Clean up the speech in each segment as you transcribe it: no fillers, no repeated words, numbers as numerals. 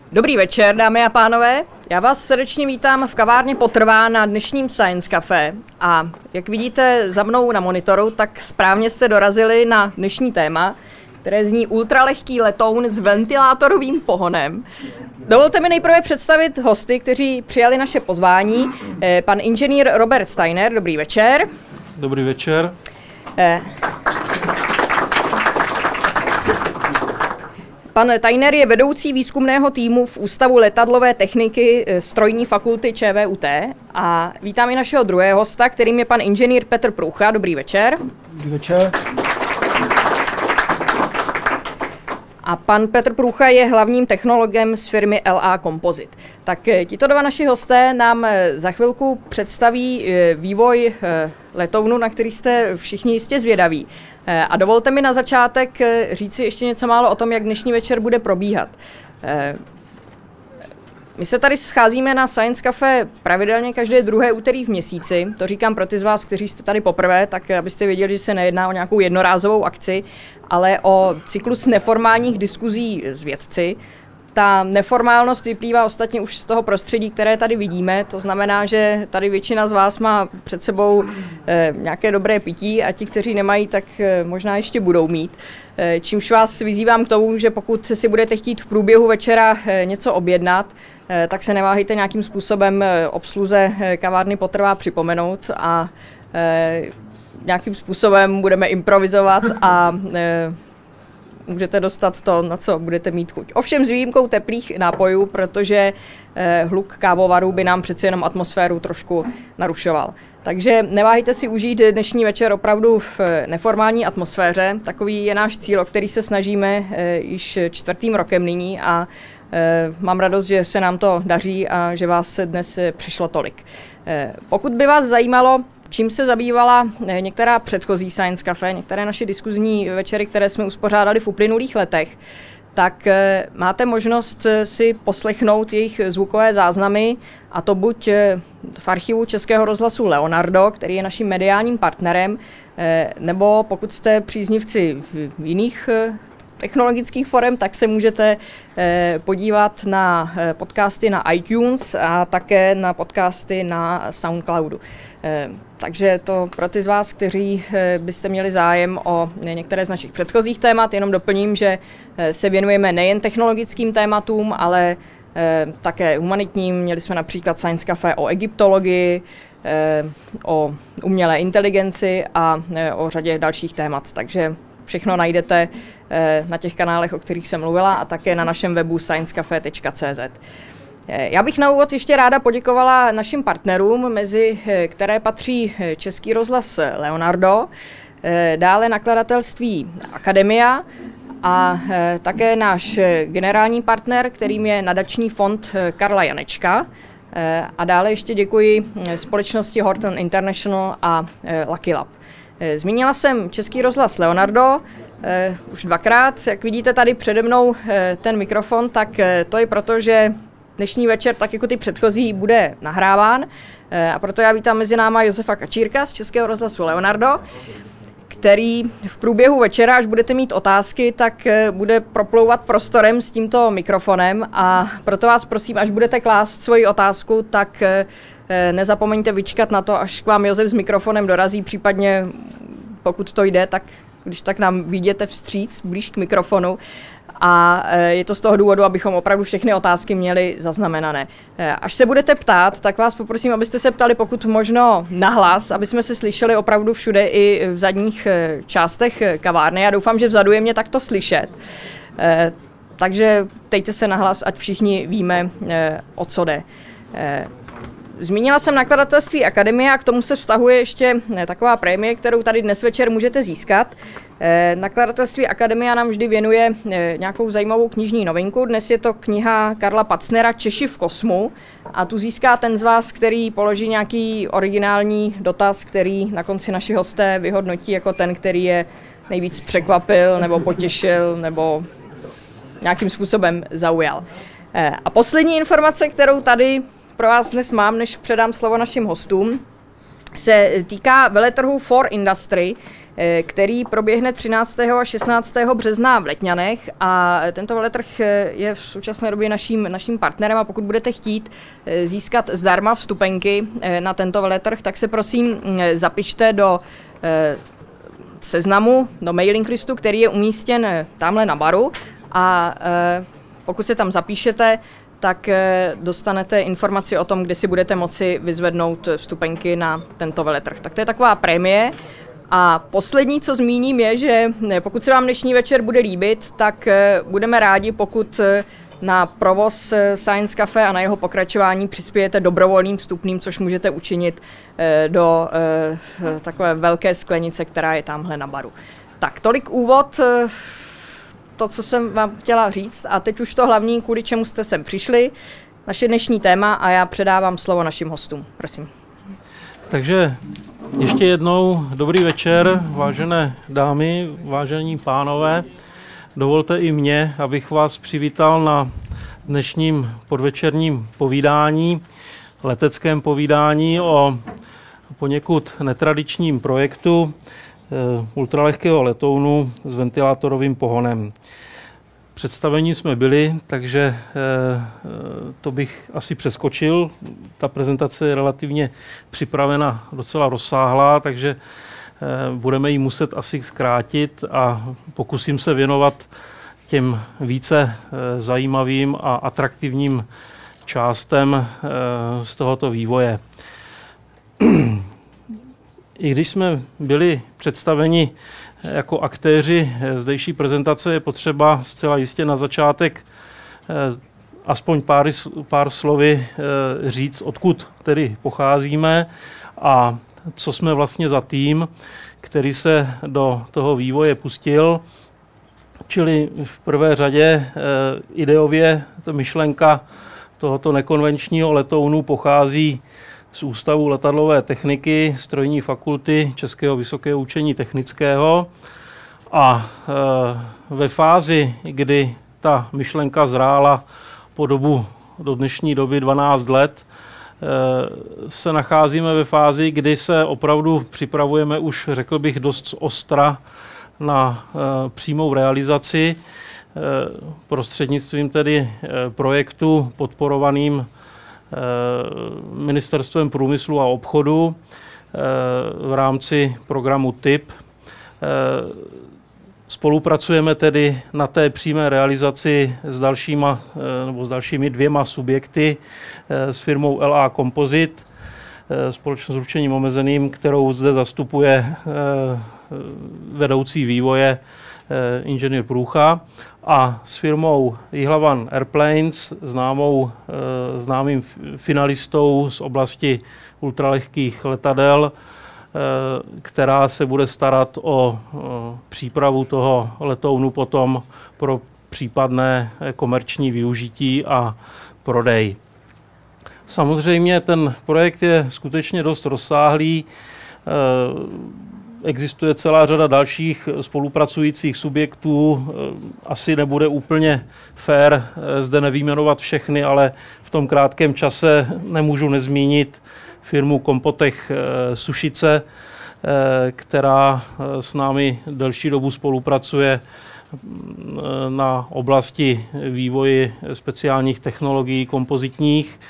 Dobrý večer, dámy a pánové. Já vás srdečně vítám v kavárně Potrvá na dnešním Science Café. A jak vidíte za mnou na monitoru, tak správně jste dorazili na dnešní téma, které zní ultralehký letoun s ventilátorovým pohonem. Dovolte mi nejprve představit hosty, kteří přijali naše pozvání. Pan inženýr Robert Steiner, dobrý večer. Dobrý večer. Pan Steiner je vedoucí výzkumného týmu v Ústavu letadlové techniky strojní fakulty ČVUT a vítám i našeho druhého hosta, kterým je pan inženýr Petr Průcha. Dobrý večer. Dobrý večer. A pan Petr Průcha je hlavním technologem z firmy LA Composite. Tak tito dva naši hosté nám za chvilku představí vývoj letounu, na který jste všichni jistě zvědaví. A dovolte mi na začátek říci ještě něco málo o tom, jak dnešní večer bude probíhat. My se tady scházíme na Science Café pravidelně každé druhé úterý v měsíci. To říkám pro ty z vás, kteří jste tady poprvé, tak abyste věděli, že se nejedná o nějakou jednorázovou akci, ale o cyklus neformálních diskuzí s vědci. Ta neformálnost vyplývá ostatně už z toho prostředí, které tady vidíme. To znamená, že tady většina z vás má před sebou nějaké dobré pití a ti, kteří nemají, tak možná ještě budou mít. Čímž vás vyzývám k tomu, že pokud si budete chtít v průběhu večera něco objednat, tak se neváhejte nějakým způsobem obsluze kavárny Potrvá připomenout a nějakým způsobem budeme improvizovat a můžete dostat to, na co budete mít chuť. Ovšem s výjimkou teplých nápojů, protože hluk kávovaru by nám přeci jenom atmosféru trošku narušoval. Takže neváhejte si užít dnešní večer opravdu v neformální atmosféře. Takový je náš cíl, o který se snažíme již 4. rokem nyní a mám radost, že se nám to daří a že vás dnes přišlo tolik. Pokud by vás zajímalo, čím se zabývala některá předchozí Science Café, některé naše diskuzní večery, které jsme uspořádali v uplynulých letech, tak máte možnost si poslechnout jejich zvukové záznamy, a to buď v archivu Českého rozhlasu Leonardo, který je naším mediálním partnerem, nebo pokud jste příznivci v jiných technologických forem, tak se můžete podívat na podcasty na iTunes a také na podcasty na SoundCloudu. Takže to pro ty z vás, kteří byste měli zájem o některé z našich předchozích témat, jenom doplním, že se věnujeme nejen technologickým tématům, ale také humanitním. Měli jsme například Science Café o egyptologii, o umělé inteligenci a o řadě dalších témat. Takže všechno najdete na těch kanálech, o kterých jsem mluvila, a také na našem webu sciencecafe.cz. Já bych na úvod ještě ráda poděkovala našim partnerům, mezi které patří Český rozhlas Leonardo, dále nakladatelství Akademia a také náš generální partner, kterým je nadační fond Karla Janečka. A dále ještě děkuji společnosti Horton International a Lucky Lab. Zmínila jsem Český rozhlas Leonardo už 2krát. Jak vidíte tady přede mnou ten mikrofon, tak to je proto, že dnešní večer, tak jako ty předchozí, bude nahráván. A proto já vítám mezi náma Josefa Kačírka z Českého rozhlasu Leonardo, který v průběhu večera, až budete mít otázky, tak bude proplouvat prostorem s tímto mikrofonem, a proto vás prosím, až budete klást svoji otázku, tak nezapomeňte vyčkat na to, až k vám Josef s mikrofonem dorazí, případně pokud to jde, tak když tak nám vyjděte vstříc, blíž k mikrofonu. A je to z toho důvodu, abychom opravdu všechny otázky měli zaznamenané. Až se budete ptát, tak vás poprosím, abyste se ptali pokud možno nahlas, aby jsme se slyšeli opravdu všude i v zadních částech kavárny. Já doufám, že vzadu je mě takto slyšet. Takže ptejte se nahlas, ať všichni víme, o co jde. Zmínila jsem nakladatelství Akademie a k tomu se vztahuje ještě taková prémie, kterou tady dnes večer můžete získat. Nakladatelství Akademia nám vždy věnuje nějakou zajímavou knižní novinku. Dnes je to kniha Karla Pacnera Češi v kosmu a tu získá ten z vás, který položí nějaký originální dotaz, který na konci naši hosté vyhodnotí jako ten, který je nejvíc překvapil nebo potěšil nebo nějakým způsobem zaujal. A poslední informace, kterou tady pro vás dnes mám, než předám slovo našim hostům, se týká veletrhu For Industry, který proběhne 13. a 16. března v Letňanech a tento veletrh je v současné době naším partnerem a pokud budete chtít získat zdarma vstupenky na tento veletrh, tak se prosím zapište do seznamu, do mailing listu, který je umístěn tamhle na baru a pokud se tam zapíšete, tak dostanete informaci o tom, kdy si budete moci vyzvednout vstupenky na tento veletrh. Tak to je taková prémie. A poslední, co zmíním, je, že pokud se vám dnešní večer bude líbit, tak budeme rádi, pokud na provoz Science Café a na jeho pokračování přispějete dobrovolným vstupným, což můžete učinit do takové velké sklenice, která je tamhle na baru. Tak, tolik úvod, to, co jsem vám chtěla říct a teď už to hlavní, kvůli čemu jste sem přišli, naše dnešní téma a já předávám slovo našim hostům. Prosím. Takže ještě jednou dobrý večer, vážené dámy, vážení pánové. Dovolte i mě, abych vás přivítal na dnešním podvečerním povídání, leteckém povídání o poněkud netradičním projektu ultralehkého letounu s ventilátorovým pohonem. Představení jsme byli, takže to bych asi přeskočil. Ta prezentace je relativně připravena docela rozsáhlá, takže budeme ji muset asi zkrátit a pokusím se věnovat těm více zajímavým a atraktivním částem z tohoto vývoje. I když jsme byli představeni jako aktéři zdejší prezentace, je potřeba zcela jistě na začátek aspoň pár slovy říct, odkud tedy pocházíme a co jsme vlastně za tým, který se do toho vývoje pustil. Čili v prvé řadě ideově ta myšlenka tohoto nekonvenčního letounu pochází z Ústavu letadlové techniky, strojní fakulty Českého vysokého učení technického a ve fázi, kdy ta myšlenka zrála po dobu do dnešní doby 12 let, se nacházíme ve fázi, kdy se opravdu připravujeme už, řekl bych, dost ostra na přímou realizaci prostřednictvím tedy projektu podporovaným Ministerstvem průmyslu a obchodu v rámci programu TIP. Spolupracujeme tedy na té přímé realizaci s dalšími dvěma subjekty, s firmou LA Composite, společnost s ručením omezeným, kterou zde zastupuje vedoucí vývoje inženýr Průcha, a s firmou Jihlavan Airplanes, známým finalistou z oblasti ultralehkých letadel, která se bude starat o přípravu toho letounu potom pro případné komerční využití a prodej. Samozřejmě ten projekt je skutečně dost rozsáhlý. Existuje celá řada dalších spolupracujících subjektů. Asi nebude úplně fér zde nevyjmenovat všechny, ale v tom krátkém čase nemůžu nezmínit firmu Compotech Sušice, která s námi delší dobu spolupracuje na oblasti vývoje speciálních technologií kompozitních.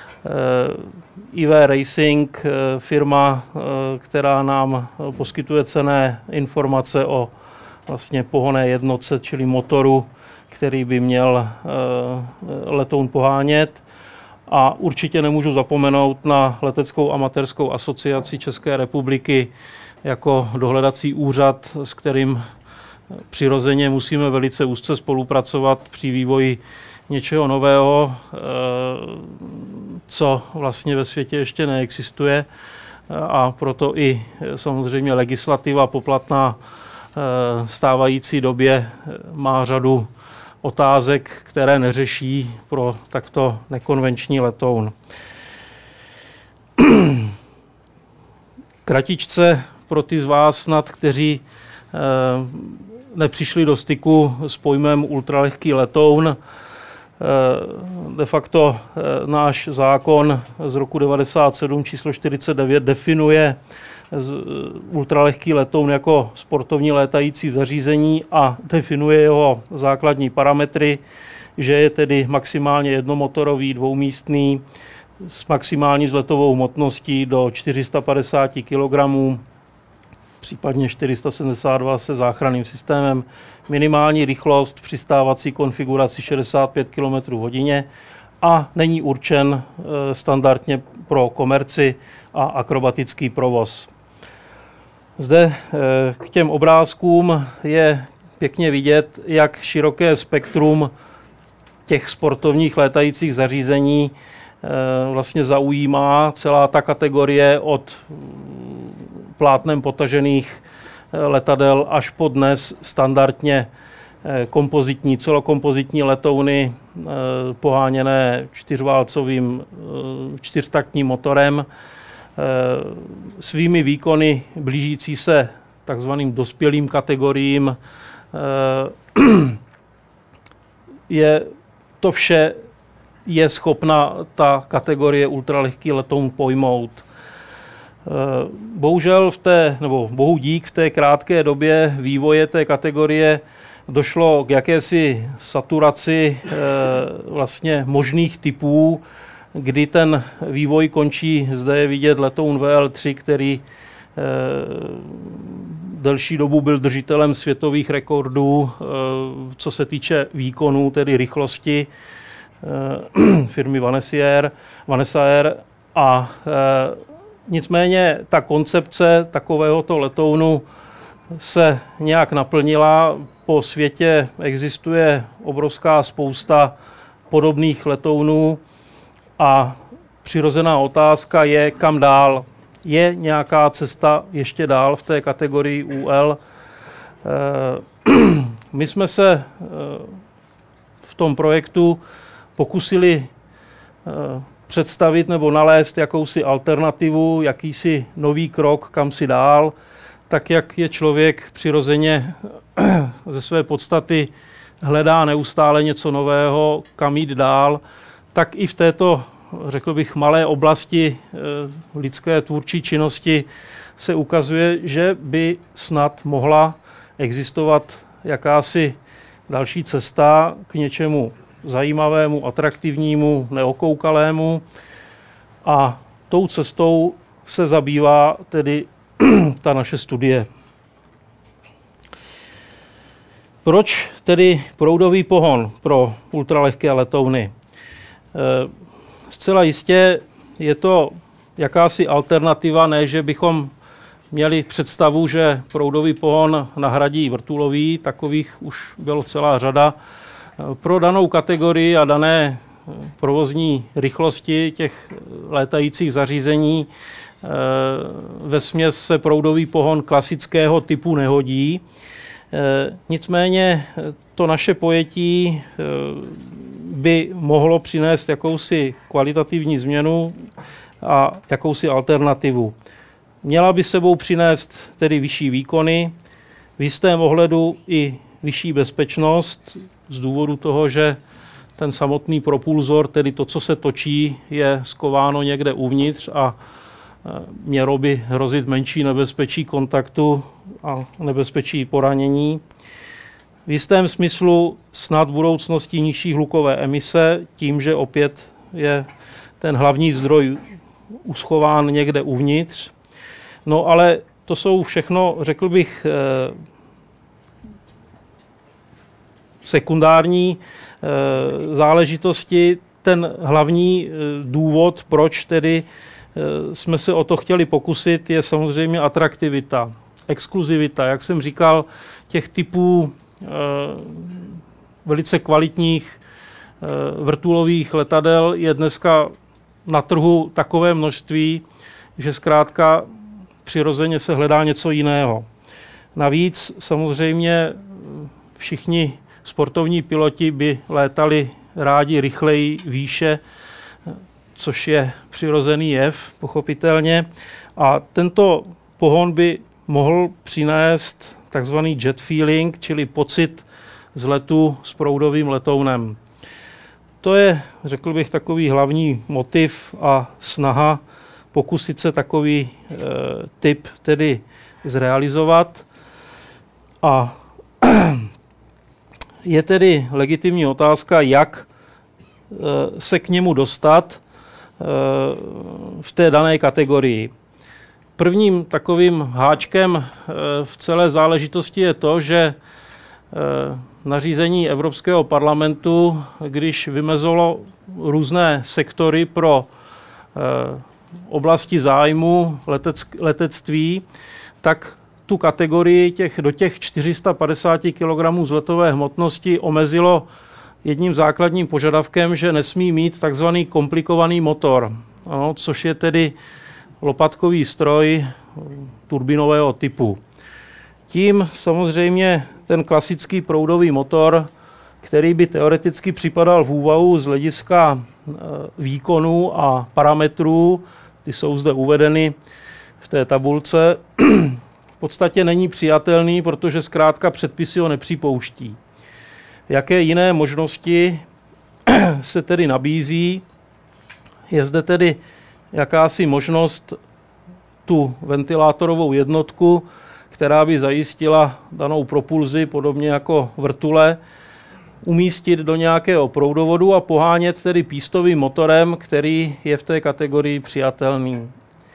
IV Racing, firma, která nám poskytuje cenné informace o vlastně pohonné jednotce, čili motoru, který by měl letoun pohánět. A určitě nemůžu zapomenout na Leteckou amatérskou asociaci České republiky jako dohledací úřad, s kterým přirozeně musíme velice úzce spolupracovat při vývoji něčeho nového, co vlastně ve světě ještě neexistuje, a proto i samozřejmě legislativa poplatná stávající době má řadu otázek, které neřeší pro takto nekonvenční letoun. Kratičce pro ty z vás snad, kteří nepřišli do styku s pojmem ultralehký letoun. De facto náš zákon z roku 1997 číslo 49 definuje ultralehký letoun jako sportovní létající zařízení a definuje jeho základní parametry, že je tedy maximálně jednomotorový, dvoumístný, s maximální vzletovou hmotností do 450 kg, případně 472 se záchranným systémem, minimální rychlost v přistávací konfiguraci 65 km/h a není určen standardně pro komerci a akrobatický provoz. Zde k těm obrázkům je pěkně vidět, jak široké spektrum těch sportovních létajících zařízení vlastně zaujímá celá ta kategorie od plátnem potažených letadel až po dnes standardně kompozitní, celokompozitní letouny poháněné čtyřválcovým čtyřtaktním motorem, svými výkony blížící se takzvaným dospělým kategoriím. To vše je schopna ta kategorie ultralehký letoun pojmout. Bohužel bohu dík v té krátké době vývoje té kategorie došlo k jakési saturaci vlastně možných typů, kdy ten vývoj končí. Zde je vidět letoun VL3, který delší dobu byl držitelem světových rekordů, co se týče výkonů, tedy rychlosti firmy Vanessa Air. A nicméně ta koncepce takovéhoto letounu se nějak naplnila. Po světě existuje obrovská spousta podobných letounů a přirozená otázka je, kam dál. Je nějaká cesta ještě dál v té kategorii UL? My jsme se v tom projektu pokusili představit nebo nalézt jakousi alternativu, jakýsi nový krok, kam si dál, tak jak je člověk přirozeně ze své podstaty hledá neustále něco nového, kam jít dál, tak i v této, řekl bych, malé oblasti lidské tvůrčí činnosti se ukazuje, že by snad mohla existovat jakási další cesta k něčemu zajímavému, atraktivnímu, neokoukalému. A tou cestou se zabývá tedy ta naše studie. Proč tedy proudový pohon pro ultralehké letouny? Zcela jistě je to jakási alternativa, ne, že bychom měli představu, že proudový pohon nahradí vrtulový, takových už bylo celá řada. Pro danou kategorii a dané provozní rychlosti těch létajících zařízení vesměs se proudový pohon klasického typu nehodí. Nicméně to naše pojetí by mohlo přinést jakousi kvalitativní změnu a jakousi alternativu. Měla by sebou přinést tedy vyšší výkony, v jistém ohledu i vyšší bezpečnost z důvodu toho, že ten samotný propulzor, tedy to, co se točí, je skováno někde uvnitř a mělo by hrozit menší nebezpečí kontaktu a nebezpečí poranění. V jistém smyslu snad budoucností nižší hlukové emise, tím, že opět je ten hlavní zdroj uschován někde uvnitř. No ale to jsou všechno, řekl bych, sekundární záležitosti. Ten hlavní důvod, proč tedy jsme se o to chtěli pokusit, je samozřejmě atraktivita, exkluzivita. Jak jsem říkal, těch typů velice kvalitních vrtulových letadel je dneska na trhu takové množství, že zkrátka přirozeně se hledá něco jiného. Navíc samozřejmě všichni sportovní piloti by létali rádi rychleji, výše, což je přirozený jev, pochopitelně. A tento pohon by mohl přinést takzvaný jet feeling, čili pocit z letu s proudovým letounem. To je, řekl bych, takový hlavní motiv a snaha pokusit se takový typ tedy zrealizovat. A je tedy legitimní otázka, jak se k němu dostat v té dané kategorii. Prvním takovým háčkem v celé záležitosti je to, že nařízení Evropského parlamentu, když vymezilo různé sektory pro oblasti zájmu letectví, tak tu kategorii do těch 450 kg vzletové hmotnosti omezilo jedním základním požadavkem, že nesmí mít takzvaný komplikovaný motor, ano, což je tedy lopatkový stroj turbinového typu. Tím samozřejmě ten klasický proudový motor, který by teoreticky připadal v úvahu z hlediska výkonu a parametrů, ty jsou zde uvedeny v té tabulce, v podstatě není přijatelný, protože zkrátka předpisy ho nepřipouští. Jaké jiné možnosti se tedy nabízí? Je zde tedy jakási možnost tu ventilátorovou jednotku, která by zajistila danou propulzi, podobně jako vrtule, umístit do nějakého proudovodu a pohánět tedy pístovým motorem, který je v té kategorii přijatelný.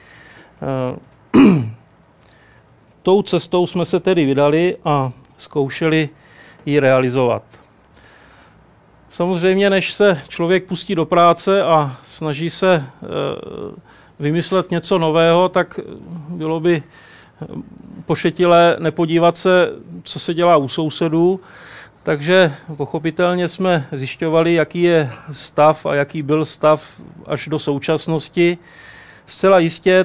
Tou cestou jsme se tedy vydali a zkoušeli ji realizovat. Samozřejmě, než se člověk pustí do práce a snaží se vymyslet něco nového, tak bylo by pošetilé nepodívat se, co se dělá u sousedů. Takže pochopitelně jsme zjišťovali, jaký je stav a jaký byl stav až do současnosti. Zcela jistě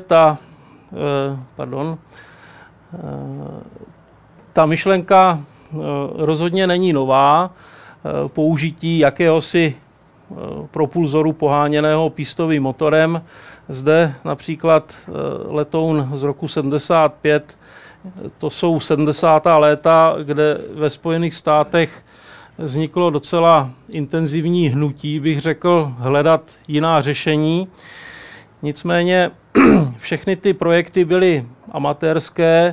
ta myšlenka rozhodně není nová. Použití jakéhosi propulzoru poháněného pístovým motorem. Zde například letoun z roku 75, to jsou 70. léta, kde ve Spojených státech vzniklo docela intenzivní hnutí, bych řekl, hledat jiná řešení. Nicméně všechny ty projekty byly amatérské.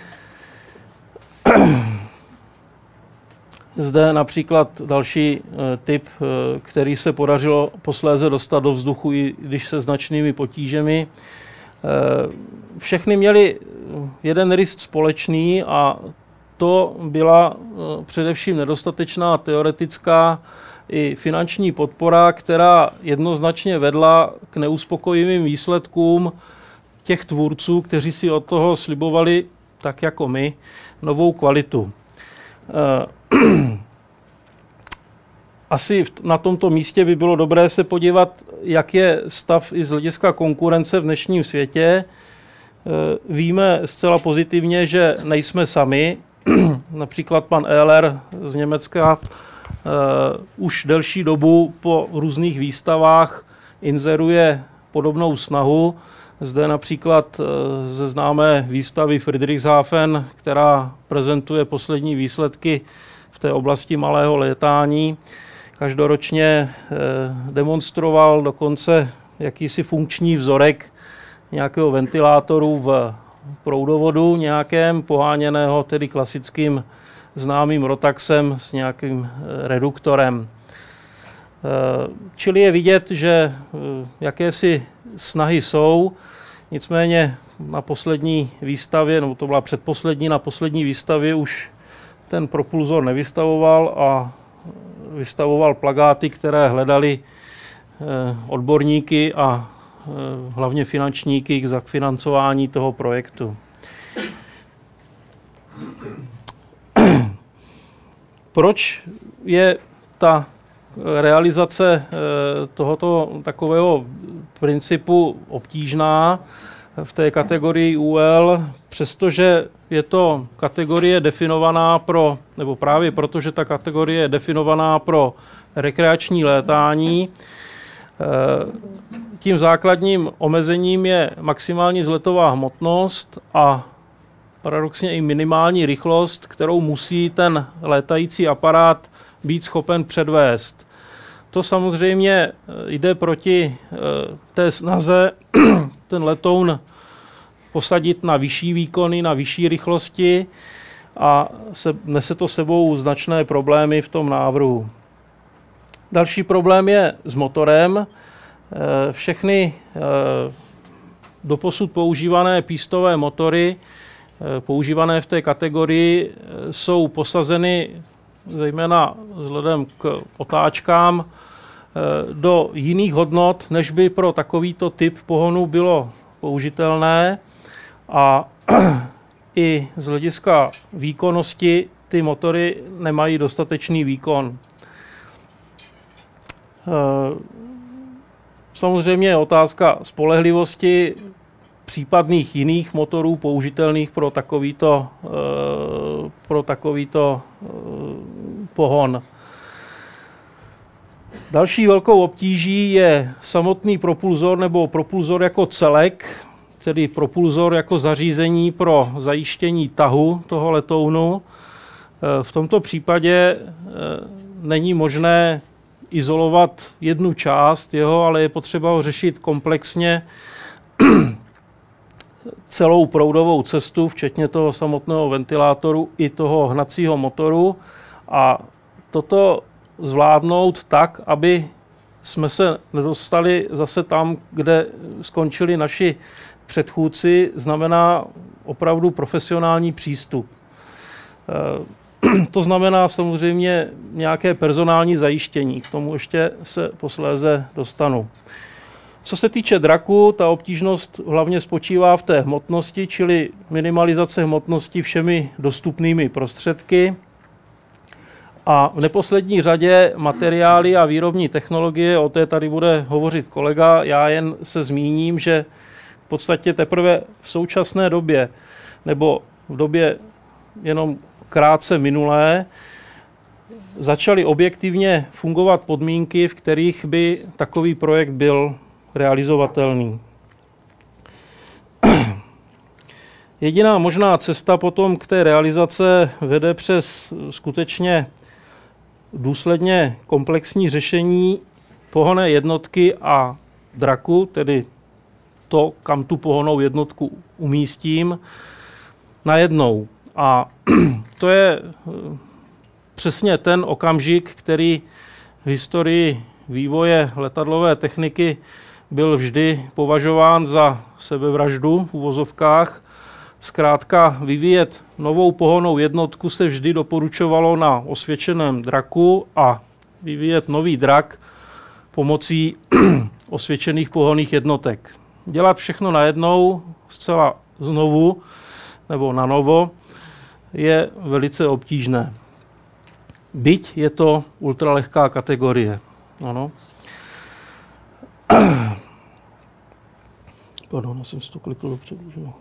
Zde například další typ, který se podařilo posléze dostat do vzduchu, i když se značnými potížemi. Všechny měly jeden rys společný a to byla především nedostatečná teoretická i finanční podpora, která jednoznačně vedla k neuspokojivým výsledkům těch tvůrců, kteří si od toho slibovali, tak jako my, novou kvalitu. Asi na tomto místě by bylo dobré se podívat, jak je stav i z hlediska konkurence v dnešním světě. Víme zcela pozitivně, že nejsme sami. Například pan Ehler z Německa už delší dobu po různých výstavách inzeruje podobnou snahu. Zde například ze známé výstavy Friedrichshafen, která prezentuje poslední výsledky v té oblasti malého létání. Každoročně demonstroval dokonce jakýsi funkční vzorek nějakého ventilátoru v proudovodu nějakém, poháněného tedy klasickým známým Rotaxem s nějakým reduktorem. Čili je vidět, že jakési snahy jsou, nicméně na poslední výstavě, nebo to byla předposlední, na poslední výstavě už ten propulzor nevystavoval a vystavoval plakáty, které hledali odborníky a hlavně finančníky k zafinancování toho projektu. Proč je ta realizace tohoto takového principu obtížná v té kategorii UL, přestože je to kategorie definovaná nebo právě proto, že ta kategorie je definovaná pro rekreační létání, tím základním omezením je maximální vzletová hmotnost a paradoxně i minimální rychlost, kterou musí ten létající aparát být schopen předvést. To samozřejmě jde proti té snaze ten letoun posadit na vyšší výkony, na vyšší rychlosti a nese to sebou značné problémy v tom návrhu. Další problém je s motorem. Všechny doposud používané pístové motory, používané v té kategorii, jsou posazeny zejména vzhledem k otáčkám do jiných hodnot, než by pro takovýto typ pohonu bylo použitelné, a i z hlediska výkonnosti ty motory nemají dostatečný výkon. Samozřejmě je otázka spolehlivosti případných jiných motorů použitelných pro takovýto pohon. Další velkou obtíží je samotný propulzor nebo propulzor jako celek, tedy propulzor jako zařízení pro zajištění tahu toho letounu. V tomto případě není možné izolovat jednu část jeho, ale je potřeba ho řešit komplexně celou proudovou cestu, včetně toho samotného ventilátoru i toho hnacího motoru, a toto zvládnout tak, aby jsme se nedostali zase tam, kde skončili naši předchůdci, znamená opravdu profesionální přístup. To znamená samozřejmě nějaké personální zajištění. K tomu ještě se posléze dostanu. Co se týče draku, ta obtížnost hlavně spočívá v té hmotnosti, čili minimalizace hmotnosti všemi dostupnými prostředky. A v neposlední řadě materiály a výrobní technologie, o té tady bude hovořit kolega, já jen se zmíním, že v podstatě teprve v současné době, nebo v době jenom krátce minulé, začaly objektivně fungovat podmínky, v kterých by takový projekt byl realizovatelný. Jediná možná cesta potom k té realizace vede přes skutečně důsledně komplexní řešení pohonné jednotky a draku, tedy to, kam tu pohonnou jednotku umístím, najednou. A to je přesně ten okamžik, který v historii vývoje letadlové techniky byl vždy považován za sebevraždu v uvozovkách. Zkrátka vyvíjet novou pohonnou jednotku se vždy doporučovalo na osvědčeném draku a vyvíjet nový drak pomocí osvědčených pohonných jednotek. Dělat všechno najednou, zcela znovu nebo na novo, je velice obtížné. Byť je to ultralehká kategorie. Ano. Pardon, já jsem si to klikl dopředu.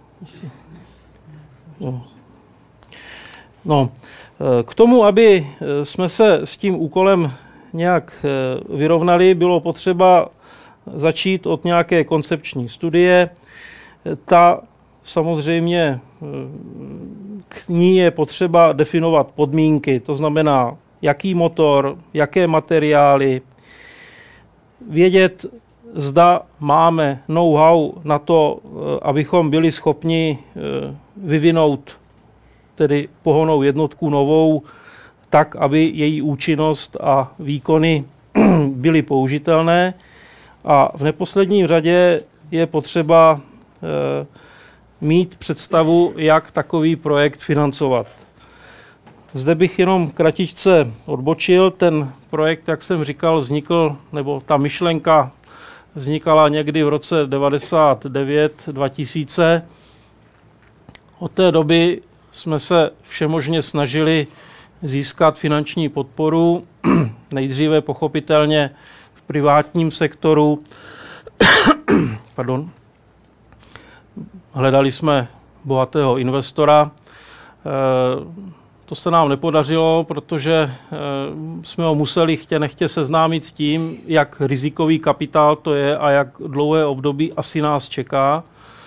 No, k tomu, aby jsme se s tím úkolem nějak vyrovnali, bylo potřeba začít od nějaké koncepční studie. Ta samozřejmě k ní je potřeba definovat podmínky, to znamená, jaký motor, jaké materiály, vědět, zda máme know-how na to, abychom byli schopni vyvinout tedy pohonnou jednotku novou, tak, aby její účinnost a výkony byly použitelné. A v neposlední řadě je potřeba mít představu, jak takový projekt financovat. Zde bych jenom kratičce odbočil. Ten projekt, jak jsem říkal, vznikl, nebo ta myšlenka vznikala někdy v roce 1999-2000. Od té doby jsme se všemožně snažili získat finanční podporu, nejdříve pochopitelně v privátním sektoru. Pardon. Hledali jsme bohatého investora. To se nám nepodařilo, protože jsme ho museli chtě nechtě seznámit s tím, jak rizikový kapitál to je a jak dlouhé období asi nás čeká.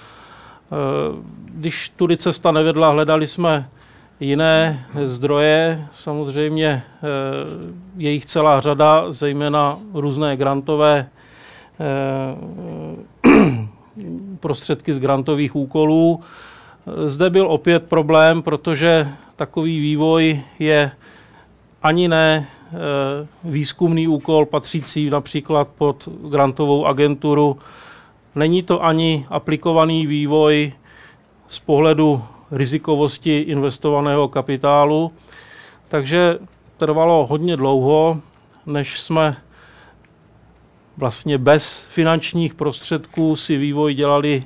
Když tudy cesta nevedla, hledali jsme jiné zdroje, samozřejmě je jich celá řada, zejména různé grantové prostředky z grantových úkolů. Zde byl opět problém, protože takový vývoj je ani ne výzkumný úkol patřící například pod grantovou agenturu. Není to ani aplikovaný vývoj z pohledu rizikovosti investovaného kapitálu, takže trvalo hodně dlouho, než jsme vlastně bez finančních prostředků si vývoj dělali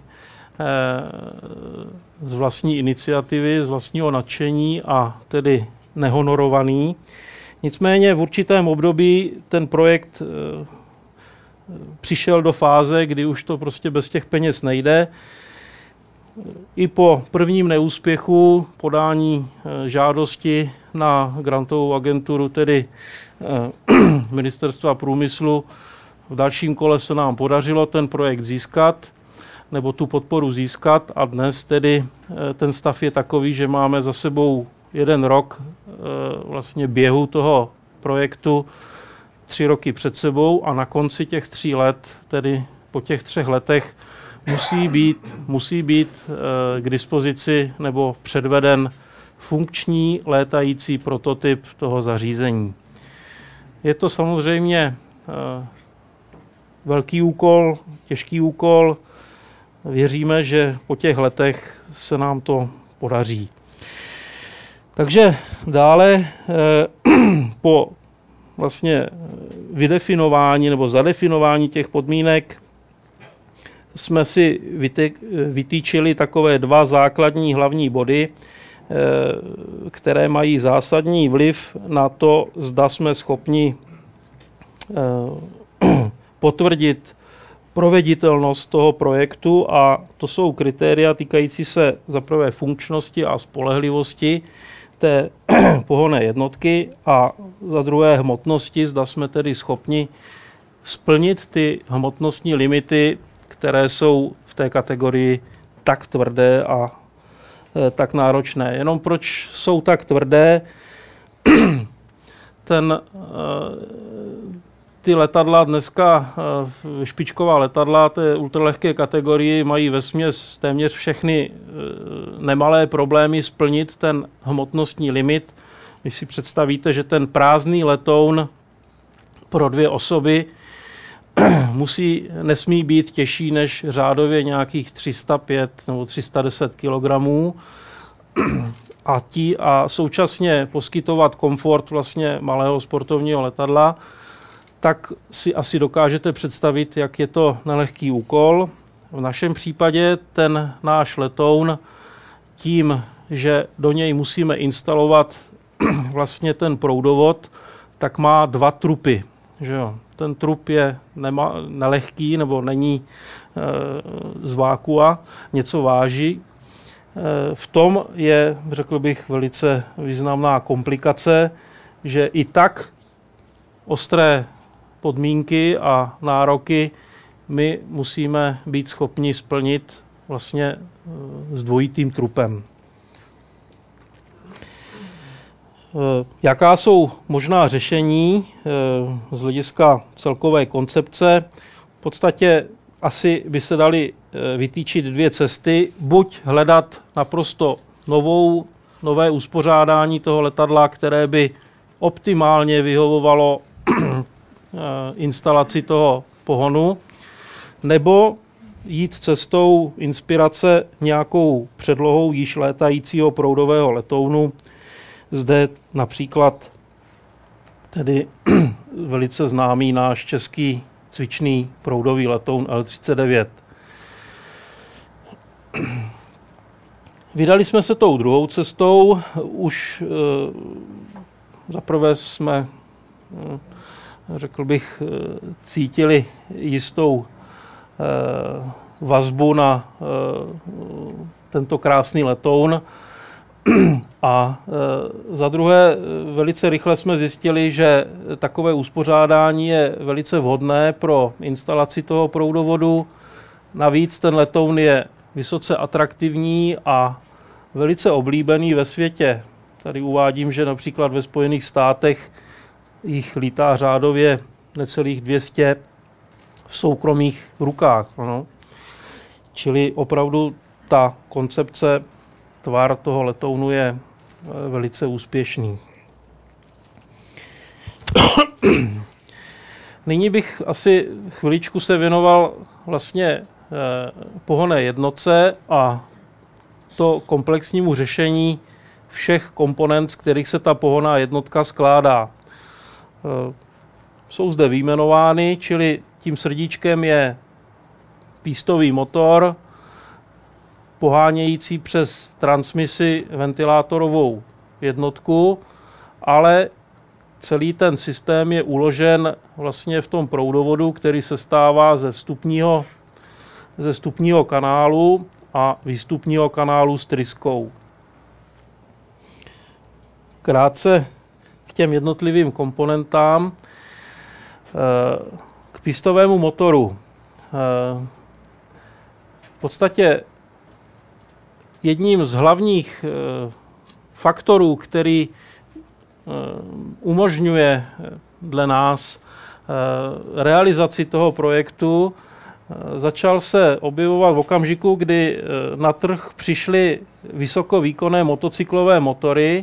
z vlastní iniciativy, z vlastního nadšení a tedy nehonorovaný. Nicméně v určitém období ten projekt přišel do fáze, kdy už to prostě bez těch peněz nejde. I po prvním neúspěchu podání žádosti na grantovou agenturu, tedy Ministerstva průmyslu, v dalším kole se nám podařilo ten projekt získat, nebo tu podporu získat a dnes tedy ten stav je takový, že máme za sebou 1 rok vlastně běhu toho projektu, 3 roky před sebou a na konci těch 3 let, tedy po těch 3 letech, musí být k dispozici nebo předveden funkční létající prototyp toho zařízení. Je to samozřejmě velký úkol, těžký úkol. Věříme, že po těch letech se nám to podaří. Takže dále po vlastně vydefinování nebo zadefinování těch podmínek jsme si vytýčili takové 2 základní hlavní body, které mají zásadní vliv na to, zda jsme schopni potvrdit proveditelnost toho projektu, a to jsou kritéria týkající se za prvé funkčnosti a spolehlivosti té pohonné jednotky a za druhé hmotnosti, zda jsme tedy schopni splnit ty hmotnostní limity, které jsou v té kategorii tak tvrdé a tak náročné. Jenom proč jsou tak tvrdé? Ty letadla dneska, špičková letadla té ultralehké kategorii, mají vesměs téměř všechny nemalé problémy splnit ten hmotnostní limit. Když si představíte, že ten prázdný letoun pro 2 osoby nesmí být těžší než řádově nějakých 305 nebo 310 kg a současně poskytovat komfort vlastně malého sportovního letadla, tak si asi dokážete představit, jak je to nelehký úkol. V našem případě ten náš letoun tím, že do něj musíme instalovat vlastně ten proudovod, tak má 2 trupy. Že jo? Ten trup je nelehký nebo není z vákua, něco váží. V tom je, řekl bych, velice významná komplikace, že i tak ostré podmínky a nároky my musíme být schopni splnit vlastně s dvojitým trupem. Jaká jsou možná řešení z hlediska celkové koncepce? V podstatě asi by se daly vytýčit 2 cesty. Buď hledat naprosto nové uspořádání toho letadla, které by optimálně vyhovovalo instalaci toho pohonu, nebo jít cestou inspirace nějakou předlohou již létajícího proudového letounu. Zde například tedy velice známý náš český cvičný proudový letoun L-39. Vydali jsme se tou druhou cestou. Už zaprvé jsme, řekl bych, cítili jistou vazbu na tento krásný letoun. A za druhé, velice rychle jsme zjistili, že takové uspořádání je velice vhodné pro instalaci toho proudovodu. Navíc ten letoun je vysoce atraktivní a velice oblíbený ve světě. Tady uvádím, že například ve Spojených státech jich lítá řádově necelých 200 v soukromých rukách. Ano. Čili opravdu ta koncepce, tvar toho letounu je velice úspěšný. Nyní bych asi chviličku se věnoval vlastně pohonné jednotce a to komplexnímu řešení všech komponent, z kterých se ta pohonná jednotka skládá. Jsou zde vyjmenovány, čili tím srdíčkem je pístový motor, pohánějící přes transmisi ventilátorovou jednotku, ale celý ten systém je uložen vlastně v tom proudovodu, který se stává ze vstupního kanálu a výstupního kanálu s tryskou. Krátce k těm jednotlivým komponentám. K pistovému motoru. V podstatě jedním z hlavních faktorů, který umožňuje dle nás realizaci toho projektu, začal se objevovat v okamžiku, kdy na trh přišly vysokovýkonné motocyklové motory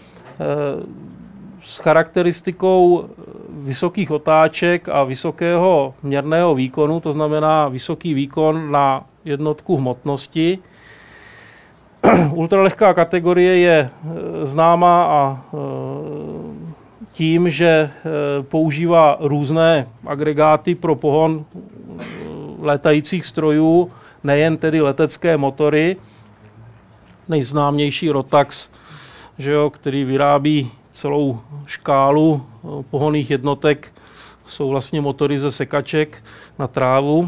s charakteristikou vysokých otáček a vysokého měrného výkonu, to znamená vysoký výkon na jednotku hmotnosti. Ultralehká kategorie je známá a tím, že používá různé agregáty pro pohon létajících strojů, nejen tedy letecké motory. Nejznámější Rotax, že jo, který vyrábí celou škálu pohonných jednotek, jsou vlastně motory ze sekaček na trávu.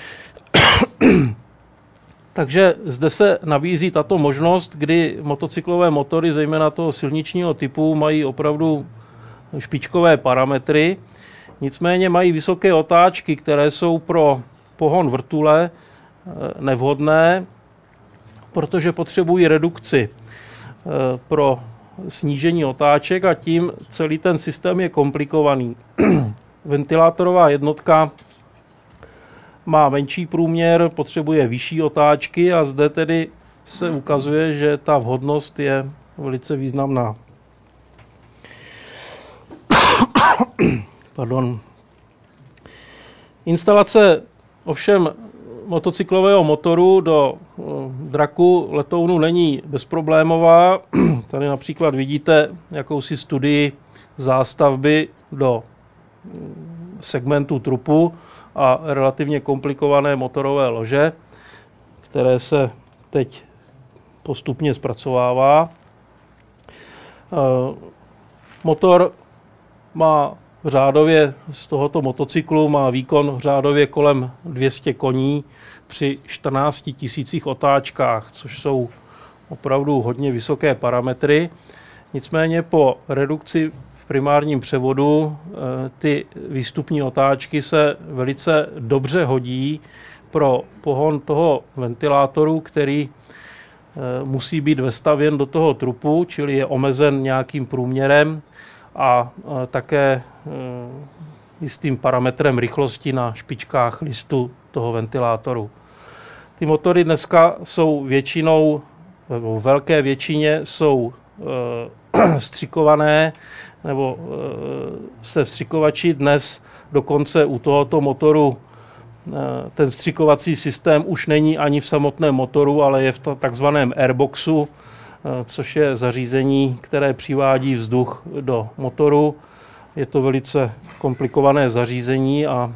Takže zde se nabízí tato možnost, kdy motocyklové motory, zejména toho silničního typu, mají opravdu špičkové parametry. Nicméně mají vysoké otáčky, které jsou pro pohon vrtule nevhodné, protože potřebují redukci pro snížení otáček a tím celý ten systém je komplikovaný. Ventilátorová jednotka má menší průměr, potřebuje vyšší otáčky a zde tedy se ukazuje, že ta vhodnost je velice významná. Pardon. Instalace ovšem motocyklového motoru do draku letounu není bezproblémová. Tady například vidíte jakousi studii zástavby do segmentu trupu a relativně komplikované motorové lože, které se teď postupně zpracovává. Motor má řádově z tohoto motocyklu má výkon řádově kolem 200 koní při 14 000 otáčkách, což jsou opravdu hodně vysoké parametry. Nicméně po redukci v primárním převodu ty výstupní otáčky se velice dobře hodí pro pohon toho ventilátoru, který musí být vestavěn do toho trupu, čili je omezen nějakým průměrem a také jistým parametrem rychlosti na špičkách listu toho ventilátoru. Ty motory dneska jsou většinou, v velké většině jsou vstřikované, nebo se vstřikovači dnes dokonce u tohoto motoru ten vstřikovací systém už není ani v samotném motoru, ale je v takzvaném airboxu, což je zařízení, které přivádí vzduch do motoru. Je to velice komplikované zařízení a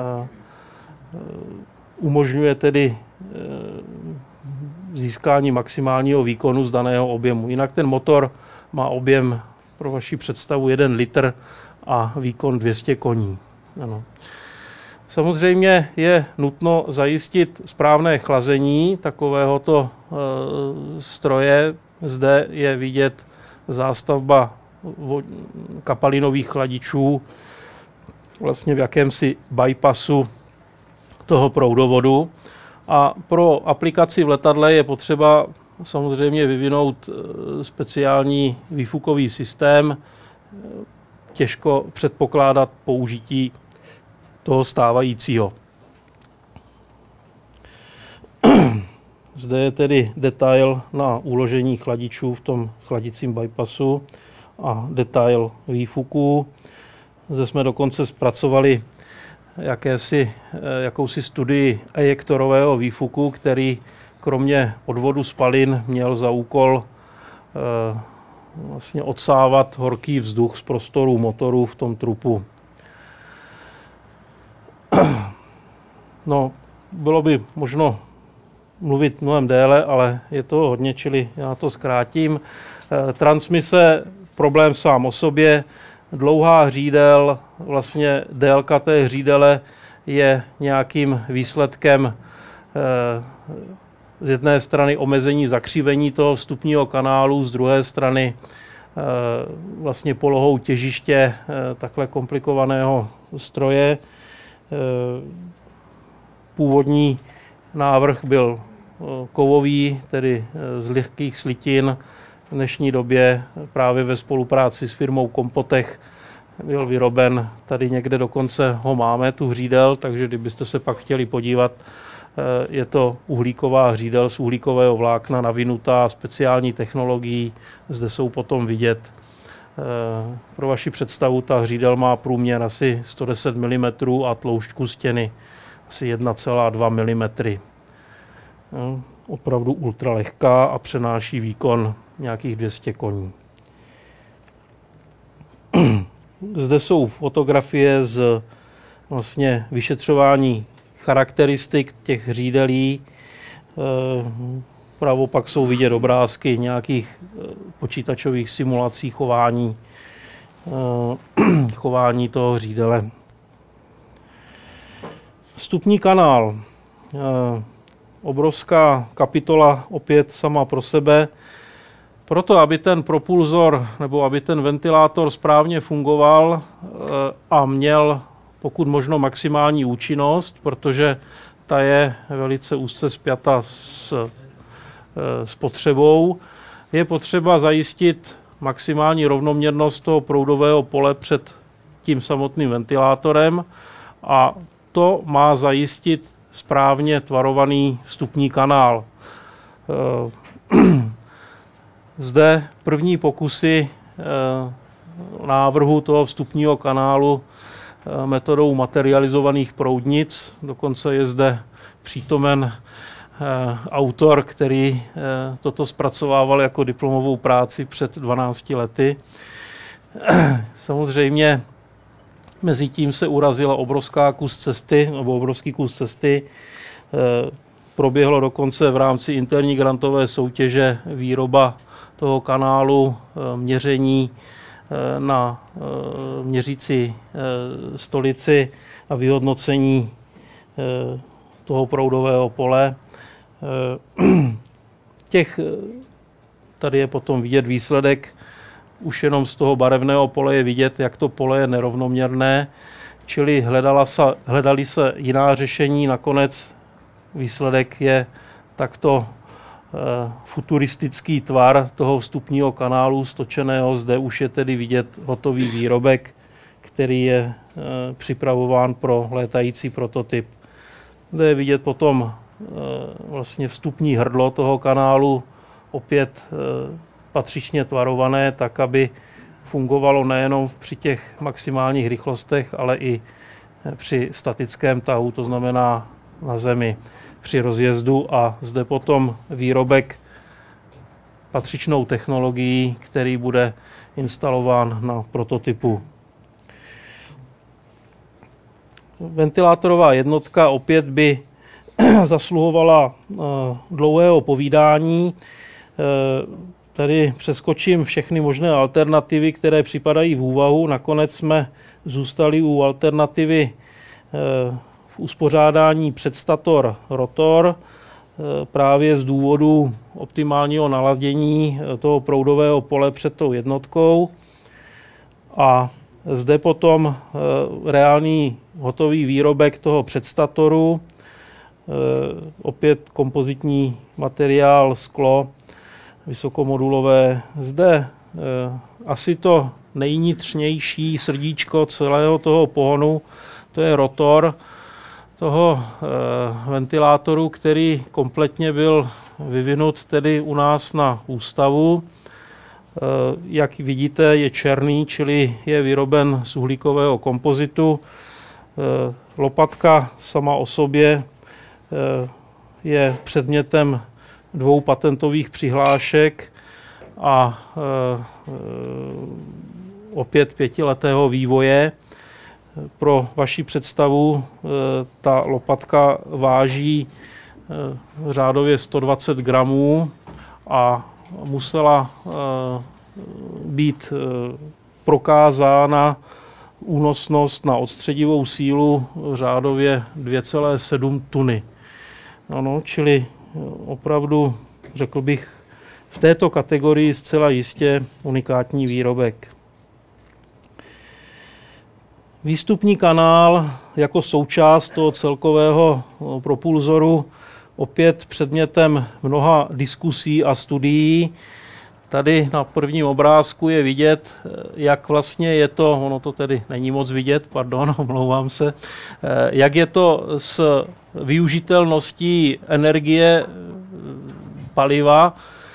umožňuje tedy získání maximálního výkonu z daného objemu. Jinak ten motor má objem, pro vaši představu, 1 litr a výkon 200 koní. Ano. Samozřejmě je nutno zajistit správné chlazení takovéhoto stroje. Zde je vidět zástavba kapalinových chladičů vlastně v jakémsi bypassu toho proudovodu. A pro aplikaci v letadle je potřeba samozřejmě vyvinout speciální výfukový systém. Těžko předpokládat použití toho stávajícího. Zde je tedy detail na uložení chladičů v tom chladicím bypassu a detail výfuků. Zde jsme dokonce zpracovali jakousi studii ejektorového výfuku, který kromě odvodu spalin měl za úkol vlastně odsávat horký vzduch z prostoru motoru v tom trupu. No, bylo by možno mluvit mnohem déle, ale je to hodně, čili já to zkrátím. Transmise, problém sám o sobě, dlouhá hřídel, vlastně délka té hřídele je nějakým výsledkem z jedné strany omezení zakřivení toho vstupního kanálu, z druhé strany vlastně polohou těžiště takhle komplikovaného stroje. Původní návrh byl kovový, tedy z lehkých slitin. V dnešní době právě ve spolupráci s firmou Kompotech byl vyroben, tady někde dokonce ho máme, tu hřídel, takže kdybyste se pak chtěli podívat, je to uhlíková hřídel z uhlíkového vlákna navinutá speciální technologií. Zde jsou potom vidět. Pro vaši představu, ta hřídel má průměr asi 110 mm a tloušťku stěny asi 1,2 mm. Opravdu ultralehká a přenáší výkon nějakých 200 koní. Zde jsou fotografie z vlastně vyšetřování charakteristik těch hřídelí. Vpravo pak jsou vidět obrázky nějakých počítačových simulací chování toho hřídele. Vstupní kanál. Obrovská kapitola opět sama pro sebe. Proto, aby ten propulzor nebo aby ten ventilátor správně fungoval a měl pokud možno maximální účinnost, protože ta je velice úzce spjata s spotřebou, je potřeba zajistit maximální rovnoměrnost toho proudového pole před tím samotným ventilátorem a to má zajistit správně tvarovaný vstupní kanál. Zde první pokusy návrhu toho vstupního kanálu metodou materializovaných proudnic. Dokonce je zde přítomen autor, který toto zpracovával jako diplomovou práci před 12 lety. Samozřejmě mezi tím se urazila obrovský kus cesty. Proběhlo dokonce v rámci interní grantové soutěže výroba toho kanálu, měření na měřící stolici a vyhodnocení toho proudového pole. Tady je potom vidět výsledek, už jenom z toho barevného pole je vidět, jak to pole je nerovnoměrné, čili hledali se jiná řešení, nakonec výsledek je takto futuristický tvar toho vstupního kanálu stočeného. Zde už je tedy vidět hotový výrobek, který je připravován pro létající prototyp. Zde je vidět potom vlastně vstupní hrdlo toho kanálu, opět patřičně tvarované, tak aby fungovalo nejenom při těch maximálních rychlostech, ale i při statickém tahu, to znamená na zemi při rozjezdu, a zde potom výrobek patřičnou technologií, který bude instalován na prototypu. Ventilátorová jednotka opět by zasluhovala dlouhého povídání. Tady přeskočím všechny možné alternativy, které připadají v úvahu. Nakonec jsme zůstali u alternativy v uspořádání předstator-rotor právě z důvodu optimálního naladění toho proudového pole před tou jednotkou. A zde potom reálný hotový výrobek toho předstatoru, opět kompozitní materiál, sklo, vysokomodulové. Zde asi to nejnitřnější srdíčko celého toho pohonu, to je rotor. toho ventilátoru, který kompletně byl vyvinut tedy u nás na ústavu. Jak vidíte, je černý, čili je vyroben z uhlíkového kompozitu. Lopatka sama o sobě je předmětem 2 patentových přihlášek a opět 5letého vývoje. Pro vaši představu, ta lopatka váží řádově 120 gramů a musela být prokázána únosnost na odstředivou sílu řádově 2,7 tuny. Čili opravdu, řekl bych, v této kategorii zcela jistě unikátní výrobek. Výstupní kanál jako součást toho celkového propulzoru opět předmětem mnoha diskusí a studií. Tady na prvním obrázku je vidět, jak vlastně je to, ono to tedy není moc vidět, pardon, omlouvám se, jak je to s využitelností energie paliva.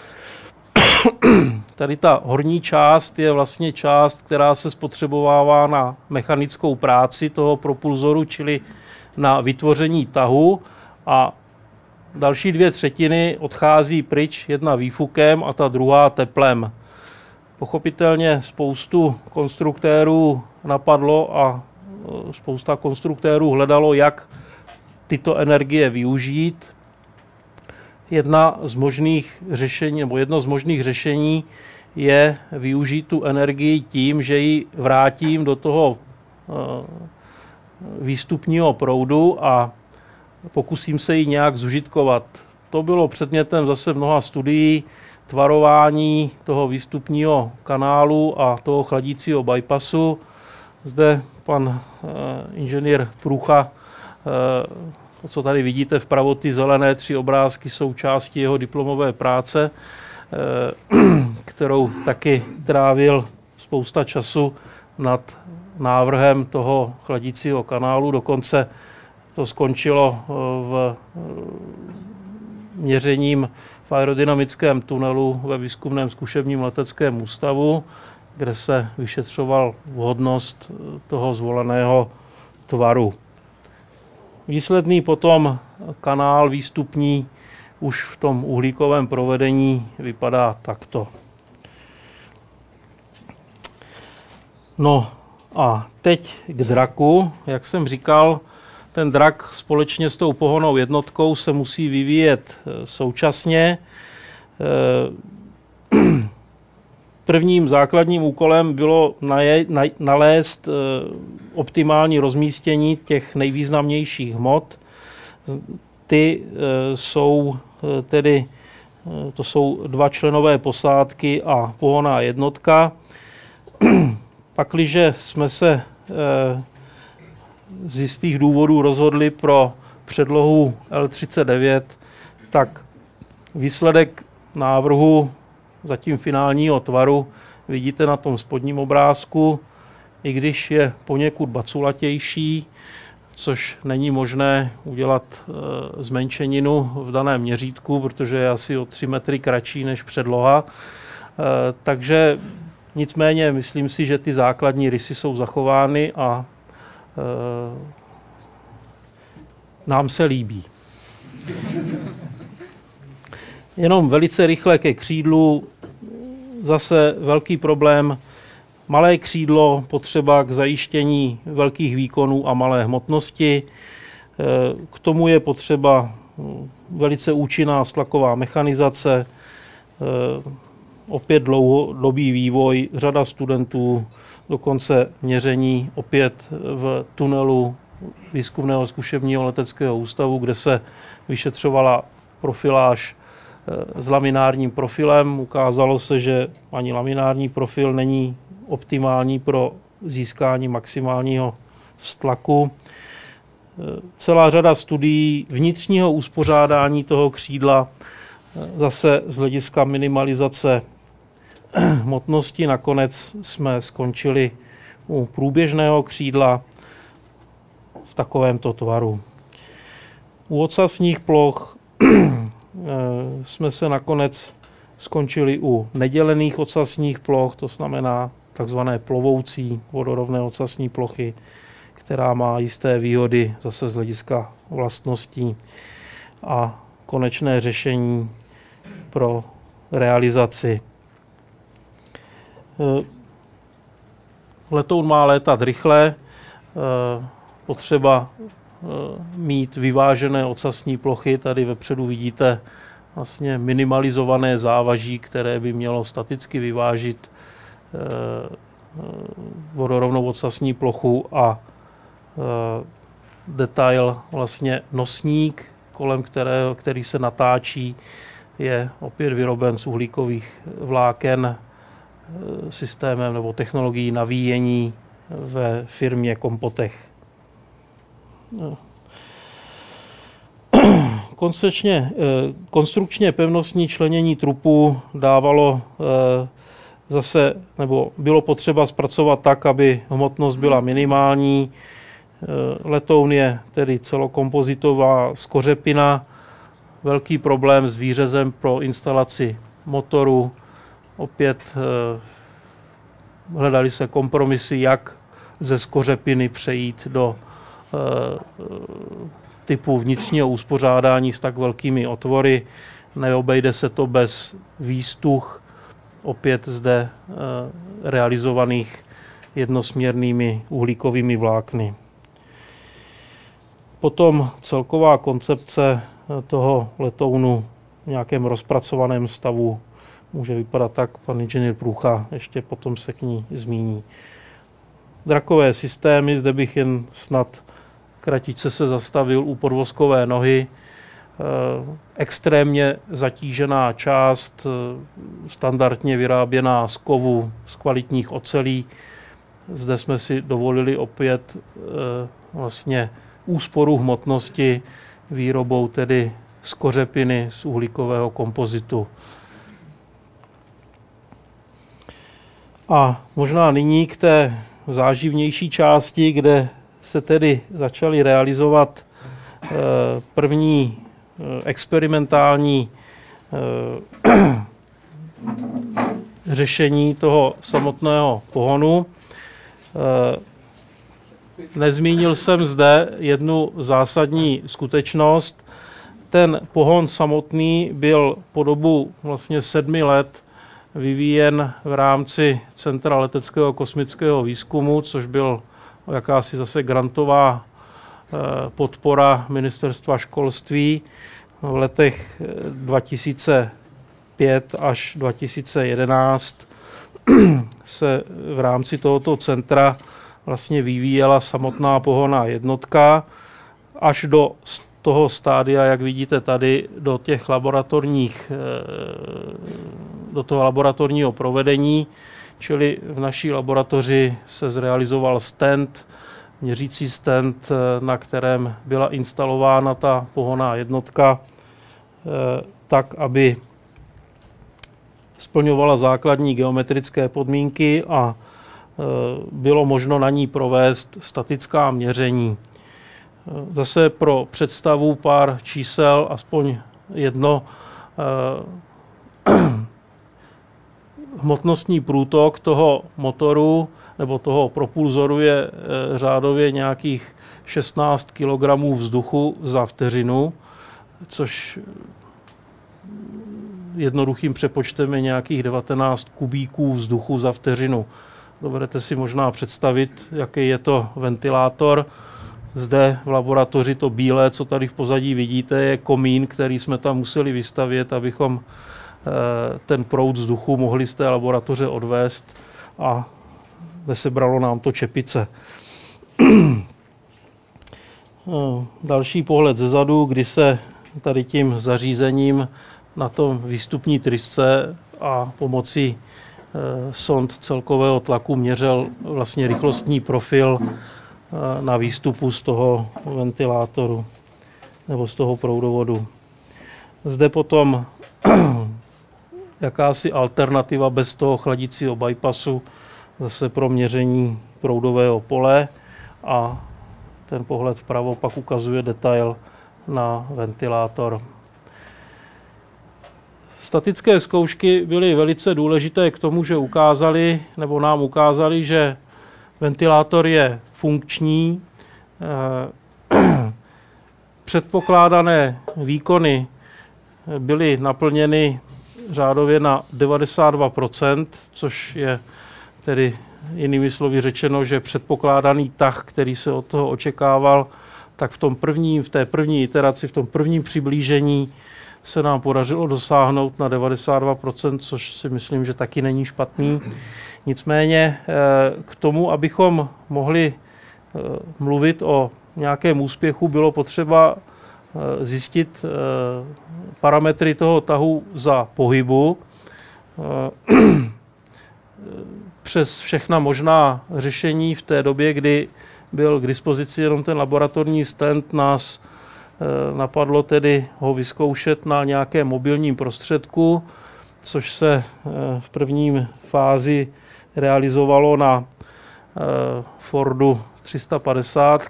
Tady ta horní část je vlastně část, která se spotřebovává na mechanickou práci toho propulzoru, čili na vytvoření tahu, a další 2/3 odchází pryč, jedna výfukem a ta druhá teplem. Pochopitelně spoustu konstruktérů napadlo a spousta konstruktérů hledalo, jak tyto energie využít. Jedno z možných řešení je využít tu energii tím, že ji vrátím do toho výstupního proudu a pokusím se ji nějak zužitkovat. To bylo předmětem zase mnoha studií, tvarování toho výstupního kanálu a toho chladícího bypassu. Zde pan inženýr Průcha, to, co tady vidíte vpravo, ty zelené 3 obrázky, jsou části jeho diplomové práce, kterou taky trávil spousta času nad návrhem toho chladícího kanálu. Dokonce to skončilo v měřením v aerodynamickém tunelu ve výzkumném zkušebním leteckém ústavu, kde se vyšetřoval vhodnost toho zvoleného tvaru. Výsledný potom kanál výstupní už v tom uhlíkovém provedení vypadá takto. No a teď k draku. Jak jsem říkal, ten drak společně s tou pohonnou jednotkou se musí vyvíjet současně. Prvním základním úkolem bylo nalézt optimální rozmístění těch nejvýznamnějších hmot. To jsou 2 členové posádky a pohonná jednotka. Pakliže jsme se z jistých důvodů rozhodli pro předlohu L39, tak výsledek návrhu zatím finálního tvaru vidíte na tom spodním obrázku, i když je poněkud baculatější, což není možné udělat zmenšeninu v daném měřítku, protože je asi o 3 metry kratší než předloha. Takže nicméně myslím si, že ty základní rysy jsou zachovány a nám se líbí. Jenom velice rychle ke křídlu. Zase velký problém. Malé křídlo, potřeba k zajištění velkých výkonů a malé hmotnosti. K tomu je potřeba velice účinná vztlaková mechanizace, opět dlouhodobý vývoj, řada studentů, dokonce měření opět v tunelu výzkumného zkušebního leteckého ústavu, kde se vyšetřovala profiláž s laminárním profilem. Ukázalo se, že ani laminární profil není optimální pro získání maximálního vztlaku. Celá řada studií vnitřního uspořádání toho křídla, zase z hlediska minimalizace hmotnosti. Nakonec jsme skončili u průběžného křídla v takovémto tvaru. U ocasních ploch jsme se nakonec skončili u nedělených ocasních ploch, to znamená takzvané plovoucí vodorovné ocasní plochy, která má jisté výhody zase z hlediska vlastností a konečné řešení pro realizaci. Letoun má létat rychle, potřeba mít vyvážené ocasní plochy. Tady vepředu vidíte vlastně minimalizované závaží, které by mělo staticky vyvážit vodorovnou ocasní plochu a detail vlastně nosník, kolem který se natáčí, je opět vyroben z uhlíkových vláken systémem nebo technologií navíjení ve firmě Compotech. Konstrukčně pevnostní členění trupu dávalo zase, nebo bylo potřeba zpracovat tak, aby hmotnost byla minimální. Letoun je tedy celokompozitová skořepina, velký problém s výřezem pro instalaci motoru. Opět hledali se kompromisy, jak ze skořepiny přejít do typu vnitřního uspořádání s tak velkými otvory. Neobejde se to bez výstuch, opět zde realizovaných jednosměrnými uhlíkovými vlákny. Potom celková koncepce toho letounu v nějakém rozpracovaném stavu může vypadat tak, pan inženýr Průcha ještě potom se k ní zmíní. Drakové systémy, zde bych jen snad kratičce se zastavil u podvozkové nohy. Extrémně zatížená část, standardně vyráběná z kovu, z kvalitních ocelí. Zde jsme si dovolili opět vlastně úsporu hmotnosti výrobou tedy z kořepiny z uhlíkového kompozitu. A možná nyní k té záživnější části, kde se tedy začaly realizovat první experimentální řešení toho samotného pohonu. Nezmínil jsem zde jednu zásadní skutečnost. Ten pohon samotný byl po dobu vlastně 7 let vyvíjen v rámci Centra leteckého kosmického výzkumu, což byl jakási zase grantová podpora Ministerstva školství. V letech 2005 až 2011 se v rámci tohoto centra vlastně vyvíjela samotná pohonná jednotka až do toho stádia, jak vidíte tady, do toho laboratorního provedení, čili v naší laboratoři se zrealizoval stand, měřící stand, na kterém byla instalována ta pohonná jednotka, tak, aby splňovala základní geometrické podmínky a bylo možno na ní provést statická měření. Zase pro představu pár čísel, aspoň jedno. Hmotnostní průtok toho motoru nebo toho propulzoru je řádově nějakých 16 kg vzduchu za vteřinu, což jednoduchým přepočtem je nějakých 19 kubíků vzduchu za vteřinu. Dovedete si možná představit, jaký je to ventilátor. Zde v laboratoři to bílé, co tady v pozadí vidíte, je komín, který jsme tam museli vystavět, abychom ten proud vzduchu mohli z té laboratoře odvést a nesebralo nám to čepice. Další pohled zezadu, kdy se tady tím zařízením na tom výstupní trysce a pomocí sond celkového tlaku měřil vlastně rychlostní profil na výstupu z toho ventilátoru nebo z toho proudovodu. Zde potom jakási alternativa bez toho chladicího bypassu zase pro měření proudového pole a ten pohled vpravo pak ukazuje detail na ventilátor. Statické zkoušky byly velice důležité k tomu, že nám ukázali, že ventilátor je funkční. Předpokládané výkony byly naplněny řádově na 92%, což je tedy jinými slovy řečeno, že předpokládaný tah, který se od toho očekával, tak v té první iteraci, v tom prvním přiblížení se nám podařilo dosáhnout na 92%, což si myslím, že taky není špatný. Nicméně k tomu, abychom mohli mluvit o nějakém úspěchu, bylo potřeba zjistit parametry toho tahu za pohybu. Přes všechna možná řešení v té době, kdy byl k dispozici jenom ten laboratorní stent, nás napadlo tedy ho vyzkoušet na nějakém mobilním prostředku, což se v prvním fázi realizovalo na Fordu 350,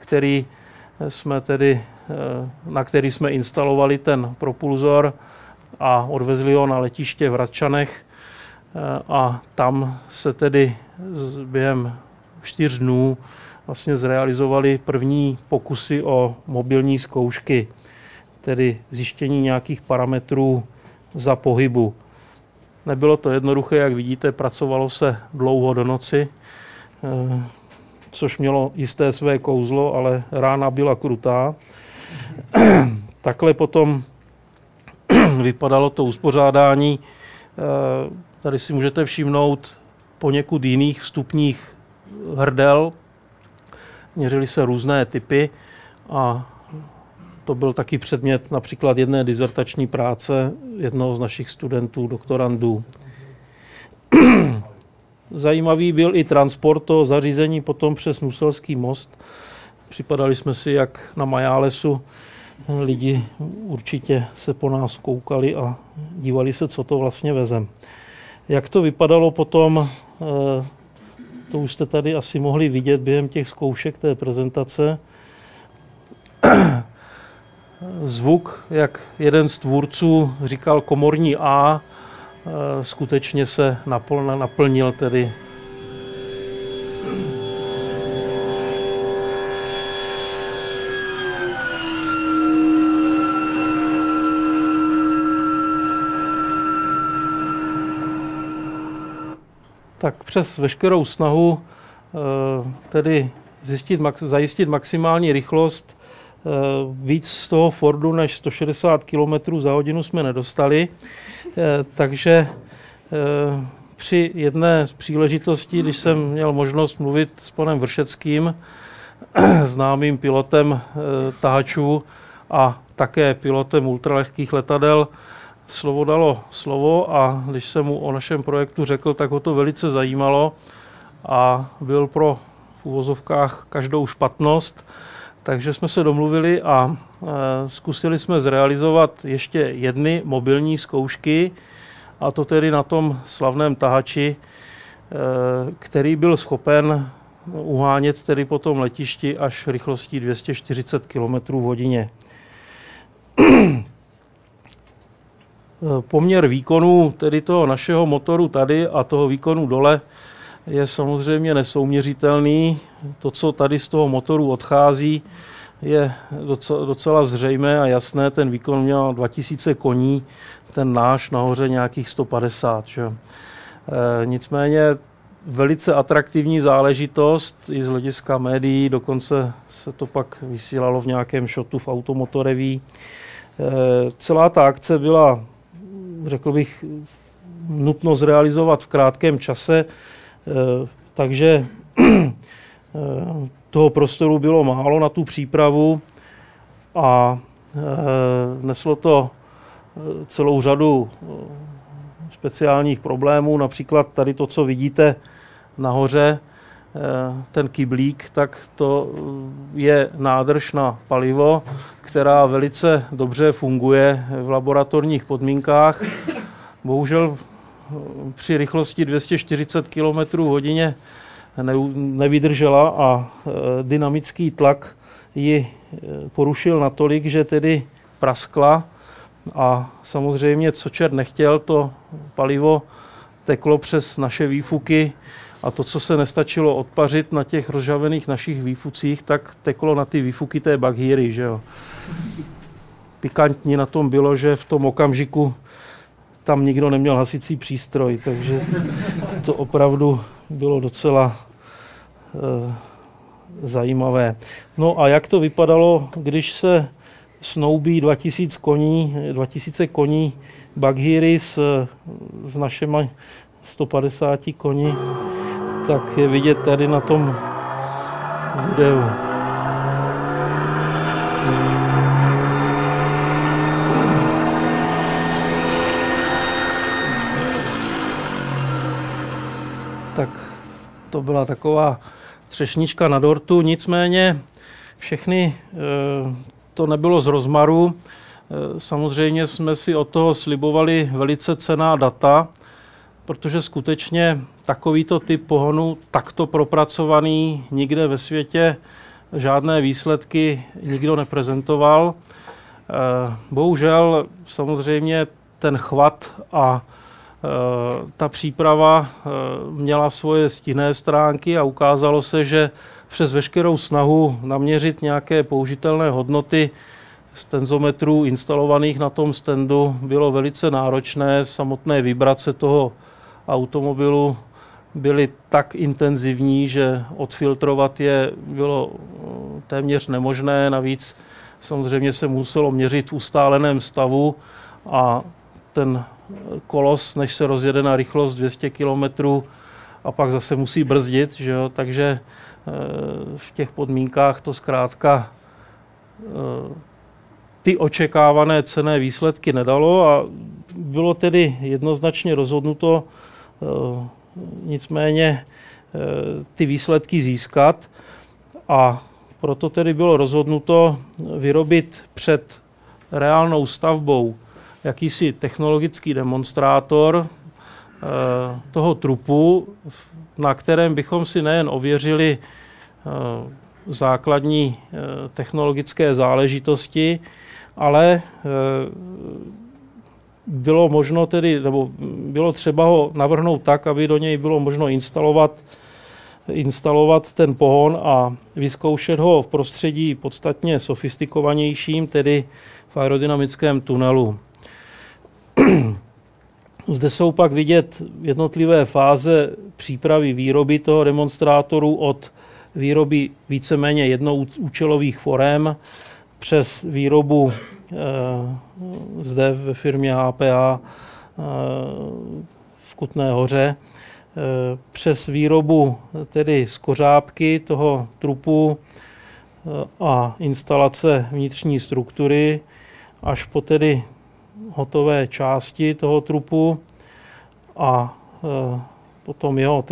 na který jsme instalovali ten propulzor a odvezli ho na letiště v Hradčanech. A tam se tedy během 4 dnů vlastně zrealizovali první pokusy o mobilní zkoušky, tedy zjištění nějakých parametrů za pohybu. Nebylo to jednoduché, jak vidíte, pracovalo se dlouho do noci, což mělo jisté své kouzlo, ale rána byla krutá. Takhle potom vypadalo to uspořádání. Tady si můžete všimnout poněkud jiných vstupních hrdel. Měřily se různé typy a to byl taky předmět například jedné dizertační práce jednoho z našich studentů, doktorandů. Zajímavý byl i transport toho zařízení potom přes Nuselský most. Připadali jsme si jak na Majálesu. Lidi určitě se po nás koukali a dívali se, co to vlastně vezem. Jak to vypadalo potom, to už jste tady asi mohli vidět během těch zkoušek té prezentace. Zvuk, jak jeden z tvůrců říkal komorní A, skutečně se naplnil tedy. Tak přes veškerou snahu tedy zajistit maximální rychlost, víc z toho Fordu než 160 km za hodinu jsme nedostali, takže při jedné z příležitostí, když jsem měl možnost mluvit s panem Vršeckým, známým pilotem tahačů a také pilotem ultralehkých letadel, slovo dalo slovo a když jsem mu o našem projektu řekl, tak ho to velice zajímalo a byl pro v uvozovkách každou špatnost. Takže jsme se domluvili a zkusili jsme zrealizovat ještě jedny mobilní zkoušky, a to tedy na tom slavném tahači, který byl schopen uhánět tedy po tom letišti až rychlostí 240 km v hodině. Poměr výkonu tedy toho našeho motoru tady a toho výkonu dole je samozřejmě nesouměřitelný. To, co tady z toho motoru odchází, je docela zřejmé a jasné. Ten výkon měl 2000 koní, ten náš nahoře nějakých 150. Že? Nicméně velice atraktivní záležitost i z hlediska médií, dokonce se to pak vysílalo v nějakém shotu v Automotoreví. Celá ta akce byla, řekl bych, nutno zrealizovat v krátkém čase, takže toho prostoru bylo málo na tu přípravu a neslo to celou řadu speciálních problémů, například tady to, co vidíte nahoře, ten kyblík, tak to je nádrž na palivo, která velice dobře funguje v laboratorních podmínkách. Bohužel při rychlosti 240 km v hodině nevydržela a dynamický tlak ji porušil natolik, že tedy praskla a samozřejmě, co čert nechtěl, to palivo teklo přes naše výfuky a to, co se nestačilo odpařit na těch rozžavených našich výfucích, tak teklo na ty výfuky té baghíry, že jo. Pikantní na tom bylo, že v tom okamžiku tam nikdo neměl hasicí přístroj, takže to opravdu bylo docela zajímavé. No a jak to vypadalo, když se snoubí 2000 koní baghíry s našimi 150 koní, tak je vidět tady na tom videu. Tak to byla taková třešnička na dortu, nicméně všechny to nebylo z rozmaru. Samozřejmě jsme si od toho slibovali velice cenná data, protože skutečně takovýto typ pohonu, takto propracovaný, nikde ve světě žádné výsledky nikdo neprezentoval. Bohužel samozřejmě ten chvat a ta příprava měla svoje stinné stránky a ukázalo se, že přes veškerou snahu naměřit nějaké použitelné hodnoty z tenzometrů instalovaných na tom standu bylo velice náročné. Samotné vibrace toho automobilu byly tak intenzivní, že odfiltrovat je bylo téměř nemožné. Navíc samozřejmě se muselo měřit v ustáleném stavu a ten kolos, než se rozjede na rychlost 200 km a pak zase musí brzdit, že jo? Takže v těch podmínkách to zkrátka ty očekávané cenné výsledky nedalo a bylo tedy jednoznačně rozhodnuto nicméně ty výsledky získat a proto tedy bylo rozhodnuto vyrobit před reálnou stavbou jakýsi technologický demonstrátor toho trupu, na kterém bychom si nejen ověřili základní technologické záležitosti, ale bylo možno tedy, nebo bylo třeba ho navrhnout tak, aby do něj bylo možno instalovat ten pohon a vyzkoušet ho v prostředí podstatně sofistikovanějším, tedy v aerodynamickém tunelu. Zde jsou pak vidět jednotlivé fáze přípravy výroby toho demonstrátoru od výroby víceméně jednoúčelových forem přes výrobu zde ve firmě HPA v Kutné Hoře, přes výrobu tedy skořápky toho trupu a instalace vnitřní struktury až po tedy hotové části toho trupu a potom jeho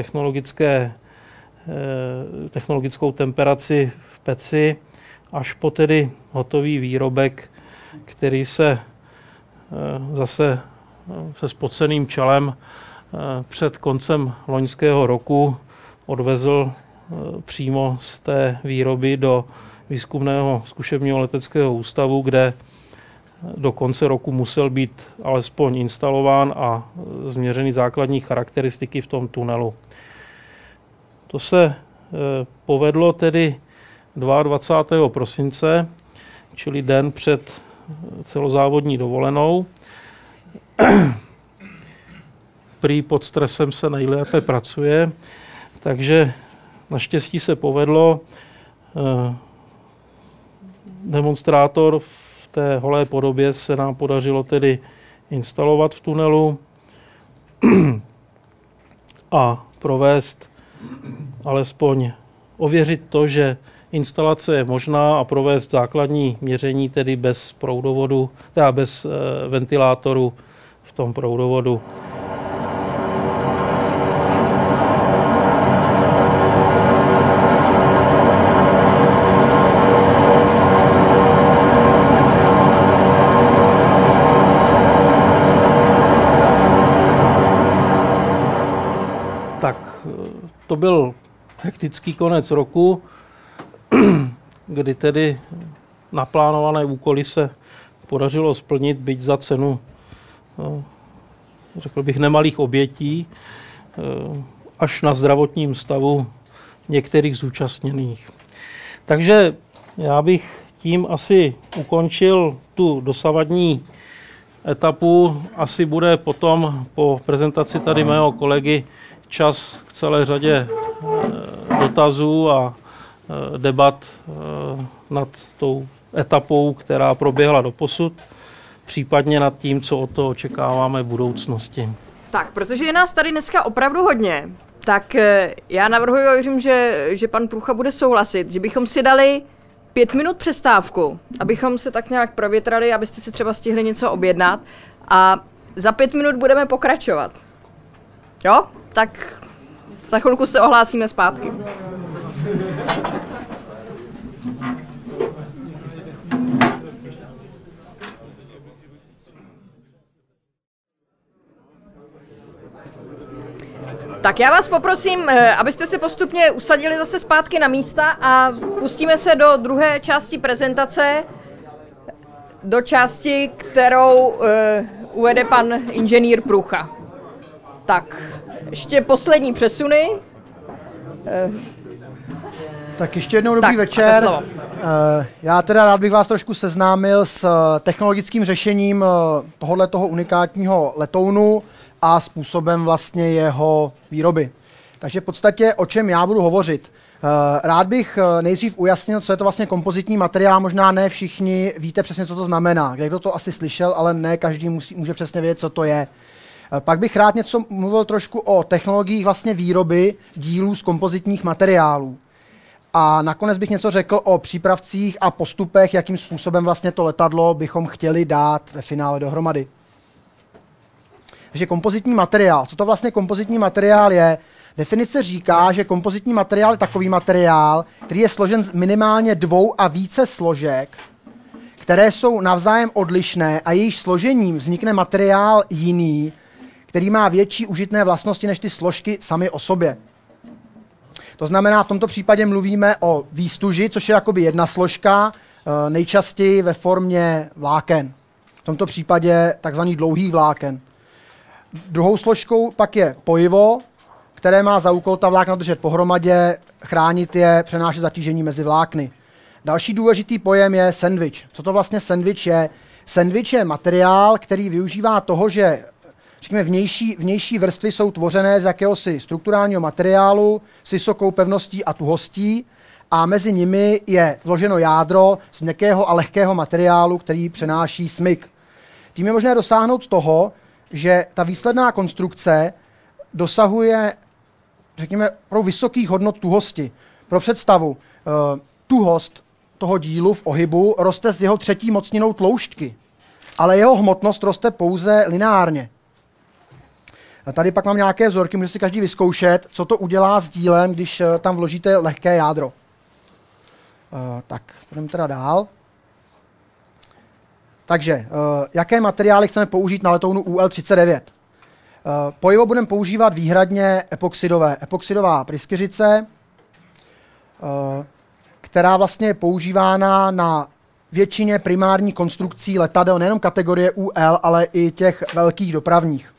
technologickou temperaci v peci až po tedy hotový výrobek, který se zase se spoceným čelem před koncem loňského roku odvezl přímo z té výroby do výzkumného zkušebního leteckého ústavu, kde do konce roku musel být alespoň instalován a změřeny základní charakteristiky v tom tunelu. To se povedlo tedy 22. prosince, čili den před celozávodní dovolenou. Prý pod stresem se nejlépe pracuje, takže naštěstí se povedlo. Demonstrátor v té holé podobě se nám podařilo tedy instalovat v tunelu a provést alespoň ověřit to, že instalace je možná a provést základní měření tedy bez proudovodu, teda bez ventilátoru v tom proudovodu. Tak to byl hektický konec roku, kdy tedy naplánované úkoly se podařilo splnit, byť za cenu, řekl bych, nemalých obětí, až na zdravotním stavu některých zúčastněných. Takže já bych tím asi ukončil tu dosavadní etapu. Asi bude potom po prezentaci tady mého kolegy čas k celé řadě dotazů a debat nad tou etapou, která proběhla doposud, případně nad tím, co od toho očekáváme v budoucnosti. Tak, protože je nás tady dneska opravdu hodně, tak já navrhuji, a věřím, že pan Průcha bude souhlasit, že bychom si dali 5 minut přestávku, abychom se tak nějak provětrali, abyste si třeba stihli něco objednat a za 5 minut budeme pokračovat. Jo? Tak za chvilku se ohlásíme zpátky. Tak já vás poprosím, abyste se postupně usadili zase zpátky na místa a pustíme se do druhé části prezentace, do části, kterou uvede pan inženýr Průcha. Tak, ještě poslední přesuny. Tak ještě jednou dobrý večer. Já teda rád bych vás trošku seznámil s technologickým řešením tohoto unikátního letounu a způsobem vlastně jeho výroby. Takže v podstatě o čem já budu hovořit. Rád bych nejdřív ujasnil, co je to vlastně kompozitní materiál. Možná ne všichni víte přesně, co to znamená. Kdo to asi slyšel, ale ne každý může přesně vědět, co to je. Pak bych rád něco mluvil trošku o technologiích vlastně výroby dílů z kompozitních materiálů. A nakonec bych něco řekl o přípravcích a postupech, jakým způsobem vlastně to letadlo bychom chtěli dát ve finále dohromady. Takže kompozitní materiál. Co to vlastně kompozitní materiál je? Definice říká, že kompozitní materiál je takový materiál, který je složen z minimálně 2 a více složek, které jsou navzájem odlišné a jejich složením vznikne materiál jiný, který má větší užitné vlastnosti než ty složky samy o sobě. To znamená, v tomto případě mluvíme o výstuži, což je jakoby jedna složka, nejčastěji ve formě vláken. V tomto případě takzvaný dlouhý vláken. Druhou složkou pak je pojivo, které má za úkol ta vlákna držet pohromadě, chránit je, přenášet zatížení mezi vlákny. Další důležitý pojem je sandwich. Co to vlastně sandwich je? Sandwich je materiál, který využívá toho, že řekněme, vnější vrstvy jsou tvořené z jakéhosi strukturálního materiálu s vysokou pevností a tuhostí a mezi nimi je vloženo jádro z měkkého a lehkého materiálu, který přenáší smyk. Tím je možné dosáhnout toho, že ta výsledná konstrukce dosahuje, řekněme, pro vysokých hodnot tuhosti. Pro představu, tuhost toho dílu v ohybu roste s jeho třetí mocninou tloušťky, ale jeho hmotnost roste pouze lineárně. A tady pak mám nějaké vzorky, může si každý vyzkoušet, co to udělá s dílem, když tam vložíte lehké jádro. Tak, půjdeme teda dál. Takže, jaké materiály chceme použít na letounu UL-39? Pojivo budeme používat výhradně epoxidové. Epoxidová pryskyřice, která vlastně je používána na většině primárních konstrukcí letadel, nejenom kategorie UL, ale i těch velkých dopravních.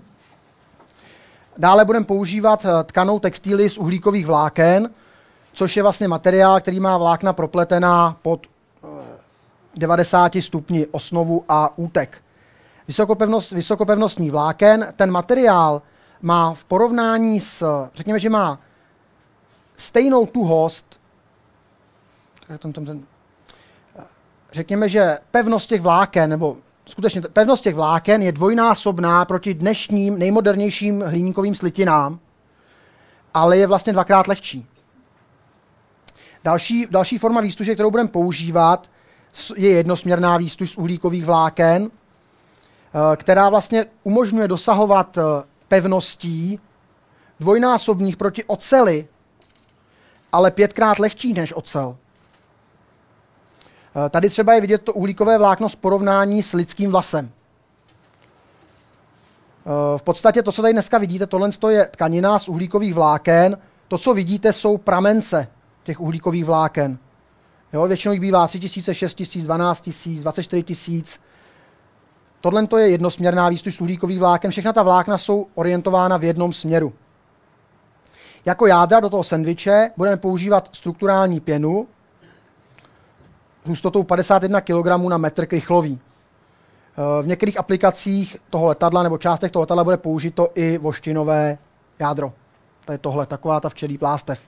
Dále budeme používat tkanou textíly z uhlíkových vláken, což je vlastně materiál, který má vlákna propletená pod 90 stupni osnovu a útek. Vysokopevnostní vláken. Ten materiál má v porovnání s, řekněme, že má stejnou tuhost, řekněme, že pevnost těch vláken, nebo skutečně pevnost těch vláken je dvojnásobná proti dnešním nejmodernějším hliníkovým slitinám, ale je vlastně 2krát lehčí. Další forma výstuže, kterou budeme používat, je jednosměrná výstuž z uhlíkových vláken, která vlastně umožňuje dosahovat pevností dvojnásobných proti oceli, ale 5krát lehčí než ocel. Tady třeba je vidět to uhlíkové vlákno s porovnání s lidským vlasem. V podstatě to, co tady dneska vidíte, tohle je tkanina z uhlíkových vláken. To, co vidíte, jsou pramence těch uhlíkových vláken. Jo, většinou jich bývá 3000, 6000, 12000, 24000. Tohle to je jednosměrná výstuž z uhlíkových vláken. Všechna ta vlákna jsou orientována v jednom směru. Jako jádra do toho sendviče budeme používat strukturální pěnu s hustotou 51 kg na metr krychlový. V některých aplikacích toho letadla nebo částech toho letadla bude použito i voštinové jádro. To je tohle, taková ta včelí plástev.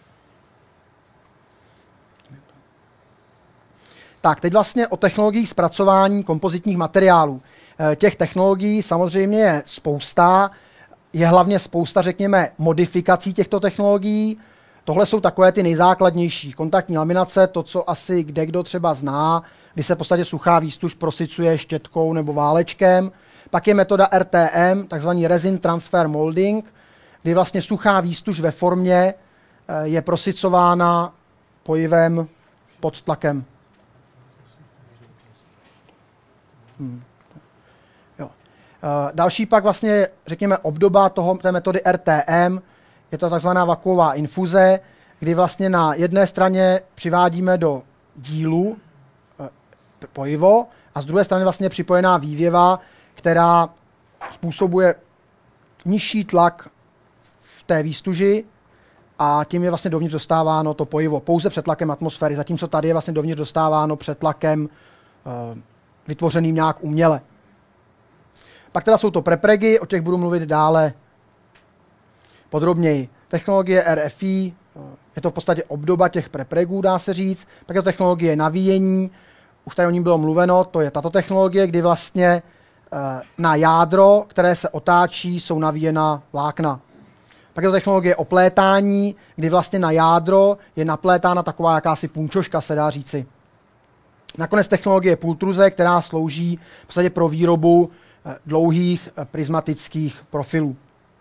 Tak, teď vlastně o technologiích zpracování kompozitních materiálů. Těch technologií samozřejmě je spousta, je hlavně spousta, řekněme, modifikací těchto technologií. Tohle jsou takové ty nejzákladnější. Kontaktní laminace, to, co asi kdekdo třeba zná, kdy se v podstatě suchá výstuž prosycuje štětkou nebo válečkem. Pak je metoda RTM, takzvaný Resin Transfer Molding, kdy vlastně suchá výstuž ve formě je prosycována pojivem pod tlakem. Jo. Další pak vlastně, řekněme, obdoba té metody RTM, je to takzvaná vakuová infuze, kdy vlastně na jedné straně přivádíme do dílu pojivo a z druhé strany vlastně je připojená vývěva, která způsobuje nižší tlak v té výstuži a tím je vlastně dovnitř dostáváno to pojivo pouze před tlakem atmosféry, zatímco tady je vlastně dovnitř dostáváno před tlakem vytvořeným nějak uměle. Pak teda jsou to prepregy, o těch budu mluvit dále podrobněji. Technologie RFI, je to v podstatě obdoba těch prepregů, dá se říct. Pak je to technologie navíjení, už tady o ní bylo mluveno, to je tato technologie, kdy vlastně na jádro, které se otáčí, jsou navíjena vlákna. Pak je to technologie oplétání, kdy vlastně na jádro je naplétána taková jakási punčoška, se dá říci. Nakonec technologie pultruze, která slouží v podstatě pro výrobu dlouhých prismatických profilů.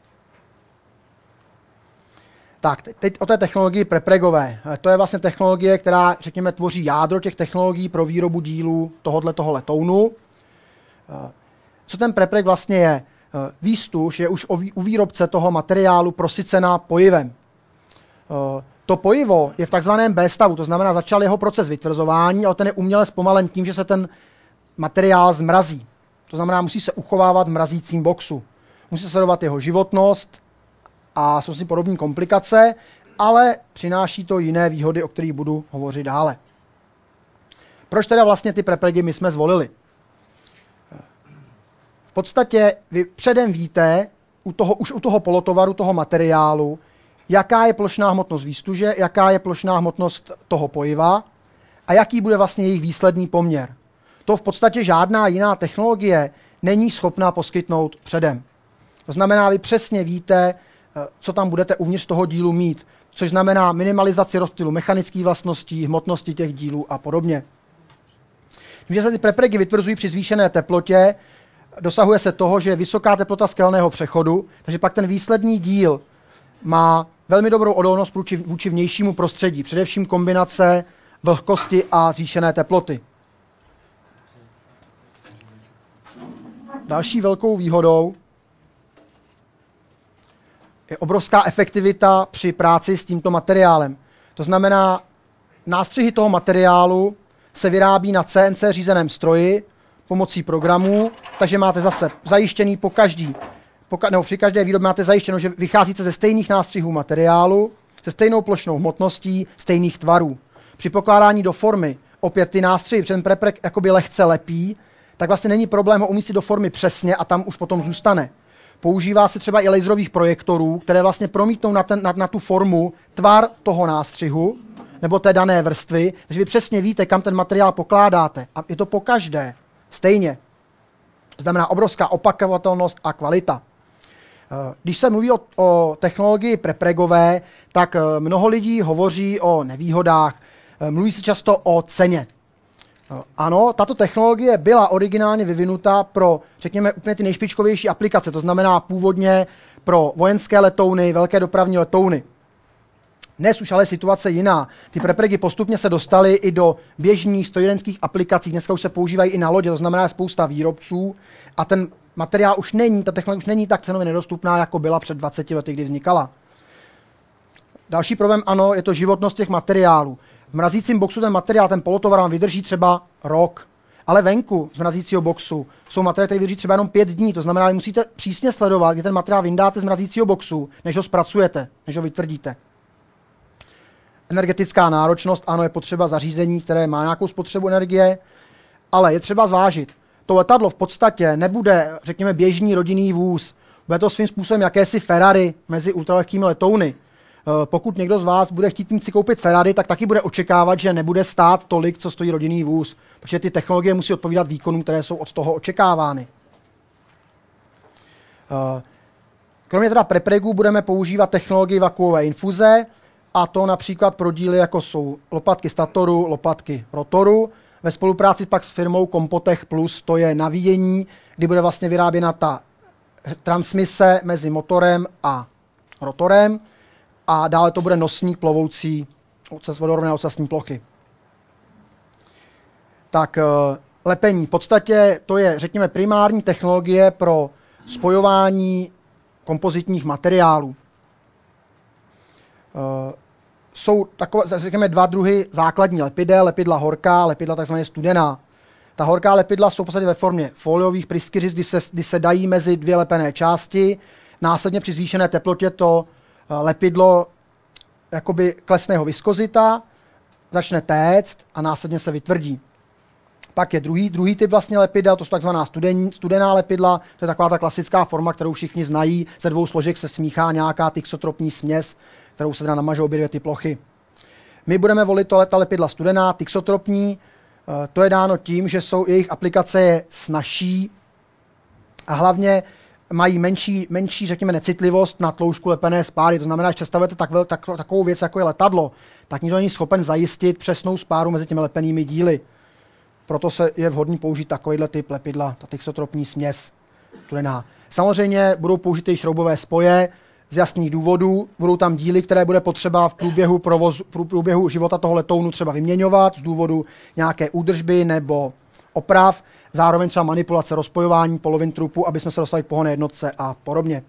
Tak, teď o té technologii prepregové. To je vlastně technologie, která, řekněme, tvoří jádro těch technologií pro výrobu dílů tohoto letounu. Co ten prepreg vlastně je? Výstuž je už u výrobce toho materiálu prosycená pojivem. To pojivo je v takzvaném B stavu, to znamená, začal jeho proces vytvrzování, ale ten je uměle zpomalen tím, že se ten materiál zmrazí. To znamená, musí se uchovávat v mrazícím boxu. Musí se sledovat jeho životnost a jsou si podobné komplikace, ale přináší to jiné výhody, o kterých budu hovořit dále. Proč teda vlastně ty prepregy my jsme zvolili? V podstatě vy předem víte, už u toho polotovaru, toho materiálu, jaká je plošná hmotnost výstuže, jaká je plošná hmotnost toho pojiva a jaký bude vlastně jejich výsledný poměr. To v podstatě žádná jiná technologie není schopná poskytnout předem. To znamená, vy přesně víte, co tam budete uvnitř toho dílu mít, což znamená minimalizaci rozptylu mechanických vlastností, hmotnosti těch dílů a podobně. Tím, že se ty prepregy vytvrzují při zvýšené teplotě, dosahuje se toho, že je vysoká teplota skelného přechodu, takže pak ten výsledný díl má velmi dobrou odolnost vůči vnějšímu prostředí, především kombinace vlhkosti a zvýšené teploty. Další velkou výhodou je obrovská efektivita při práci s tímto materiálem. To znamená, nástřihy toho materiálu se vyrábí na CNC řízeném stroji pomocí programů, takže máte zase zajištěný při každé výrobě máte zajištěno, že vycházíte ze stejných nástřihů materiálu, se stejnou plošnou hmotností, stejných tvarů. Při pokládání do formy opět ty nástřihy, ten prepreg jakoby lehce lepí, tak vlastně není problém ho umístit do formy přesně a tam už potom zůstane. Používá se třeba i laserových projektorů, které vlastně promítnou na tu formu tvar toho nástřihu nebo té dané vrstvy, takže vy přesně víte, kam ten materiál pokládáte. A je to pokaždé stejně. To znamená obrovská opakovatelnost a kvalita. Když se mluví o technologii prepregové, tak mnoho lidí hovoří o nevýhodách. Mluví se často o ceně. Ano, tato technologie byla originálně vyvinuta pro, řekněme, úplně ty nejšpičkovější aplikace, to znamená původně pro vojenské letouny, velké dopravní letouny. Dnes už ale situace jiná. Ty prepregy postupně se dostaly i do běžných strojírenských aplikací, dneska už se používají i na lodě, to znamená spousta výrobců a ten materiál už není, ta technologie už není tak cenově nedostupná, jako byla před 20 lety, kdy vznikala. Další problém, ano, je to životnost těch materiálů. V mrazícím boxu ten materiál, ten polotovar vám vydrží třeba rok, ale venku z mrazícího boxu jsou materiály, které vydrží třeba jenom 5 dní. To znamená, že musíte přísně sledovat, kdy ten materiál vyndáte z mrazícího boxu, než ho zpracujete, než ho vytvrdíte. Energetická náročnost, ano, je potřeba zařízení, které má nějakou spotřebu energie, ale je třeba zvážit. To letadlo v podstatě nebude, řekněme, běžný rodinný vůz. Bude to svým způsobem jakési Ferrari mezi ultralehkými letouny. Pokud někdo z vás bude chtít si koupit Ferrari, tak taky bude očekávat, že nebude stát tolik, co stojí rodinný vůz, protože ty technologie musí odpovídat výkonům, které jsou od toho očekávány. Kromě teda prepregu budeme používat technologii vakuové infuze, a to například pro díly, jako jsou lopatky statoru, lopatky rotoru. Ve spolupráci pak s firmou Compotech Plus to je navíjení, kdy bude vlastně vyráběna ta transmise mezi motorem a rotorem a dále to bude nosník plovoucí vodorovné ocasní plochy. Tak lepení. V podstatě to je, řekněme, primární technologie pro spojování kompozitních materiálů. Jsou takové, řekněme, 2 druhy základní lepidel, lepidla horká, lepidla takzvaně studená. Ta horká lepidla jsou v podstatě ve formě foliových pryskyřic, kdy se dají mezi 2 lepené části. Následně při zvýšené teplotě to lepidlo jakoby klesne jeho viskozita, začne téct a následně se vytvrdí. Pak je druhý typ vlastně lepidel, to jsou takzvaná studená lepidla, to je taková ta klasická forma, kterou všichni znají, ze 2 složek se smíchá nějaká tixotropní směs, kterou se teda namažou obě 2 ty plochy. My budeme volit ta lepidla studená, tixotropní, to je dáno tím, že jejich aplikace je snazší a hlavně mají menší, řekněme, necitlivost na tloušťku lepené spáry. To znamená, že představujete takovou věc, jako je letadlo, tak nikdo není schopen zajistit přesnou spáru mezi těmi lepenými díly. Proto je vhodný použít takovýhle typ lepidla, ta tixotropní směs studená. Samozřejmě budou použity šroubové spoje z jasných důvodů. Budou tam díly, které bude potřeba v průběhu života toho letounu třeba vyměňovat z důvodu nějaké údržby nebo oprav. Zároveň třeba manipulace, rozpojování polovin trupu, aby jsme se dostali k pohonné jednotce a podobně.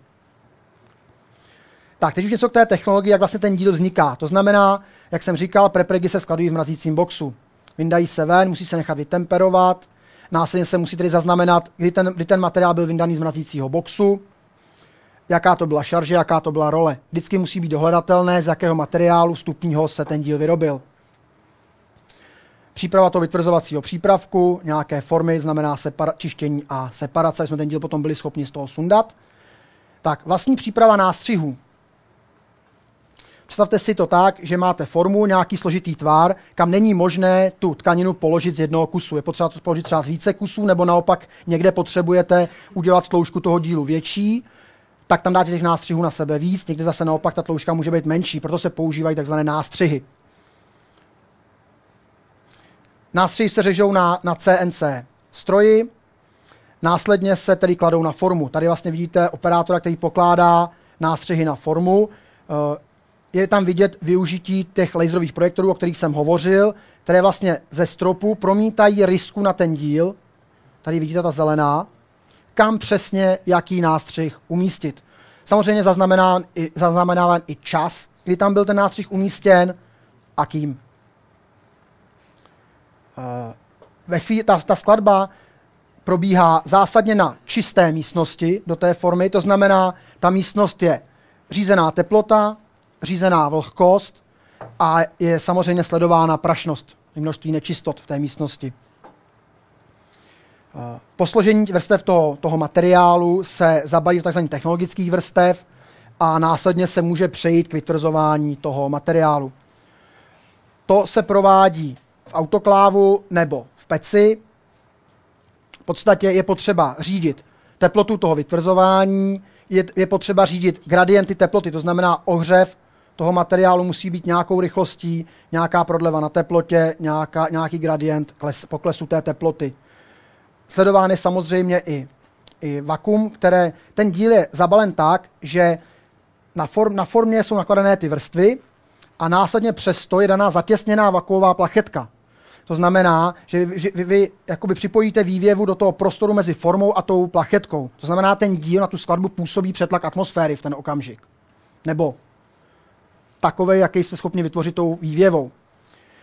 Tak, teď už něco k té technologii, jak vlastně ten díl vzniká. To znamená, jak jsem říkal, prepregy se skladují v mrazícím boxu. Vyndají se ven, musí se nechat vytemperovat, následně se musí tedy zaznamenat, kdy ten materiál byl vyndaný z mrazícího boxu, jaká to byla šarže, jaká to byla role. Vždycky musí být dohledatelné, z jakého materiálu vstupního se ten díl vyrobil. Příprava toho vytvrzovacího přípravku, nějaké formy, znamená čištění a separace, jsme ten díl potom byli schopni z toho sundat. Tak, vlastní příprava nástřihů. Představte si to tak, že máte formu, nějaký složitý tvar, kam není možné tu tkaninu položit z jednoho kusu. Je potřeba to položit třeba z více kusů, nebo naopak někde potřebujete udělat tloušťku toho dílu větší, tak tam dáte těch nástřihů na sebe víc, někde zase naopak ta tloušťka může být menší, proto se používají takzvané nástřihy. Nástřihy se řežou na CNC stroji, následně se tedy kladou na formu. Tady vlastně vidíte operátora, který pokládá nástřihy na formu. Je tam vidět využití těch laserových projektorů, o kterých jsem hovořil, které vlastně ze stropu promítají rysku na ten díl. Tady vidíte ta zelená, kam přesně jaký nástřih umístit. Samozřejmě zaznamenáván i čas, kdy tam byl ten nástřih umístěn a kým. Ve chvíli ta skladba probíhá zásadně na čisté místnosti do té formy, to znamená, ta místnost je řízená teplota, řízená vlhkost a je samozřejmě sledována prašnost, množství nečistot v té místnosti. Po složení vrstev toho materiálu se zabalí do tzv. Technologických vrstev a následně se může přejít k vytvrzování toho materiálu. To se provádí v autoklávu nebo v peci. V podstatě je potřeba řídit teplotu toho vytvrzování, je potřeba řídit gradienty teploty, to znamená ohřev toho materiálu musí být nějakou rychlostí, nějaká prodleva na teplotě, nějaký gradient poklesu té teploty. Sledován je samozřejmě i vakuum, které ten díl je zabalen tak, že na formě jsou nakladané ty vrstvy a následně přesto je daná zatěsněná vakuová plachetka. To znamená, že vy jakoby připojíte vývěvu do toho prostoru mezi formou a tou plachetkou. To znamená, ten díl na tu skladbu působí přetlak atmosféry v ten okamžik. Nebo takovej, jaký jste schopni vytvořit tou vývěvou.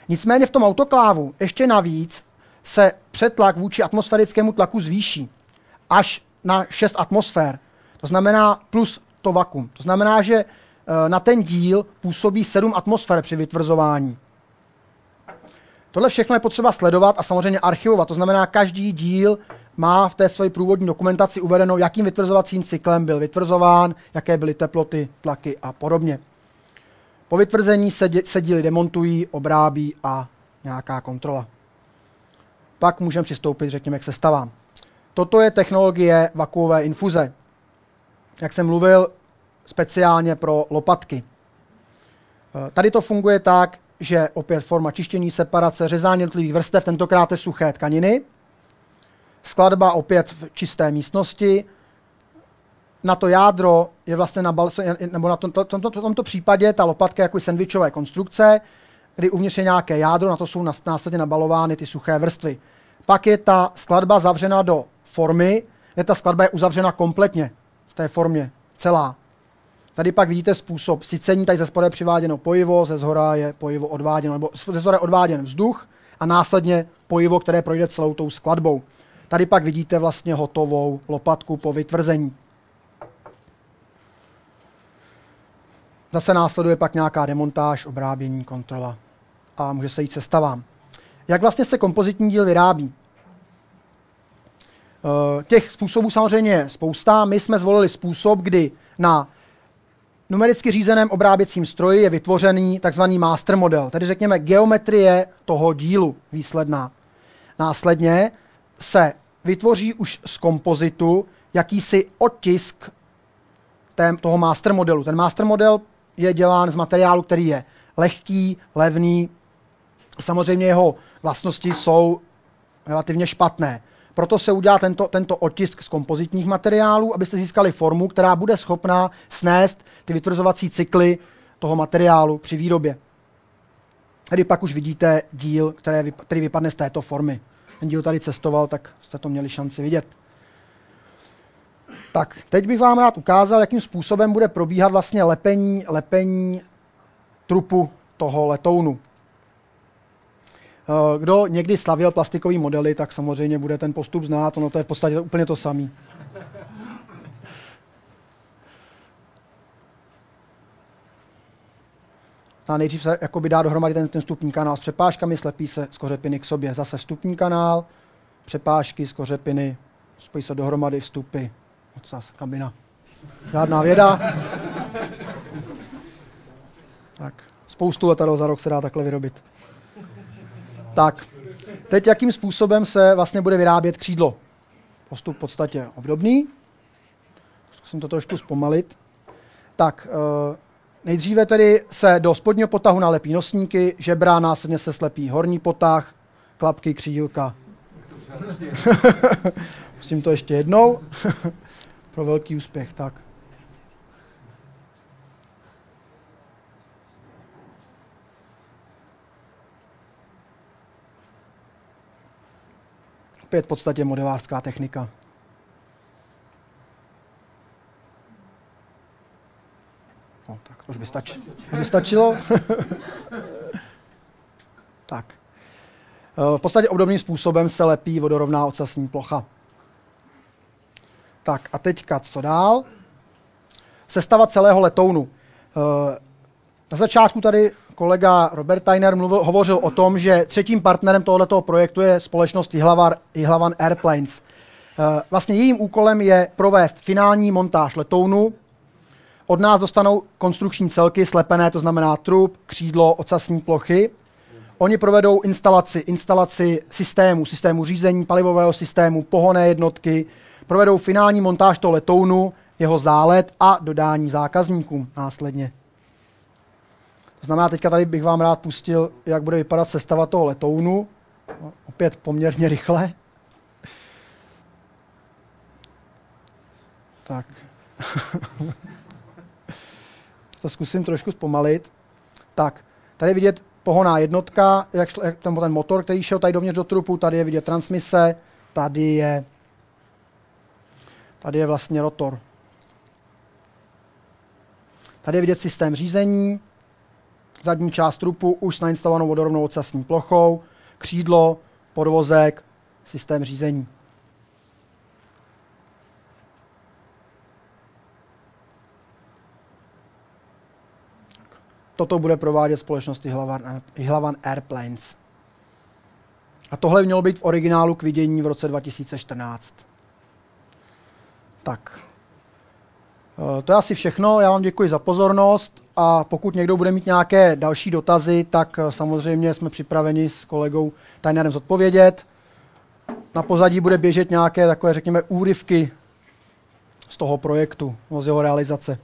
Nicméně v tom autoklávu ještě navíc se přetlak vůči atmosférickému tlaku zvýší až na 6 atmosfér. To znamená plus to vakuum. To znamená, že na ten díl působí 7 atmosfér při vytvrzování. Tohle všechno je potřeba sledovat a samozřejmě archivovat. To znamená, každý díl má v té své průvodní dokumentaci uvedeno, jakým vytvrzovacím cyklem byl vytvrzován, jaké byly teploty, tlaky a podobně. Po vytvrzení se díly demontují, obrábí a nějaká kontrola. Pak můžeme přistoupit, řekněme, k sestavám. Toto je technologie vakuové infuze. Jak jsem mluvil, speciálně pro lopatky. Tady to funguje tak, že opět forma čištění, separace, řezání jednotlivých vrstev, tentokrát je suché tkaniny. Skladba opět v čisté místnosti. Na to jádro je vlastně nebo na tomto případě ta lopatka jako sendvičové konstrukce, kdy uvnitř je nějaké jádro, na to jsou následně nabalovány ty suché vrstvy. Pak je ta skladba zavřena do formy, kde ta skladba je uzavřena kompletně v té formě, celá. Tady pak vidíte způsob sycení, tady ze spoda je přiváděno pojivo, ze zhora je pojivo odváděno, nebo ze zhora je odváděn vzduch a následně pojivo, které projde celou tou skladbou. Tady pak vidíte vlastně hotovou lopatku po vytvrzení. Zase následuje pak nějaká demontáž, obrábění, kontrola a může se jít sestavám. Jak vlastně se kompozitní díl vyrábí? Těch způsobů samozřejmě je spousta. My jsme zvolili způsob, kdy na numericky řízeném obráběcím stroji je vytvořený takzvaný master model, tedy řekněme geometrie toho dílu výsledná. Následně se vytvoří už z kompozitu jakýsi otisk toho master modelu. Ten master model je dělán z materiálu, který je lehký, levný. Samozřejmě jeho vlastnosti jsou relativně špatné. Proto se udělá tento otisk z kompozitních materiálů, abyste získali formu, která bude schopná snést ty vytvrzovací cykly toho materiálu při výrobě. Tady pak už vidíte díl, který vypadne z této formy. Ten díl tady cestoval, tak jste to měli šanci vidět. Tak, teď bych vám rád ukázal, jakým způsobem bude probíhat vlastně lepení trupu toho letounu. Kdo někdy stavěl plastikové modely, tak samozřejmě bude ten postup znát, ono to je v podstatě úplně to samé. A nejdřív se jakoby dá dohromady ten vstupní kanál s přepážkami, slepí se skořepiny k sobě. Zase vstupní kanál, přepážky, skořepiny, spojí se dohromady vstupy, odsaz, kabina. Žádná věda. Tak, spoustu letadel za rok se dá takhle vyrobit. Tak, teď jakým způsobem se vlastně bude vyrábět křídlo. Postup v podstatě obdobný. Zkusím to trošku zpomalit. Tak, nejdříve tedy se do spodního potahu nalepí nosníky, žebra, následně se slepí horní potah, klapky, křídílka. Zkusím to ještě jednou. Pro velký úspěch, tak. Opět v podstatě modelářská technika. No, tak to už by stačilo. Tak. V podstatě obdobným způsobem se lepí vodorovná ocasní plocha. Tak a teďka co dál? Sestava celého letounu. Na začátku tady kolega Robert Tyner hovořil o tom, že třetím partnerem tohoto projektu je společnost Jihlavan Airplanes. Vlastně jejím úkolem je provést finální montáž letounu. Od nás dostanou konstrukční celky slepené, to znamená trup, křídlo, ocasní plochy. Oni provedou instalaci systému řízení, palivového systému, pohonné jednotky, provedou finální montáž toho letounu, jeho zálet a dodání zákazníkům následně. To znamená, teďka tady bych vám rád pustil, jak bude vypadat sestava toho letounu. Opět poměrně rychle. Tak. To zkusím trošku zpomalit. Tak, tady je vidět pohonná jednotka, ten motor, který šel tady dovnitř do trupu, tady je vidět transmise, tady je vlastně rotor. Tady je vidět systém řízení, zadní část trupu už s nainstalovanou vodorovnou ocasní plochou, křídlo, podvozek, systém řízení. Toto bude provádět společnost Jihlavan Airplanes. A tohle mělo být v originálu k vidění v roce 2014. Tak. To je asi všechno. Já vám děkuji za pozornost a pokud někdo bude mít nějaké další dotazy, tak samozřejmě jsme připraveni s kolegou Tajnérem zodpovědět. Na pozadí bude běžet nějaké takové, řekněme, úryvky z toho projektu, z jeho realizace.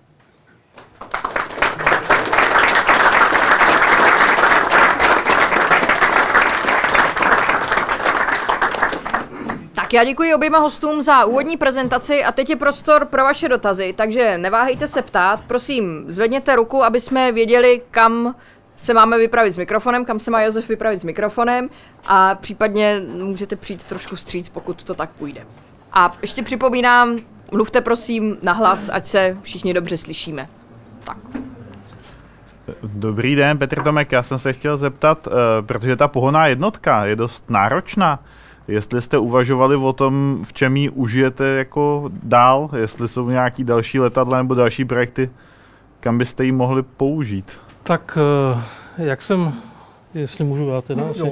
Já děkuji oběma hostům za úvodní prezentaci a teď je prostor pro vaše dotazy, takže neváhejte se ptát. Prosím, zvedněte ruku, aby jsme věděli, kam se máme vypravit s mikrofonem, kam se má Josef vypravit s mikrofonem a případně můžete přijít trošku vstříc, pokud to tak půjde. A ještě připomínám, mluvte prosím nahlas, ať se všichni dobře slyšíme. Tak. Dobrý den, Petr Tomek, já jsem se chtěl zeptat, protože ta pohonná jednotka je dost náročná, jestli jste uvažovali o tom, v čem ji užijete jako dál, jestli jsou nějaký další letadla nebo další projekty, kam byste ji mohli použít? Tak jak jsem, jestli můžu já teda asi,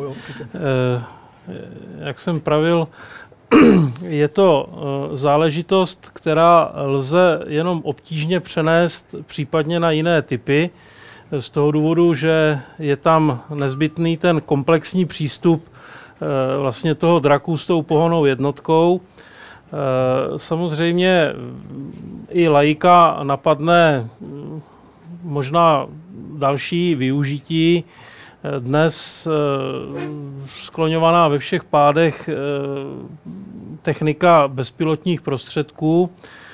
jak jsem pravil, je to záležitost, která lze jenom obtížně přenést případně na jiné typy, z toho důvodu, že je tam nezbytný ten komplexní přístup vlastně toho draku s tou pohonnou jednotkou. Samozřejmě i laika napadne možná další využití. Dnes skloňovaná ve všech pádech technika bezpilotních prostředků.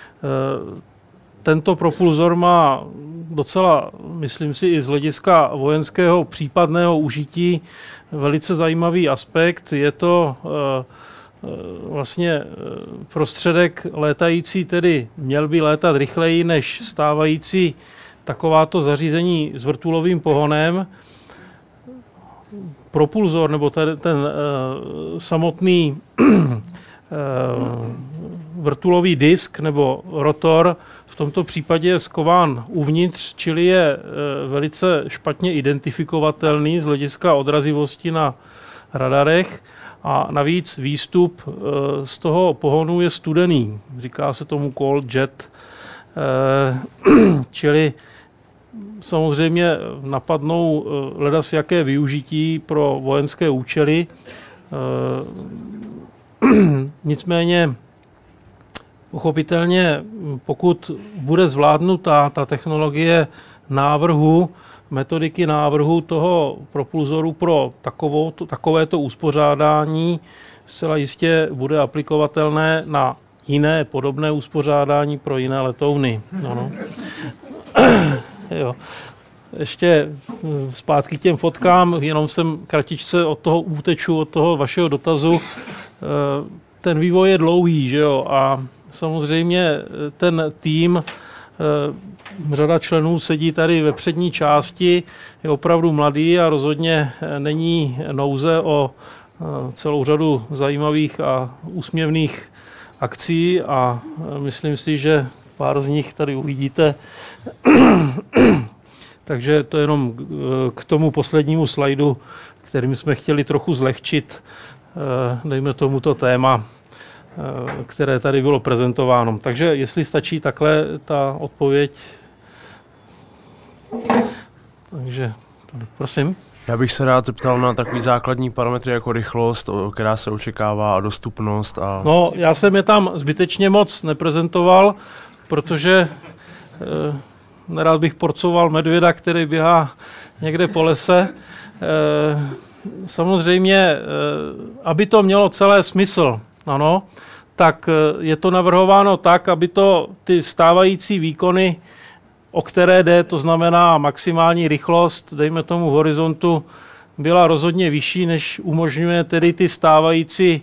Tento propulzor má docela, myslím si, i z hlediska vojenského případného užití velice zajímavý aspekt. Je to vlastně prostředek létající, tedy měl by létat rychleji než stávající takováto zařízení s vrtulovým pohonem. Propulzor nebo ten samotný vrtulový disk nebo rotor v tomto případě je skován uvnitř, čili je velice špatně identifikovatelný z hlediska odrazivosti na radarech a navíc výstup z toho pohonu je studený. Říká se tomu cold jet, čili samozřejmě napadnou hledat jaké využití pro vojenské účely. Nicméně pochopitelně, pokud bude zvládnutá ta technologie návrhu, metodiky návrhu toho propulzoru pro takovéto uspořádání, zcela jistě bude aplikovatelné na jiné podobné uspořádání pro jiné letouny. No. Jo. Ještě zpátky k těm fotkám, jenom jsem kratičce od toho úteču, od toho vašeho dotazu. Ten vývoj je dlouhý, že jo, a samozřejmě ten tým, řada členů sedí tady ve přední části, je opravdu mladý a rozhodně není nouze o celou řadu zajímavých a úsměvných akcí a myslím si, že pár z nich tady uvidíte. Takže to jenom k tomu poslednímu slajdu, kterým jsme chtěli trochu zlehčit, dejme tomuto téma, které tady bylo prezentováno. Takže jestli stačí takhle ta odpověď. Takže prosím. Já bych se rád zeptal na takový základní parametry jako rychlost, která se očekává, a dostupnost. No, já jsem je tam zbytečně moc neprezentoval, protože nerád bych porcoval medvěda, který běhá někde po lese. Samozřejmě, aby to mělo celé smysl, ano, tak je to navrhováno tak, aby to ty stávající výkony, o které jde, to znamená maximální rychlost, dejme tomu v horizontu, byla rozhodně vyšší, než umožňuje tedy ty stávající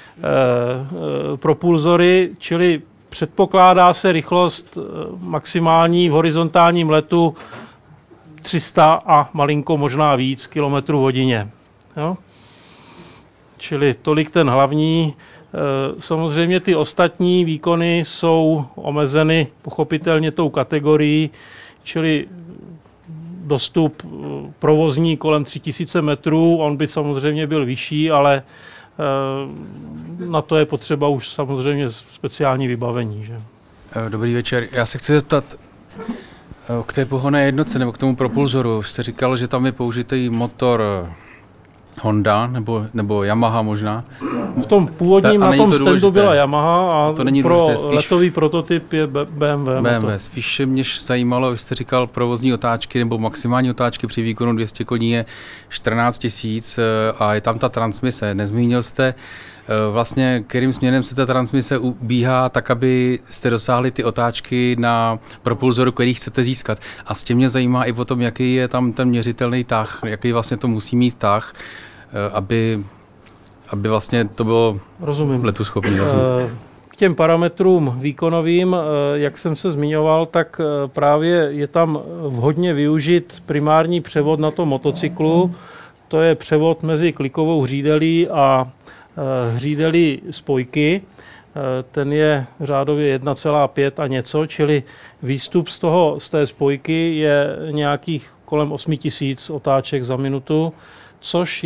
propulzory, čili předpokládá se rychlost maximální v horizontálním letu 300 a malinko možná víc kilometrů v hodině. Jo? Čili tolik ten hlavní. Samozřejmě ty ostatní výkony jsou omezeny pochopitelně tou kategorií, čili dostup provozní kolem 3000 metrů, on by samozřejmě byl vyšší, ale na to je potřeba už samozřejmě speciální vybavení. Že? Dobrý večer, já se chci zeptat k té pohonné jednotce nebo k tomu propulzoru. Jste říkal, že tam je použitý motor Honda nebo Yamaha možná. V tom původním na tom standu byla Yamaha a to není pro letový prototyp je BMW. Spíš mě zajímalo, vy jste říkal provozní otáčky nebo maximální otáčky při výkonu 200 koní je 14 000 a je tam ta transmise. Nezmínil jste vlastně, kterým směrem se ta transmise ubíhá, tak aby jste dosáhli ty otáčky na propulzoru, který chcete získat. A s tím mě zajímá i o tom, jaký je tam ten měřitelný tah, jaký vlastně to musí mít tah, aby vlastně to bylo letuschopné. K těm parametrům výkonovým, jak jsem se zmiňoval, tak právě je tam vhodně využít primární převod na tom motocyklu. To je převod mezi klikovou hřídelí a hřídelí spojky. Ten je řádově 1,5 a něco, čili výstup z té spojky je nějakých kolem 8000 otáček za minutu, což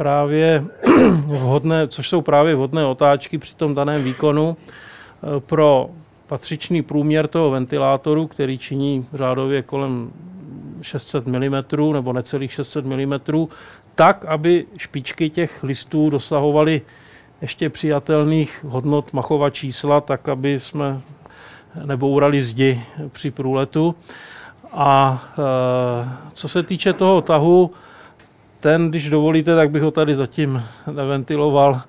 jsou právě vhodné otáčky při tom daném výkonu pro patřičný průměr toho ventilátoru, který činí řádově kolem 600 mm nebo necelých 600 mm, tak, aby špičky těch listů dosahovaly ještě přijatelných hodnot Machova čísla, tak, aby jsme nebourali zdi při průletu. A co se týče toho tahu, ten, když dovolíte, tak bych ho tady zatím neventiloval.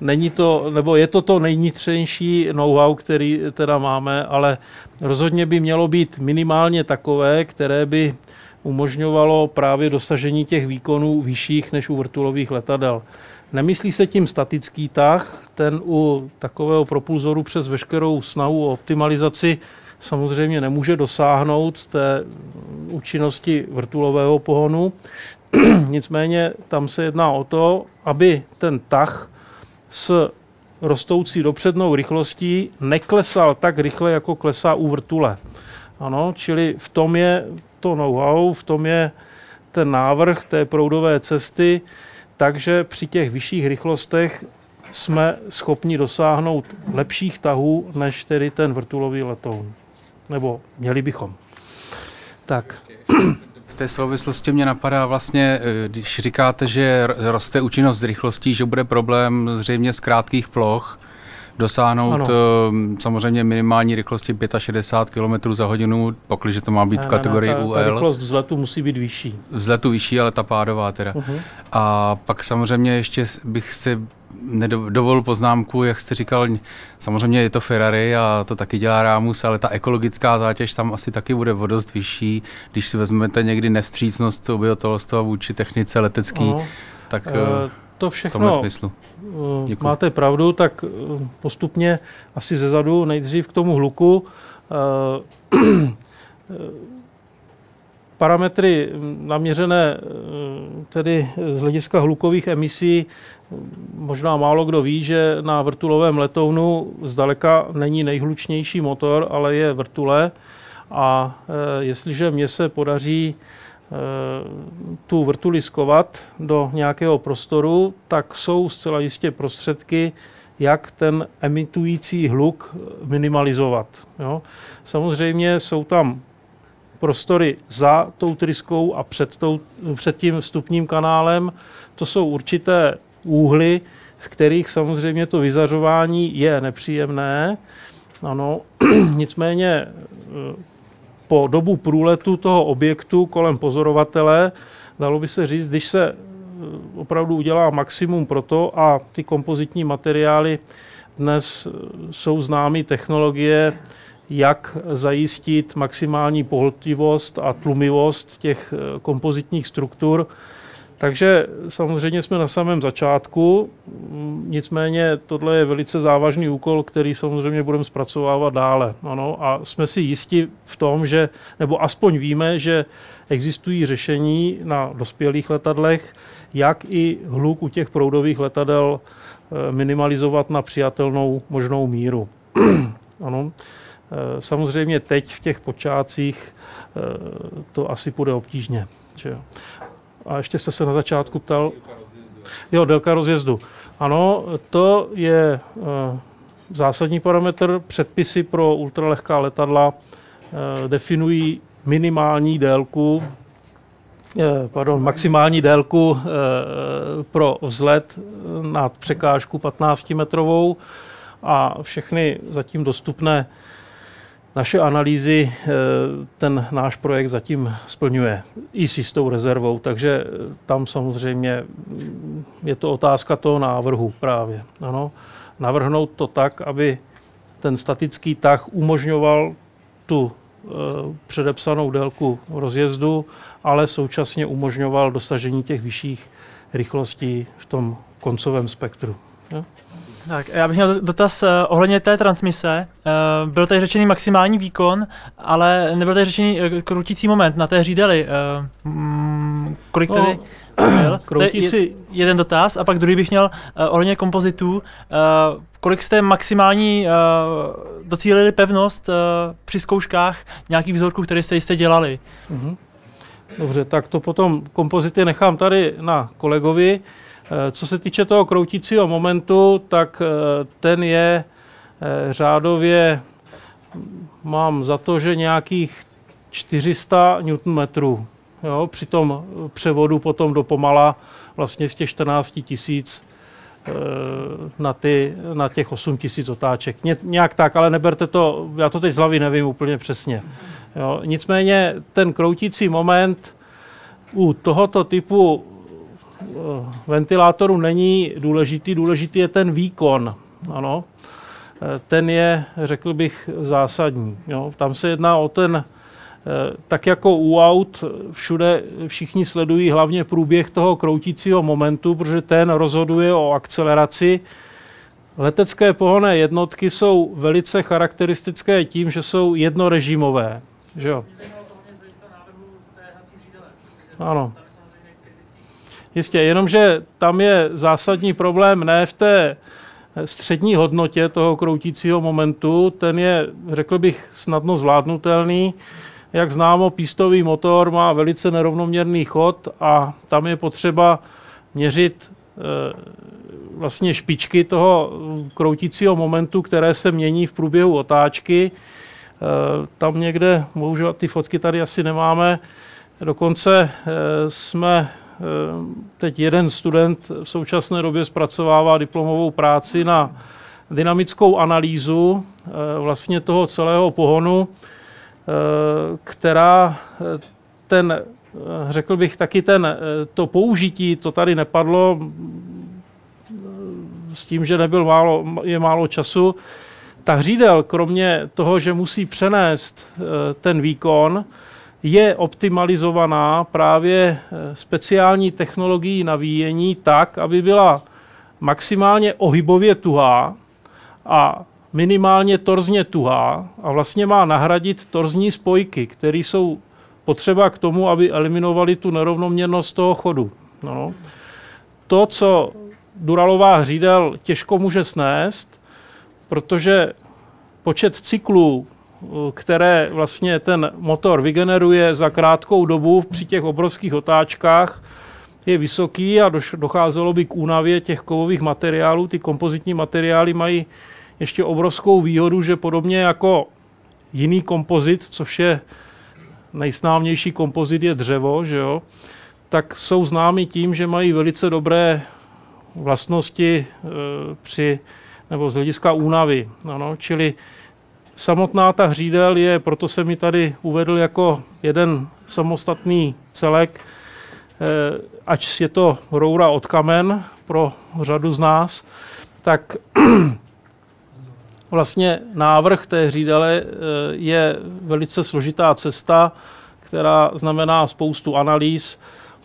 Je to nejnitřejší know-how, který teda máme, ale rozhodně by mělo být minimálně takové, které by umožňovalo právě dosažení těch výkonů vyšších než u vrtulových letadel. Nemyslí se tím statický tah, ten u takového propulzoru přes veškerou snahu o optimalizaci samozřejmě nemůže dosáhnout té účinnosti vrtulového pohonu. Nicméně tam se jedná o to, aby ten tah s rostoucí dopřednou rychlostí neklesal tak rychle, jako klesá u vrtule. Ano, čili v tom je to know-how, v tom je ten návrh té proudové cesty, takže při těch vyšších rychlostech jsme schopni dosáhnout lepších tahů, než tedy ten vrtulový letoun. Nebo měli bychom. Tak. V té souvislosti mě napadá vlastně, když říkáte, že roste účinnost z rychlostí, že bude problém zřejmě z krátkých ploch dosáhnout samozřejmě minimální rychlosti 65 km za hodinu, pokud to má být v kategorii UL. Ta rychlost vzletu musí být vyšší. Vzletu vyšší, ale ta pádová teda. A pak samozřejmě ještě bych si nedovolil poznámku, jak jste říkal, samozřejmě je to Ferrari a to taky dělá Rámus, ale ta ekologická zátěž tam asi taky bude o dost vyšší, když si vezmete někdy nevstřícnost obyvatelstva vůči technice letecký, tak to všechno, v tomhle smyslu. Máte pravdu, tak postupně asi zezadu, nejdřív k tomu hluku. Parametry naměřené tedy z hlediska hlukových emisí, možná málo kdo ví, že na vrtulovém letounu zdaleka není nejhlučnější motor, ale je vrtule. A jestliže mně se podaří tu vrtuli skovat do nějakého prostoru, tak jsou zcela jistě prostředky, jak ten emitující hluk minimalizovat. Jo? Samozřejmě jsou tam prostory za tou tryskou a před tím vstupním kanálem. To jsou určité úhly, v kterých samozřejmě to vyzařování je nepříjemné. Ano. Nicméně po dobu průletu toho objektu kolem pozorovatele, dalo by se říct, když se opravdu udělá maximum pro to a ty kompozitní materiály dnes jsou známé technologie, jak zajistit maximální pohltivost a tlumivost těch kompozitních struktur, Takže samozřejmě jsme na samém začátku, nicméně tohle je velice závažný úkol, který samozřejmě budeme zpracovávat dále. Ano, a jsme si jisti v tom, že, nebo aspoň víme, že existují řešení na dospělých letadlech, jak i hluk u těch proudových letadel minimalizovat na přijatelnou možnou míru. Ano. Samozřejmě teď v těch počátcích to asi půjde obtížně. Že jo. A ještě jste se na začátku ptal... Jo, délka rozjezdu. Ano, to je zásadní parametr. Předpisy pro ultralehká letadla definují maximální délku pro vzlet nad překážku 15metrovou a všechny zatím dostupné naše analýzy ten náš projekt zatím splňuje i s jistou rezervou, takže tam samozřejmě je to otázka toho návrhu právě. Ano, navrhnout to tak, aby ten statický tah umožňoval tu předepsanou délku rozjezdu, ale současně umožňoval dosažení těch vyšších rychlostí v tom koncovém spektru. Jo? Tak, já bych měl dotaz ohledně té transmise. Byl tady řečený maximální výkon, ale nebyl tady řečený kroutící moment na té řídeli. Kolik tedy byl? Kroutící... Jeden dotaz a pak druhý bych měl ohledně kompozitů. Kolik jste maximální docílili pevnost při zkouškách nějakých vzorků, které jste jistě dělali? Dobře, tak to potom kompozity nechám tady na kolegovi. Co se týče toho kroutícího momentu, tak ten je řádově, mám za to, že nějakých 400 Nm. Jo, při tom převodu potom do pomala vlastně z těch 14 000 na těch 8 000 otáček. Nějak tak, ale neberte to, já to teď z hlavy nevím úplně přesně. Jo, nicméně ten kroutící moment u tohoto typu ventilátoru není důležitý, důležitý je ten výkon. Ano. Ten je, řekl bych, zásadní. Jo. Tam se jedná o ten, tak jako u aut, všude všichni sledují hlavně průběh toho kroutícího momentu, protože ten rozhoduje o akceleraci. Letecké pohonné jednotky jsou velice charakteristické tím, že jsou jednorežimové. Že jo? Ano. Jistě, jenomže tam je zásadní problém ne v té střední hodnotě toho kroutícího momentu, ten je, řekl bych, snadno zvládnutelný. Jak známo, pístový motor má velice nerovnoměrný chod a tam je potřeba měřit vlastně špičky toho kroutícího momentu, které se mění v průběhu otáčky. Tam někde, bohužel ty fotky tady asi nemáme, dokonce jsme teď jeden student v současné době zpracovává diplomovou práci na dynamickou analýzu vlastně toho celého pohonu, která řekl bych taky to použití, to tady nepadlo s tím, že je málo času. Ta hřídel, kromě toho, že musí přenést ten výkon, je optimalizovaná právě speciální technologií navíjení tak, aby byla maximálně ohybově tuhá a minimálně torzně tuhá a vlastně má nahradit torzní spojky, které jsou potřeba k tomu, aby eliminovaly tu nerovnoměrnost toho chodu. No. To, co duralová hřídel těžko může snést, protože počet cyklů, které vlastně ten motor vygeneruje za krátkou dobu při těch obrovských otáčkách, je vysoký a docházelo by k únavě těch kovových materiálů. Ty kompozitní materiály mají ještě obrovskou výhodu, že podobně jako jiný kompozit, což je nejznámější kompozit je dřevo, že jo, tak jsou známy tím, že mají velice dobré vlastnosti nebo z hlediska únavy. Ano, čili samotná ta hřídel je, proto jsem ji tady uvedl jako jeden samostatný celek, ač je to roura od kamen pro řadu z nás, tak vlastně návrh té hřídele je velice složitá cesta, která znamená spoustu analýz.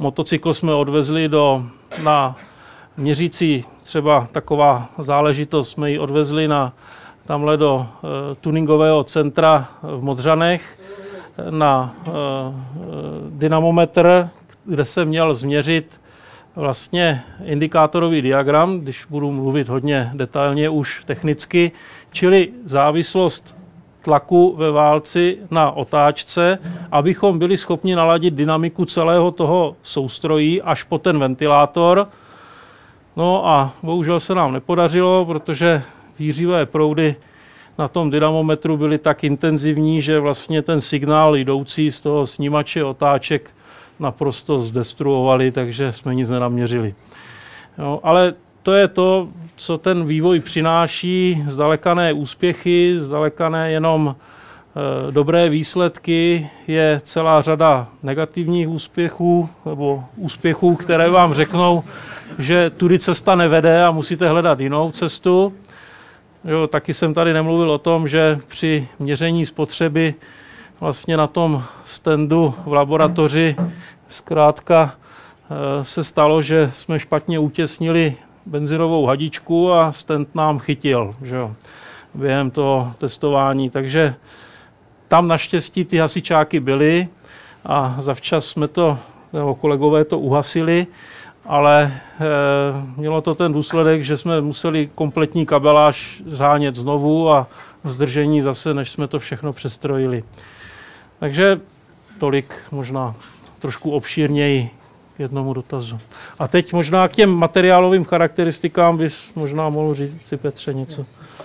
motocykl jsme odvezli na měřící, třeba taková záležitost, jsme ji odvezli tamhle do tuningového centra v Modřanech na dynamometr, kde jsem měl změřit vlastně indikátorový diagram, když budu mluvit hodně detailně už technicky, čili závislost tlaku ve válci na otáčce, abychom byli schopni naladit dynamiku celého toho soustrojí až po ten ventilátor. No a bohužel se nám nepodařilo, protože výřivé proudy na tom dynamometru byly tak intenzivní, že vlastně ten signál jdoucí z toho snímače otáček naprosto zdestruovali, takže jsme nic nenaměřili. No, ale to je to, co ten vývoj přináší, zdaleka ne úspěchy, zdaleka ne jenom dobré výsledky, je celá řada negativních úspěchů, nebo úspěchů, které vám řeknou, že tudy cesta nevede a musíte hledat jinou cestu. Jo, taky jsem tady nemluvil o tom, že při měření spotřeby vlastně na tom standu v laboratoři zkrátka se stalo, že jsme špatně utěsnili benzinovou hadičku a stand nám chytil, že jo, během toho testování. Takže tam naštěstí ty hasičáky byly a zavčas jsme to, nebo kolegové to uhasili, ale mělo to ten důsledek, že jsme museli kompletní kabeláž zhánět znovu a zdržení zase, než jsme to všechno přestrojili. Takže tolik možná trošku obšírněji k jednomu dotazu. A teď možná k těm materiálovým charakteristikám bys možná mohl říct si, Petře, něco.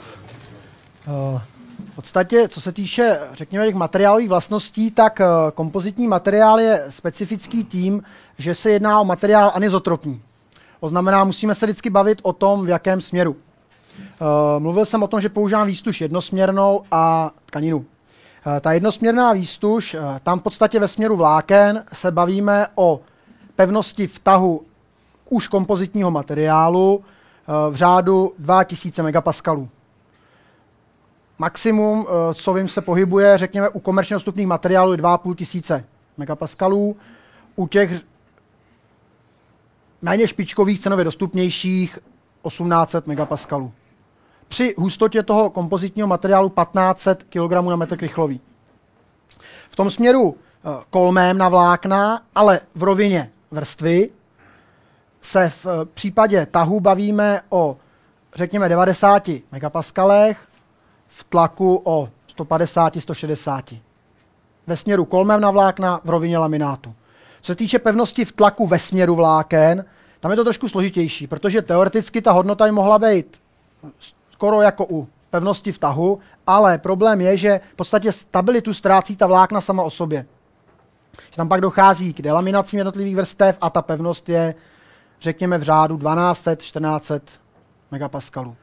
V podstatě, co se týče, řekněme, těch materiálových vlastností, tak kompozitní materiál je specifický tím, že se jedná o materiál anisotropní. To znamená, musíme se vždycky bavit o tom, v jakém směru. Mluvil jsem o tom, že používám výstuž jednosměrnou a tkaninu. Ta jednosměrná výstuž, tam v podstatě ve směru vláken se bavíme o pevnosti vtahu už kompozitního materiálu v řádu 2000 megapaskalů. Maximum, co vím, se pohybuje, řekněme, u komerčně dostupných materiálů je 2500 megapaskalů. U těch méně špičkových, cenově dostupnějších 1800 megapaskalů. Při hustotě toho kompozitního materiálu 1500 kg na metr krychlový. V tom směru kolmém na vlákna, ale v rovině vrstvy, se v případě tahu bavíme o, řekněme, 90 megapaskalech, v tlaku o 150-160. Ve směru kolmém na vlákna, v rovině laminátu. Co se týče pevnosti v tlaku ve směru vláken, tam je to trošku složitější, protože teoreticky ta hodnota by mohla být skoro jako u pevnosti v tahu, ale problém je, že v podstatě stabilitu ztrácí ta vlákna sama o sobě. Že tam pak dochází k delaminacím jednotlivých vrstev a ta pevnost je, řekněme, v řádu 1200-1400 megapaskalů.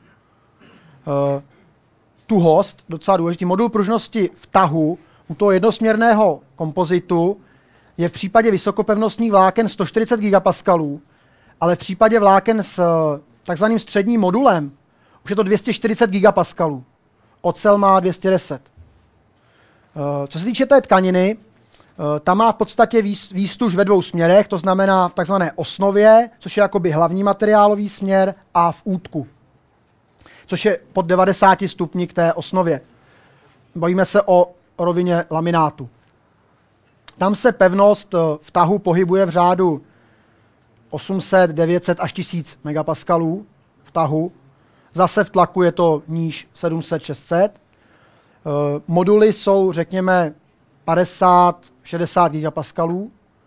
Tuhost, docela důležitý, modul pružnosti v tahu u toho jednosměrného kompozitu je v případě vysokopevnostních vláken 140 gigapaskalů, ale v případě vláken s takzvaným středním modulem už je to 240 gigapaskalů. Ocel má 210. Co se týče té tkaniny, ta má v podstatě výstuž ve dvou směrech, to znamená v takzvané osnově, což je jakoby hlavní materiálový směr, a v útku, což je pod 90 stupni k té osnově. Bavíme se o rovině laminátu. Tam se pevnost v tahu pohybuje v řádu 800, 900 až 1000 megapaskalů v tahu. Zase v tlaku je to níž 700, 600. Moduly jsou, řekněme, 50, 60 gigapaskalů.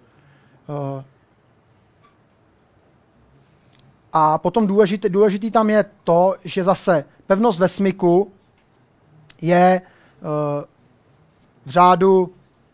A potom důležitý tam je to, že zase pevnost ve smyku je v řádu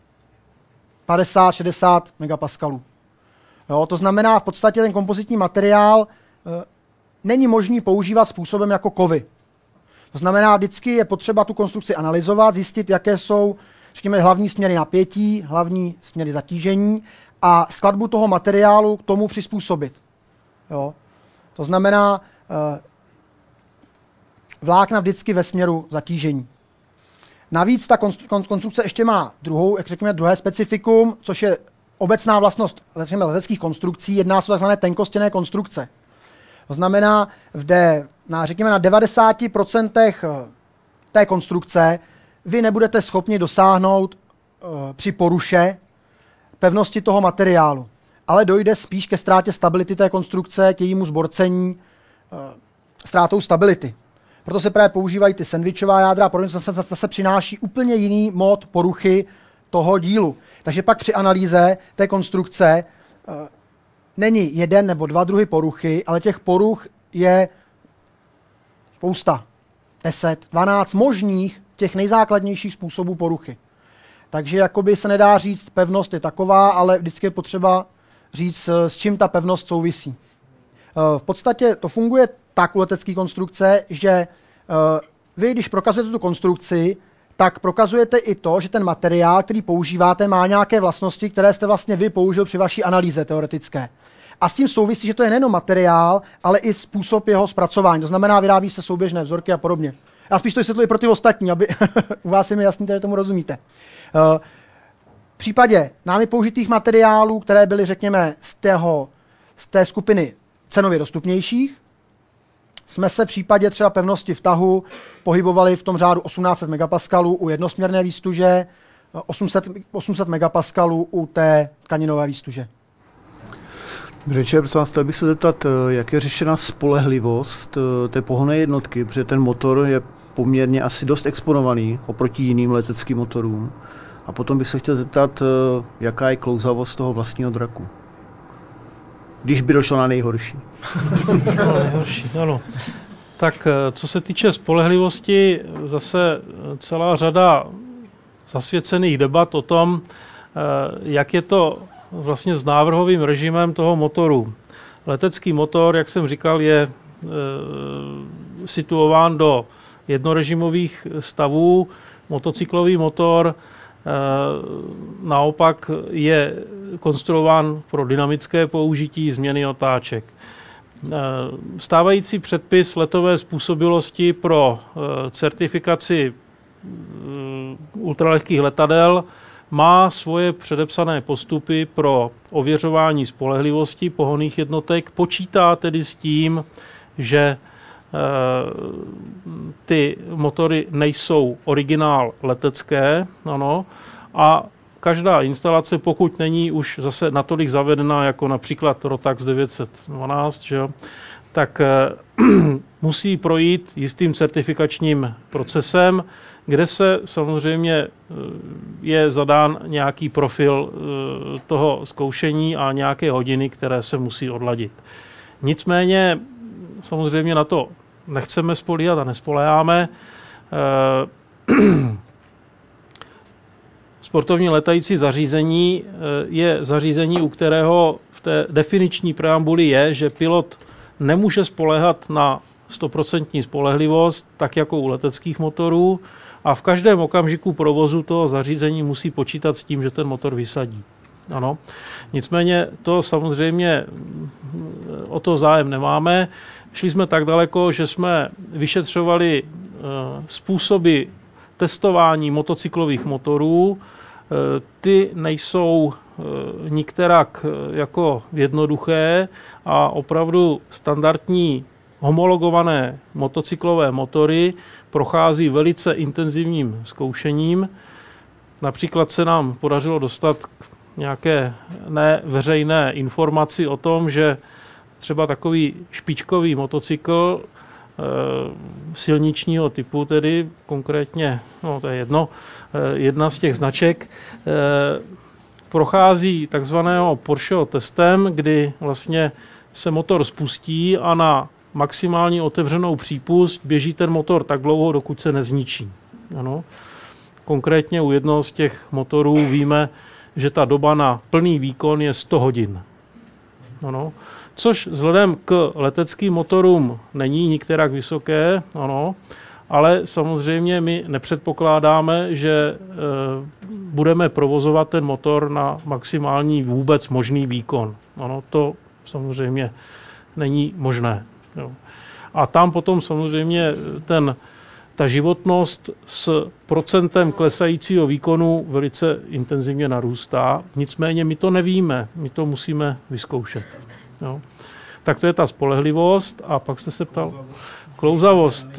50-60 megapaskalů. Jo, to znamená, v podstatě ten kompozitní materiál není možný používat způsobem jako kovy. To znamená, vždycky je potřeba tu konstrukci analyzovat, zjistit, jaké jsou, řekněme, hlavní směry napětí, hlavní směry zatížení a skladbu toho materiálu k tomu přizpůsobit. Jo. To znamená, vlákna vždycky ve směru zatížení. Navíc ta konstrukce ještě má druhé specifikum, což je obecná vlastnost leteckých konstrukcí, jedná se o tzv. Tenkostěnné konstrukce. To znamená, řekněme na 90% té konstrukce vy nebudete schopni dosáhnout při poruše pevnosti toho materiálu, ale dojde spíš ke ztrátě stability té konstrukce, k jejímu zborcení ztrátou stability. Proto se právě používají ty sandwichová jádra a podobně, zase přináší úplně jiný mod poruchy toho dílu. Takže pak při analýze té konstrukce není jeden nebo dva druhy poruchy, ale těch poruch je spousta. 10, 12 možných těch nejzákladnějších způsobů poruchy. Takže jakoby se nedá říct, pevnost je taková, ale vždycky je potřeba říct, s čím ta pevnost souvisí. V podstatě to funguje tak u letecké konstrukce, že vy, když prokazujete tu konstrukci, tak prokazujete i to, že ten materiál, který používáte, má nějaké vlastnosti, které jste vlastně vy použil při vaší analýze teoretické. A s tím souvisí, že to je nejen materiál, ale i způsob jeho zpracování. To znamená, vyrábí se souběžné vzorky a podobně. Já spíš to vysvětluji pro ty ostatní, aby u vás je mi jasný, že tomu rozumíte. V případě námi použitých materiálů, které byly, řekněme, z té skupiny cenově dostupnějších, jsme se v případě třeba pevnosti vtahu pohybovali v tom řádu 1800 megapaskalů u jednosměrné výstuže, 800 megapaskalů u té tkaninové výstuže. Dobře, prosím vás, chtěl bych se zeptat, jak je řešena spolehlivost té pohonné jednotky, protože ten motor je poměrně asi dost exponovaný oproti jiným leteckým motorům. A potom bych se chtěl zeptat, jaká je klouzavost toho vlastního draku. Když by došlo na nejhorší. Nejhorší, ano. Tak co se týče spolehlivosti, zase celá řada zasvěcených debat o tom, jak je to vlastně s návrhovým režimem toho motoru. Letecký motor, jak jsem říkal, je situován do jednorežimových stavů. Motocyklový motor naopak je konstruován pro dynamické použití změny otáček. Stávající předpis letové způsobilosti pro certifikaci ultralehkých letadel má svoje předepsané postupy pro ověřování spolehlivosti pohonných jednotek. Počítá tedy s tím, že ty motory nejsou originál letecké, ano, a každá instalace, pokud není už zase natolik zavedená, jako například Rotax 912, že, tak musí projít jistým certifikačním procesem, kde se samozřejmě je zadán nějaký profil toho zkoušení a nějaké hodiny, které se musí odladit. Nicméně samozřejmě na to nechceme spolíhat a nespoléháme. Sportovní letající zařízení je zařízení, u kterého v té definiční preambuli je, že pilot nemůže spoléhat na 100% spolehlivost, tak jako u leteckých motorů, a v každém okamžiku provozu toho zařízení musí počítat s tím, že ten motor vysadí. Ano. Nicméně to samozřejmě o to zájem nemáme. Šli jsme tak daleko, že jsme vyšetřovali způsoby testování motocyklových motorů. Ty nejsou nikterak jako jednoduché a opravdu standardní homologované motocyklové motory prochází velice intenzivním zkoušením. Například se nám podařilo dostat nějaké neveřejné informaci o tom, že třeba takový špičkový motocykl silničního typu, tedy konkrétně, no to je jedna z těch značek, prochází takzvaného Porscheho testem, kdy vlastně se motor spustí a na maximální otevřenou přípust běží ten motor tak dlouho, dokud se nezničí. Ano. Konkrétně u jednoho z těch motorů víme, že ta doba na plný výkon je 100 hodin. Ano. Což vzhledem k leteckým motorům není nikterak vysoké, ano, ale samozřejmě my nepředpokládáme, že budeme provozovat ten motor na maximální vůbec možný výkon. Ano, to samozřejmě není možné. Jo. A tam potom samozřejmě ten ta životnost s procentem klesajícího výkonu velice intenzivně narůstá. Nicméně my to nevíme, my to musíme vyzkoušet. Jo. Tak to je ta spolehlivost a pak jste se ptal klouzavost.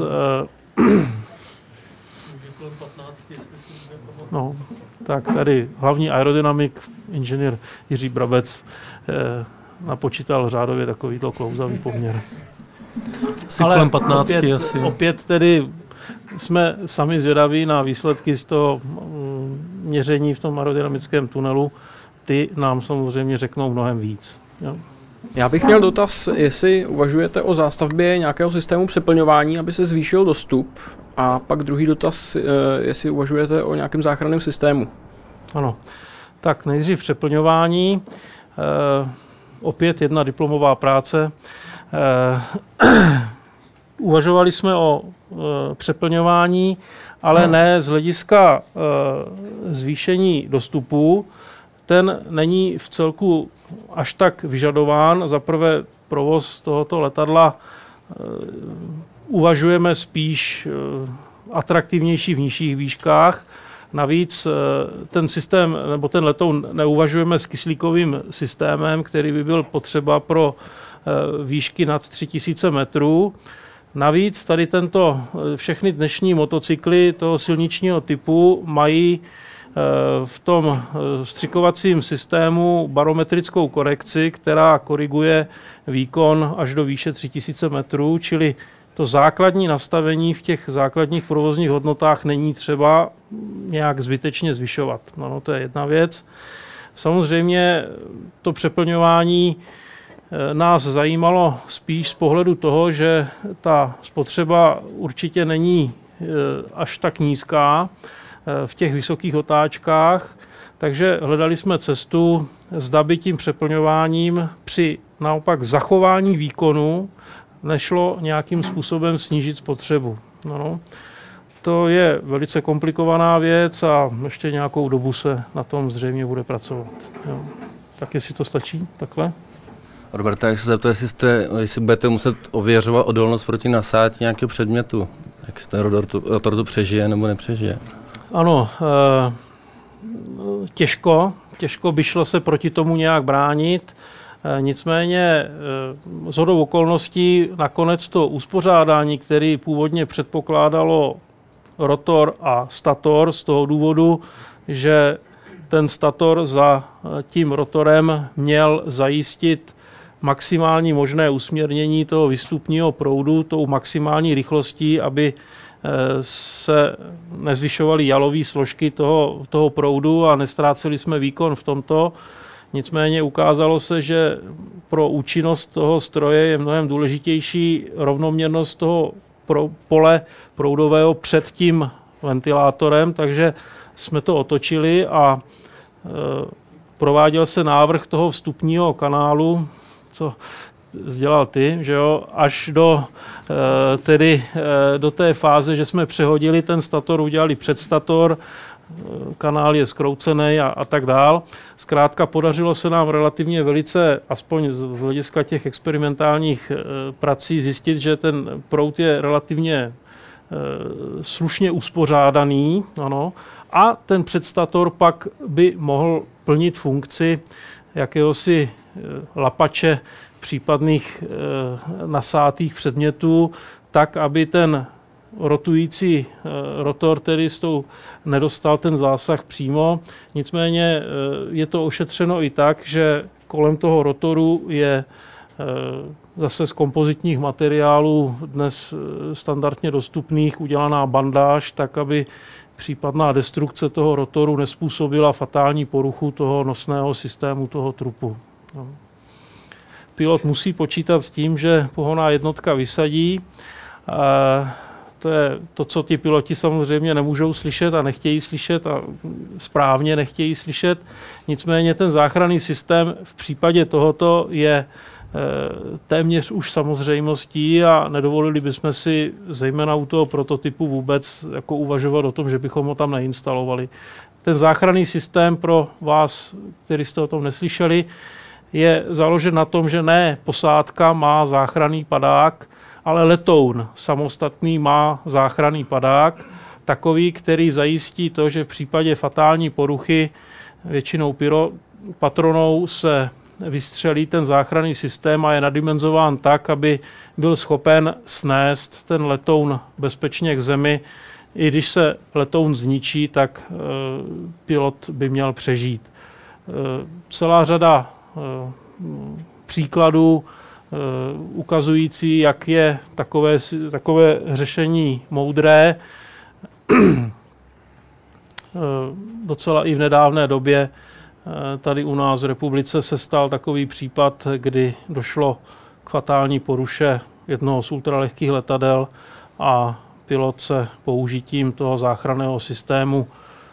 No, tak tady hlavní aerodynamik, inženýr Jiří Brabec, napočítal řádově takovýto klouzavý poměr. Ale 15 opět tedy jsme sami zvědaví na výsledky z toho měření v tom aerodynamickém tunelu. Ty nám samozřejmě řeknou mnohem víc. Jo. Já bych měl dotaz, jestli uvažujete o zástavbě nějakého systému přeplňování, aby se zvýšil dostup, a pak druhý dotaz, jestli uvažujete o nějakém záchranném systému. Ano, tak nejdřív přeplňování, opět jedna diplomová práce. Uvažovali jsme o přeplňování, ale ne z hlediska zvýšení dostupu. Ten není v celku až tak vyžadován. Za prvé provoz tohoto letadla uvažujeme spíš atraktivnější v nižších výškách. Navíc ten systém nebo ten letoun neuvažujeme s kyslíkovým systémem, který by byl potřeba pro výšky nad 3000 metrů. Navíc tady všechny dnešní motocykly toho silničního typu mají v tom vstřikovacím systému barometrickou korekci, která koriguje výkon až do výše 3000 metrů, čili to základní nastavení v těch základních provozních hodnotách není třeba nějak zbytečně zvyšovat. No, to je jedna věc. Samozřejmě to přeplňování nás zajímalo spíš z pohledu toho, že ta spotřeba určitě není až tak nízká v těch vysokých otáčkách, takže hledali jsme cestu, zda by tím přeplňováním při naopak zachování výkonu nešlo nějakým způsobem snížit spotřebu. No. To je velice komplikovaná věc a ještě nějakou dobu se na tom zřejmě bude pracovat. Jo. Tak jestli to stačí takhle? Roberta, jak se zeptat, jestli budete muset ověřovat odolnost proti nasátí nějakého předmětu, jak se ten rotor to přežije nebo nepřežije? Ano, těžko by šlo se proti tomu nějak bránit, nicméně shodou okolností nakonec to uspořádání, který původně předpokládalo rotor a stator z toho důvodu, že ten stator za tím rotorem měl zajistit maximální možné usměrnění toho výstupního proudu tou maximální rychlostí, aby se nezvyšovaly jalové složky toho proudu a nestráceli jsme výkon v tomto. Nicméně ukázalo se, že pro účinnost toho stroje je mnohem důležitější rovnoměrnost toho pole proudového před tím ventilátorem, takže jsme to otočili a prováděl se návrh toho vstupního kanálu, co dělal ty, že jo, až do té fáze, že jsme přehodili ten stator, udělali předstator, kanál je zkroucený a tak dál. Zkrátka podařilo se nám relativně velice, aspoň z hlediska těch experimentálních prací, zjistit, že ten proud je relativně slušně uspořádaný, ano, a ten předstator pak by mohl plnit funkci jakéhosi lapače případných nasátých předmětů, tak, aby ten rotující rotor, který s tou nedostal ten zásah přímo. Nicméně je to ošetřeno i tak, že kolem toho rotoru je zase z kompozitních materiálů dnes standardně dostupných udělaná bandáž, tak, aby případná destrukce toho rotoru nezpůsobila fatální poruchu toho nosného systému toho trupu. No. Pilot musí počítat s tím, že pohonná jednotka vysadí. To je to, co ti piloti samozřejmě nemůžou slyšet a nechtějí slyšet a správně nechtějí slyšet. Nicméně ten záchranný systém v případě tohoto je téměř už samozřejmostí a nedovolili bychom si zejména u toho prototypu vůbec jako uvažovat o tom, že bychom ho tam neinstalovali. Ten záchranný systém pro vás, kteří jste o tom neslyšeli, je založen na tom, že ne posádka má záchranný padák, ale letoun samostatný má záchranný padák, takový, který zajistí to, že v případě fatální poruchy většinou pyropatronou se vystřelí ten záchranný systém a je nadimenzován tak, aby byl schopen snést ten letoun bezpečně k zemi. I když se letoun zničí, tak pilot by měl přežít. Celá řada příkladů ukazující, jak je takové řešení moudré. Docela i v nedávné době tady u nás v republice se stal takový případ, kdy došlo k fatální poruše jednoho z ultralehkých letadel a pilot se použitím toho záchranného systému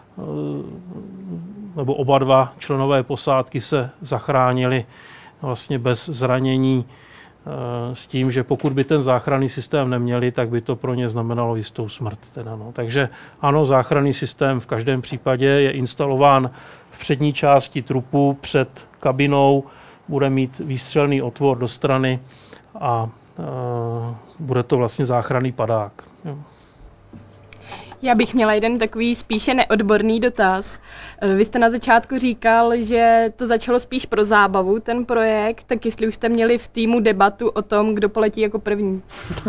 nebo oba dva členové posádky se zachránili vlastně bez zranění s tím, že pokud by ten záchranný systém neměli, tak by to pro ně znamenalo jistou smrt. Takže ano, záchranný systém v každém případě je instalován v přední části trupu před kabinou, bude mít výstřelný otvor do strany a bude to vlastně záchranný padák. Jo. Já bych měla jeden takový spíše neodborný dotaz. Vy jste na začátku říkal, že to začalo spíš pro zábavu, ten projekt, tak jestli už jste měli v týmu debatu o tom, kdo poletí jako první.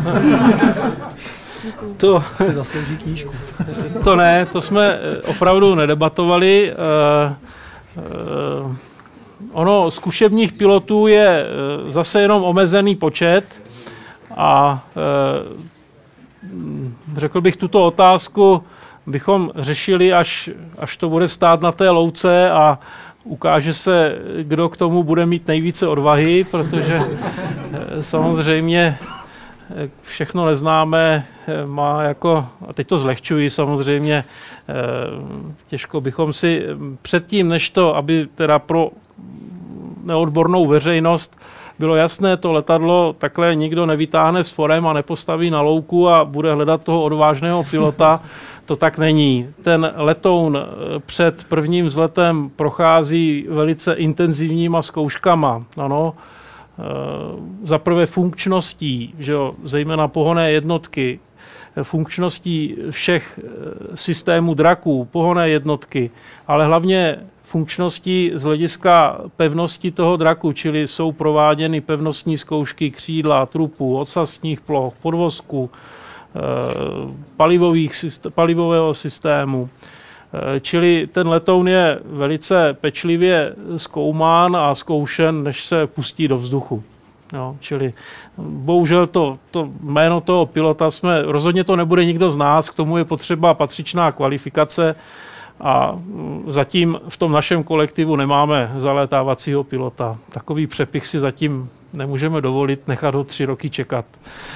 To si zaslouží knížku. To ne, to jsme opravdu nedebatovali. Ono zkušebních pilotů je zase jenom omezený počet a řekl bych, tuto otázku bychom řešili, až to bude stát na té louce a ukáže se, kdo k tomu bude mít nejvíce odvahy, protože samozřejmě všechno neznámé má jako, a teď to zlehčuji samozřejmě, těžko bychom si předtím, než to, aby teda pro neodbornou veřejnost bylo jasné, to letadlo takhle nikdo nevytáhne s forem a nepostaví na louku a bude hledat toho odvážného pilota. To tak není. Ten letoun před prvním vzletem prochází velice intenzivníma zkouškama. Ano. Za prvé funkčností, že jo, zejména pohonné jednotky, funkčností všech systémů draků, pohonné jednotky, ale hlavně funkčností z hlediska pevnosti toho draku, čili jsou prováděny pevnostní zkoušky křídla, trupu, ocasních ploch, podvozku, palivového systému. Čili ten letoun je velice pečlivě zkoumán a zkoušen, než se pustí do vzduchu. Jo, čili bohužel to jméno toho pilota rozhodně to nebude nikdo z nás, k tomu je potřeba patřičná kvalifikace a zatím v tom našem kolektivu nemáme zalétávacího pilota. Takový přepich si zatím nemůžeme dovolit, nechat ho 3 roky čekat.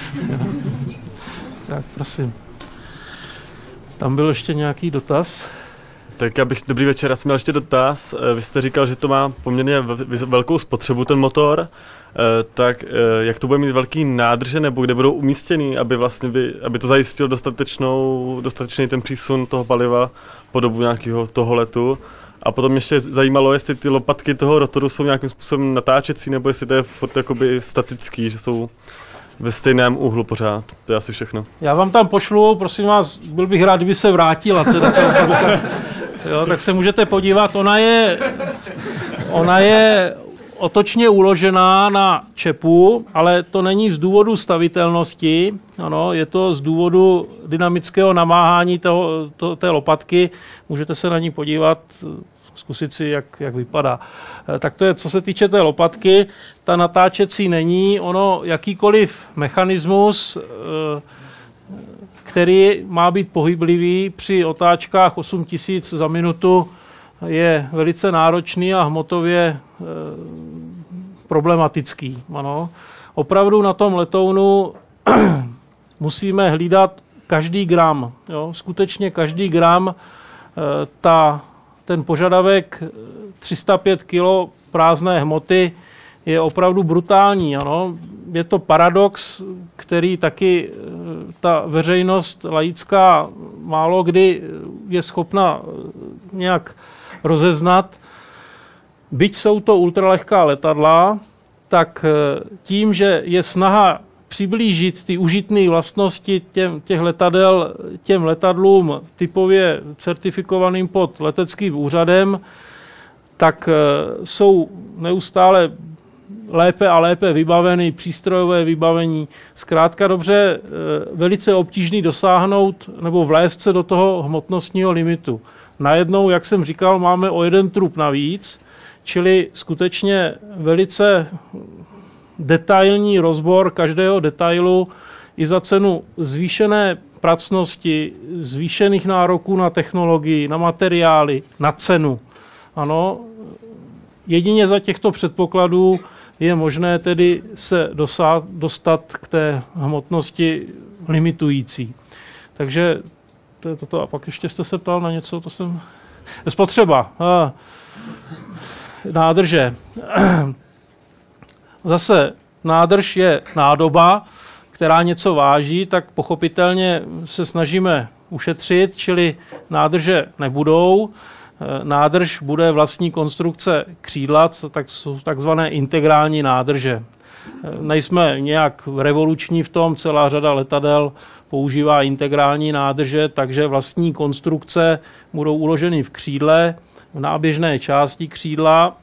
Tak prosím. Tam byl ještě nějaký dotaz? Tak dobrý večer, já jsem měl ještě dotaz. Vy jste říkal, že to má poměrně velkou spotřebu ten motor, tak jak to bude mít velký nádrže, nebo kde budou umístěný, aby to zajistilo dostatečný ten přísun toho paliva po dobu nějakého toho letu. A potom ještě zajímalo, jestli ty lopatky toho rotoru jsou nějakým způsobem natáčecí, nebo jestli to je furt jakoby statický, že jsou ve stejném úhlu pořád. To je asi všechno. Já vám tam pošlu, prosím vás, byl bych rád, kdyby se vrátila. Jo, tak se můžete podívat, ona je otočně uložená na čepu, ale to není z důvodu stavitelnosti, ano, je to z důvodu dynamického namáhání té lopatky. Můžete se na ní podívat, zkusit si, jak vypadá. Tak to je, co se týče té lopatky, ta natáčecí není, ono jakýkoliv mechanismus, který má být pohyblivý při otáčkách 8000 za minutu, je velice náročný a hmotově problematický. Ano. Opravdu na tom letounu musíme hlídat každý gram. Jo. Skutečně každý gram, ten požadavek 305 kg prázdné hmoty je opravdu brutální. Ano. Je to paradox, který taky ta veřejnost laická málo kdy je schopna nějak rozeznat. Byť jsou to ultralehká letadla, tak tím, že je snaha přiblížit ty užitné vlastnosti těch letadel těm letadlům typově certifikovaným pod leteckým úřadem, tak jsou neustále lépe a lépe vybavený, přístrojové vybavení. Zkrátka dobře, velice obtížný dosáhnout nebo vlézt se do toho hmotnostního limitu. Najednou, jak jsem říkal, máme o jeden trup navíc, čili skutečně velice detailní rozbor každého detailu i za cenu zvýšené pracnosti, zvýšených nároků na technologii, na materiály, na cenu. Ano, jedině za těchto předpokladů je možné tedy se dostat k té hmotnosti limitující. Takže to je toto. A pak ještě jste se ptal na něco, to jsem... Spotřeba. Nádrže. Zase nádrž je nádoba, která něco váží, tak pochopitelně se snažíme ušetřit, čili nádrže nebudou. Nádrž bude vlastní konstrukce křídla, tak jsou takzvané integrální nádrže. Nejsme nějak revoluční v tom, celá řada letadel používá integrální nádrže, takže vlastní konstrukce budou uloženy v křídle, v náběžné části křídla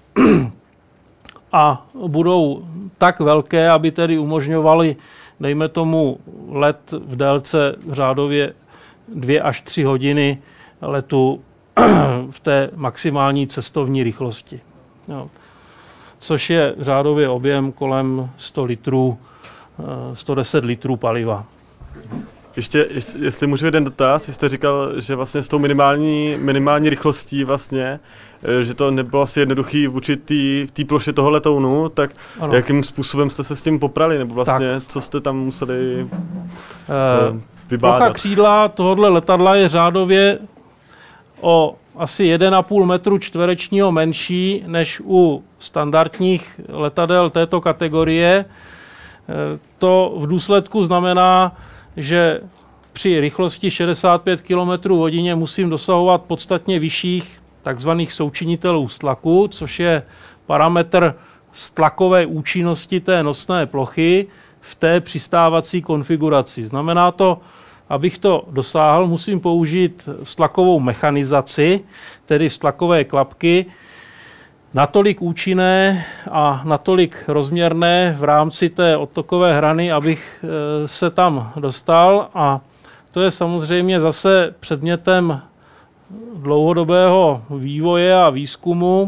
a budou tak velké, aby tedy umožňovaly, dejme tomu, let v délce řádově 2 až 3 hodiny letu v té maximální cestovní rychlosti. Jo. Což je řádově objem kolem 100 litrů, 110 litrů paliva. Ještě, jestli můžu jeden dotaz, jste říkal, že vlastně s tou minimální rychlostí vlastně, že to nebylo asi jednoduchý vůči té ploše toho letounu, tak ano. Jakým způsobem jste se s tím poprali, nebo vlastně tak. Co jste tam museli vybádat? Plocha křídla tohohle letadla je řádově o asi 1,5 metru čtverečního menší než u standardních letadel této kategorie. To v důsledku znamená, že při rychlosti 65 km/h musím dosahovat podstatně vyšších takzvaných součinitelů stlaku, což je parametr stlakové účinnosti té nosné plochy v té přistávací konfiguraci. Znamená to, abych to dosáhl, musím použít stlakovou mechanizaci, tedy stlakové klapky, natolik účinné a natolik rozměrné v rámci té odtokové hrany, abych se tam dostal. A to je samozřejmě zase předmětem dlouhodobého vývoje a výzkumu,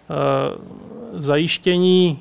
zajištění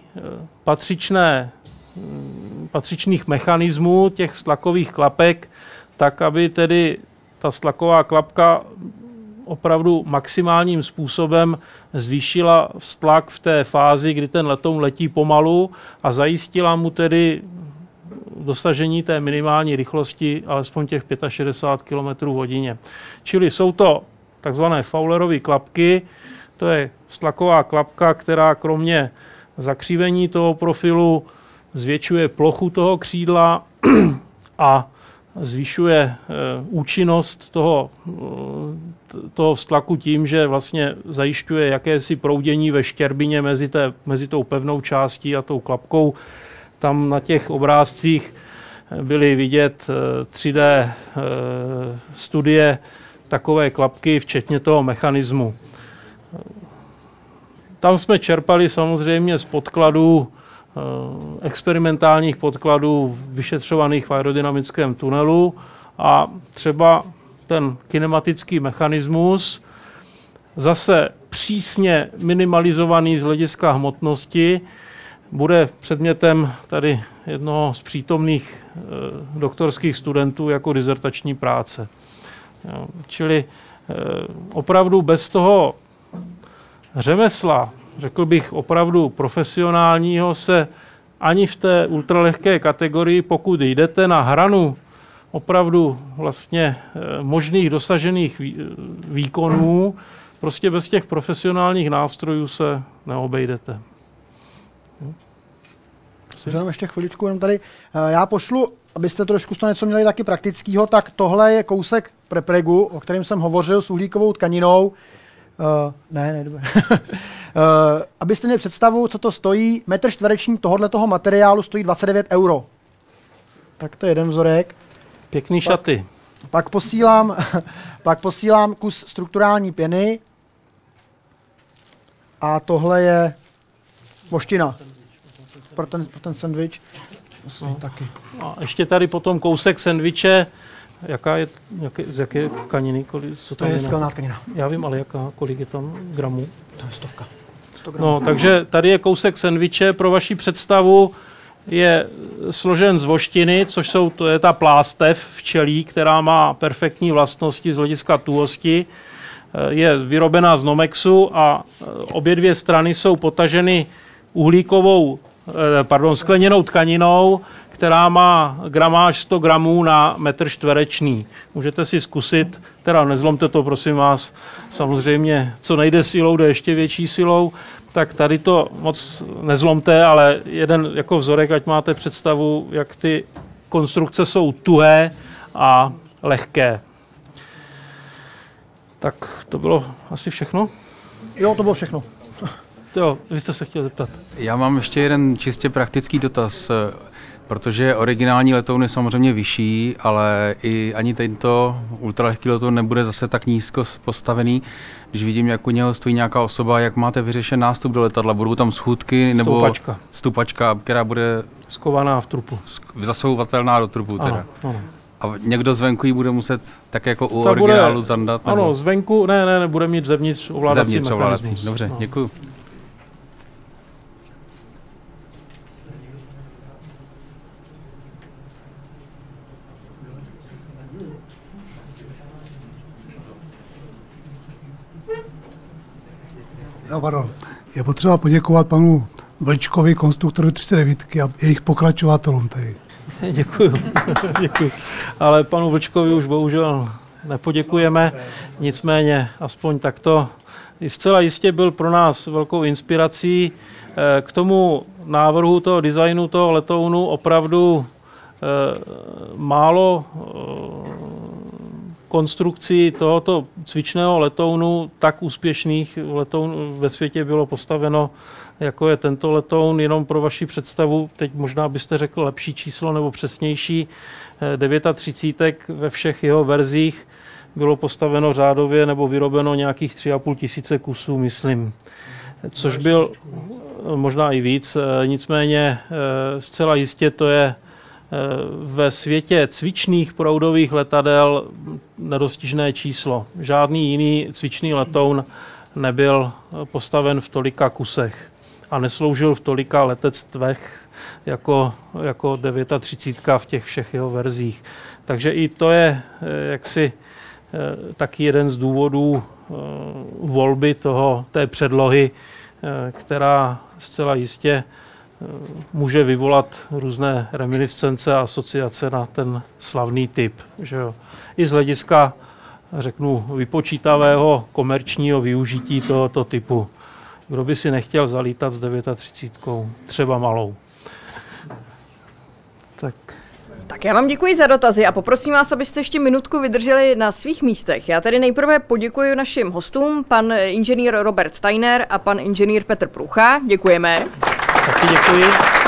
patřičných mechanismů těch stlakových klapek, tak aby tedy ta stlaková klapka opravdu maximálním způsobem zvýšila vztlak v té fázi, kdy ten letoun letí pomalu a zajistila mu tedy dosažení té minimální rychlosti alespoň těch 65 km/h. Čili jsou to takzvané Fowlerovy klapky, to je stlaková klapka, která kromě zakřivení toho profilu zvětšuje plochu toho křídla a zvyšuje účinnost toho vztlaku tím, že vlastně zajišťuje jakési proudění ve štěrbině mezi tou pevnou částí a tou klapkou. Tam na těch obrázcích byly vidět 3D studie takové klapky, včetně toho mechanismu. Tam jsme čerpali samozřejmě z podkladů, experimentálních podkladů vyšetřovaných v aerodynamickém tunelu a třeba ten kinematický mechanismus, zase přísně minimalizovaný z hlediska hmotnosti, bude předmětem tady jednoho z přítomných doktorských studentů jako dizertační práce. Čili opravdu bez toho řemesla, řekl bych opravdu profesionálního, se ani v té ultralehké kategorii, pokud jdete na hranu opravdu vlastně možných dosažených výkonů, prostě bez těch profesionálních nástrojů se neobejdete. Jenom ještě chviličku, jenom tady. Já pošlu, abyste trošku z toho něco měli taky praktického, tak tohle je kousek prepregu, o kterém jsem hovořil, s uhlíkovou tkaninou. Abyste měli představu, co to stojí, metr čtvereční tohoto materiálu stojí 29 €. Tak to je jeden vzorek. Pěkný šaty. Pak posílám kus strukturální pěny. A tohle je voština pro ten sendvič. Taky. A ještě tady potom kousek sendviče. Z jaké tkaniny? To je sklená tkanina. Já vím, ale kolik je tam gramů? To je 100. No, takže tady je kousek sendviče. Pro vaši představu je složen z voštiny, to je ta plástev včelí, která má perfektní vlastnosti z hlediska tuhosti. Je vyrobená z Nomexu a obě dvě strany jsou potaženy skleněnou tkaninou, která má gramáž 100 gramů na metr čtvereční. Můžete si zkusit, teda nezlomte to, prosím vás, samozřejmě, co nejde silou, jde ještě větší silou, tak tady to moc nezlomte, ale jeden jako vzorek, ať máte představu, jak ty konstrukce jsou tuhé a lehké. Tak to bylo asi všechno? Jo, to bylo všechno. Jo, vy jste se chtěl zeptat. Já mám ještě jeden čistě praktický dotaz, protože originální letoun je samozřejmě vyšší, ale ani tento ultralehký letoun nebude zase tak nízko postavený. Když vidím, jak u něho stojí nějaká osoba, jak máte vyřešen nástup do letadla, budou tam schůdky nebo stupačka, která bude skovaná v trupu. Zasouvatelná do trupu teda. Ano. A někdo zvenku ji bude muset tak jako u originálu zandat? Ano, nebo? Zvenku, ne, bude mít zevnitř ovládací mechanismus. Dobře, děkuju. Je potřeba poděkovat panu Vlčkovi, konstruktorovi 39 a jejich pokračovatelům tady. Děkuju. Ale panu Vlčkovi už bohužel nepoděkujeme, nicméně aspoň takto zcela jistě byl pro nás velkou inspirací k tomu návrhu toho designu toho letounu. Opravdu málo konstrukcí tohoto cvičného letounu tak úspěšných ve světě bylo postaveno, jako je tento letoun. Jenom pro vaši představu, teď možná byste řekl lepší číslo nebo přesnější, 39 ve všech jeho verzích bylo postaveno řádově nebo vyrobeno nějakých 3,5 tisíce kusů, myslím. Což byl možná i víc, nicméně zcela jistě to je ve světě cvičných proudových letadel nedostižné číslo. Žádný jiný cvičný letoun nebyl postaven v tolika kusech a nesloužil v tolika letectvech jako 39 v těch všech jeho verzích. Takže i to je jaksi taky jeden z důvodů volby té předlohy, která zcela jistě může vyvolat různé reminiscence a asociace na ten slavný typ. Že jo. I z hlediska, řeknu, vypočítavého komerčního využití tohoto typu. Kdo by si nechtěl zalítat s 39, třeba malou. Tak já vám děkuji za dotazy a poprosím vás, abyste ještě minutku vydrželi na svých místech. Já tady nejprve poděkuji našim hostům, pan inženýr Robert Tajner a pan inženýr Petr Průcha. Děkujeme. Taky děkuji.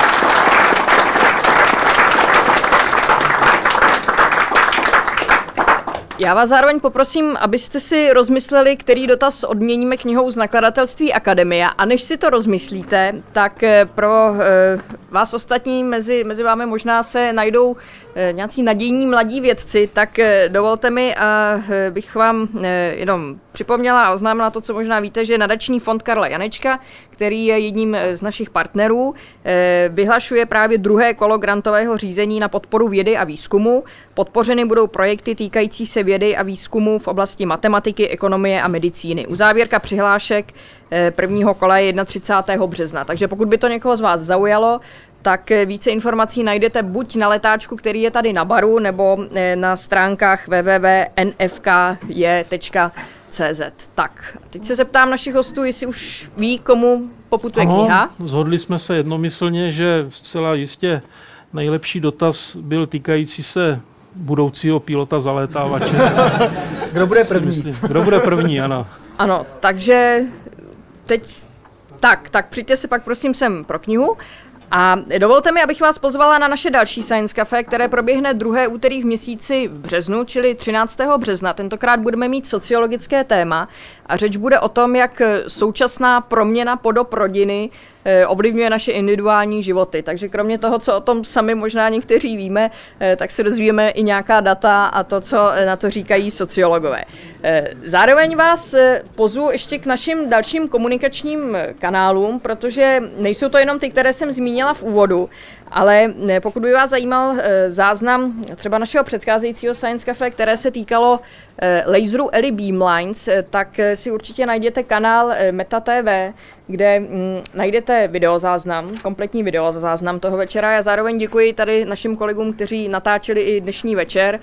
Já vás zároveň poprosím, abyste si rozmysleli, který dotaz odměníme knihou z nakladatelství Akademia. A než si to rozmyslíte, tak pro vás ostatní mezi vámi možná se najdou nějací nadějní mladí vědci, tak dovolte mi, bych vám jenom připomněla a oznámila to, co možná víte, že nadační fond Karla Janečka, který je jedním z našich partnerů, vyhlašuje právě druhé kolo grantového řízení na podporu vědy a výzkumu. Podpořeny budou projekty týkající se vědy a výzkumu v oblasti matematiky, ekonomie a medicíny. Uzávěrka přihlášek prvního kola je 31. března. Takže pokud by to někoho z vás zaujalo, tak více informací najdete buď na letáčku, který je tady na baru, nebo na stránkách www.nfkj.cz. Tak, teď se zeptám našich hostů, jestli už ví, komu poputuje kniha. Zhodli jsme se jednomyslně, že zcela jistě nejlepší dotaz byl týkající se budoucího pilota zalétávače. Kdo bude první? Kdo bude první, ano. Ano, takže teď tak přijďte se pak prosím sem pro knihu. A dovolte mi, abych vás pozvala na naše další Science Café, které proběhne druhé úterý v měsíci v březnu, čili 13. března. Tentokrát budeme mít sociologické téma a řeč bude o tom, jak současná proměna podob rodiny ovlivňuje naše individuální životy. Takže kromě toho, co o tom sami možná někteří víme, tak se dozvíme i nějaká data a to, co na to říkají sociologové. Zároveň vás pozvu ještě k našim dalším komunikačním kanálům, protože nejsou to jenom ty, které jsem zmínila v úvodu, ale pokud by vás zajímal záznam třeba našeho předcházejícího Science Café, které se týkalo laseru Eli Beamlines, tak si určitě najděte kanál Meta TV, kde najdete videozáznam, kompletní videozáznam toho večera. Já zároveň děkuji tady našim kolegům, kteří natáčeli i dnešní večer.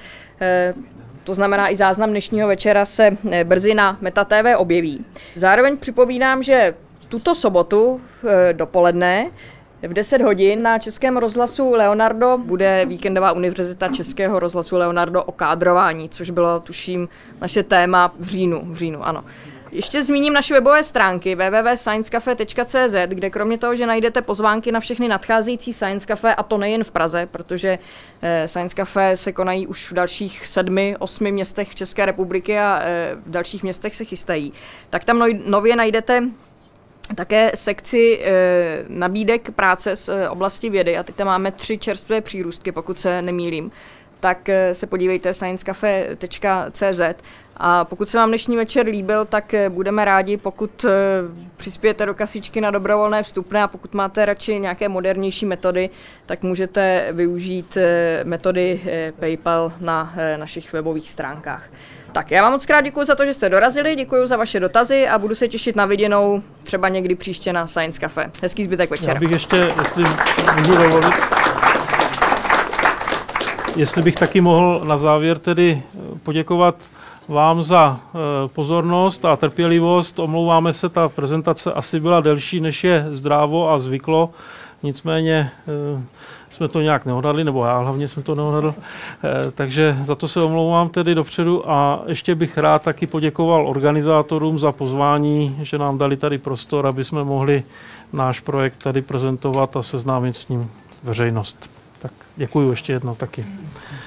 To znamená, i záznam dnešního večera se brzy na Meta TV objeví. Zároveň připomínám, že tuto sobotu dopoledne v 10 hodin na Českém rozhlasu Leonardo bude víkendová univerzita Českého rozhlasu Leonardo o kádrování, což bylo, tuším, naše téma v říjnu, ano. Ještě zmíním naše webové stránky www.sciencecafe.cz, kde kromě toho, že najdete pozvánky na všechny nadcházející Science Café, a to nejen v Praze, protože Science Café se konají už v dalších 7-8 městech České republiky a v dalších městech se chystají, tak tam nově najdete také sekci nabídek práce z oblasti vědy a teď tam máme 3 čerstvé přírůstky, pokud se nemýlím. Tak se podívejte sciencecafe.cz a pokud se vám dnešní večer líbil, tak budeme rádi, pokud přispějete do kasičky na dobrovolné vstupné a pokud máte radši nějaké modernější metody, tak můžete využít metody PayPal na našich webových stránkách. Tak já vám moc krát děkuji za to, že jste dorazili, děkuji za vaše dotazy a budu se těšit na viděnou třeba někdy příště na Science Café. Hezký zbytek večera. Já bych ještě, jestli můžu dovolit, jestli bych taky mohl na závěr tedy poděkovat vám za pozornost a trpělivost. Omlouváme se, ta prezentace asi byla delší, než je zdrávo a zvyklo. Nicméně jsme to nějak neodhadli, nebo já hlavně jsem to neodhadl, takže za to se omlouvám tedy dopředu a ještě bych rád taky poděkoval organizátorům za pozvání, že nám dali tady prostor, aby jsme mohli náš projekt tady prezentovat a seznámit s ním veřejnost. Tak děkuji ještě jednou taky.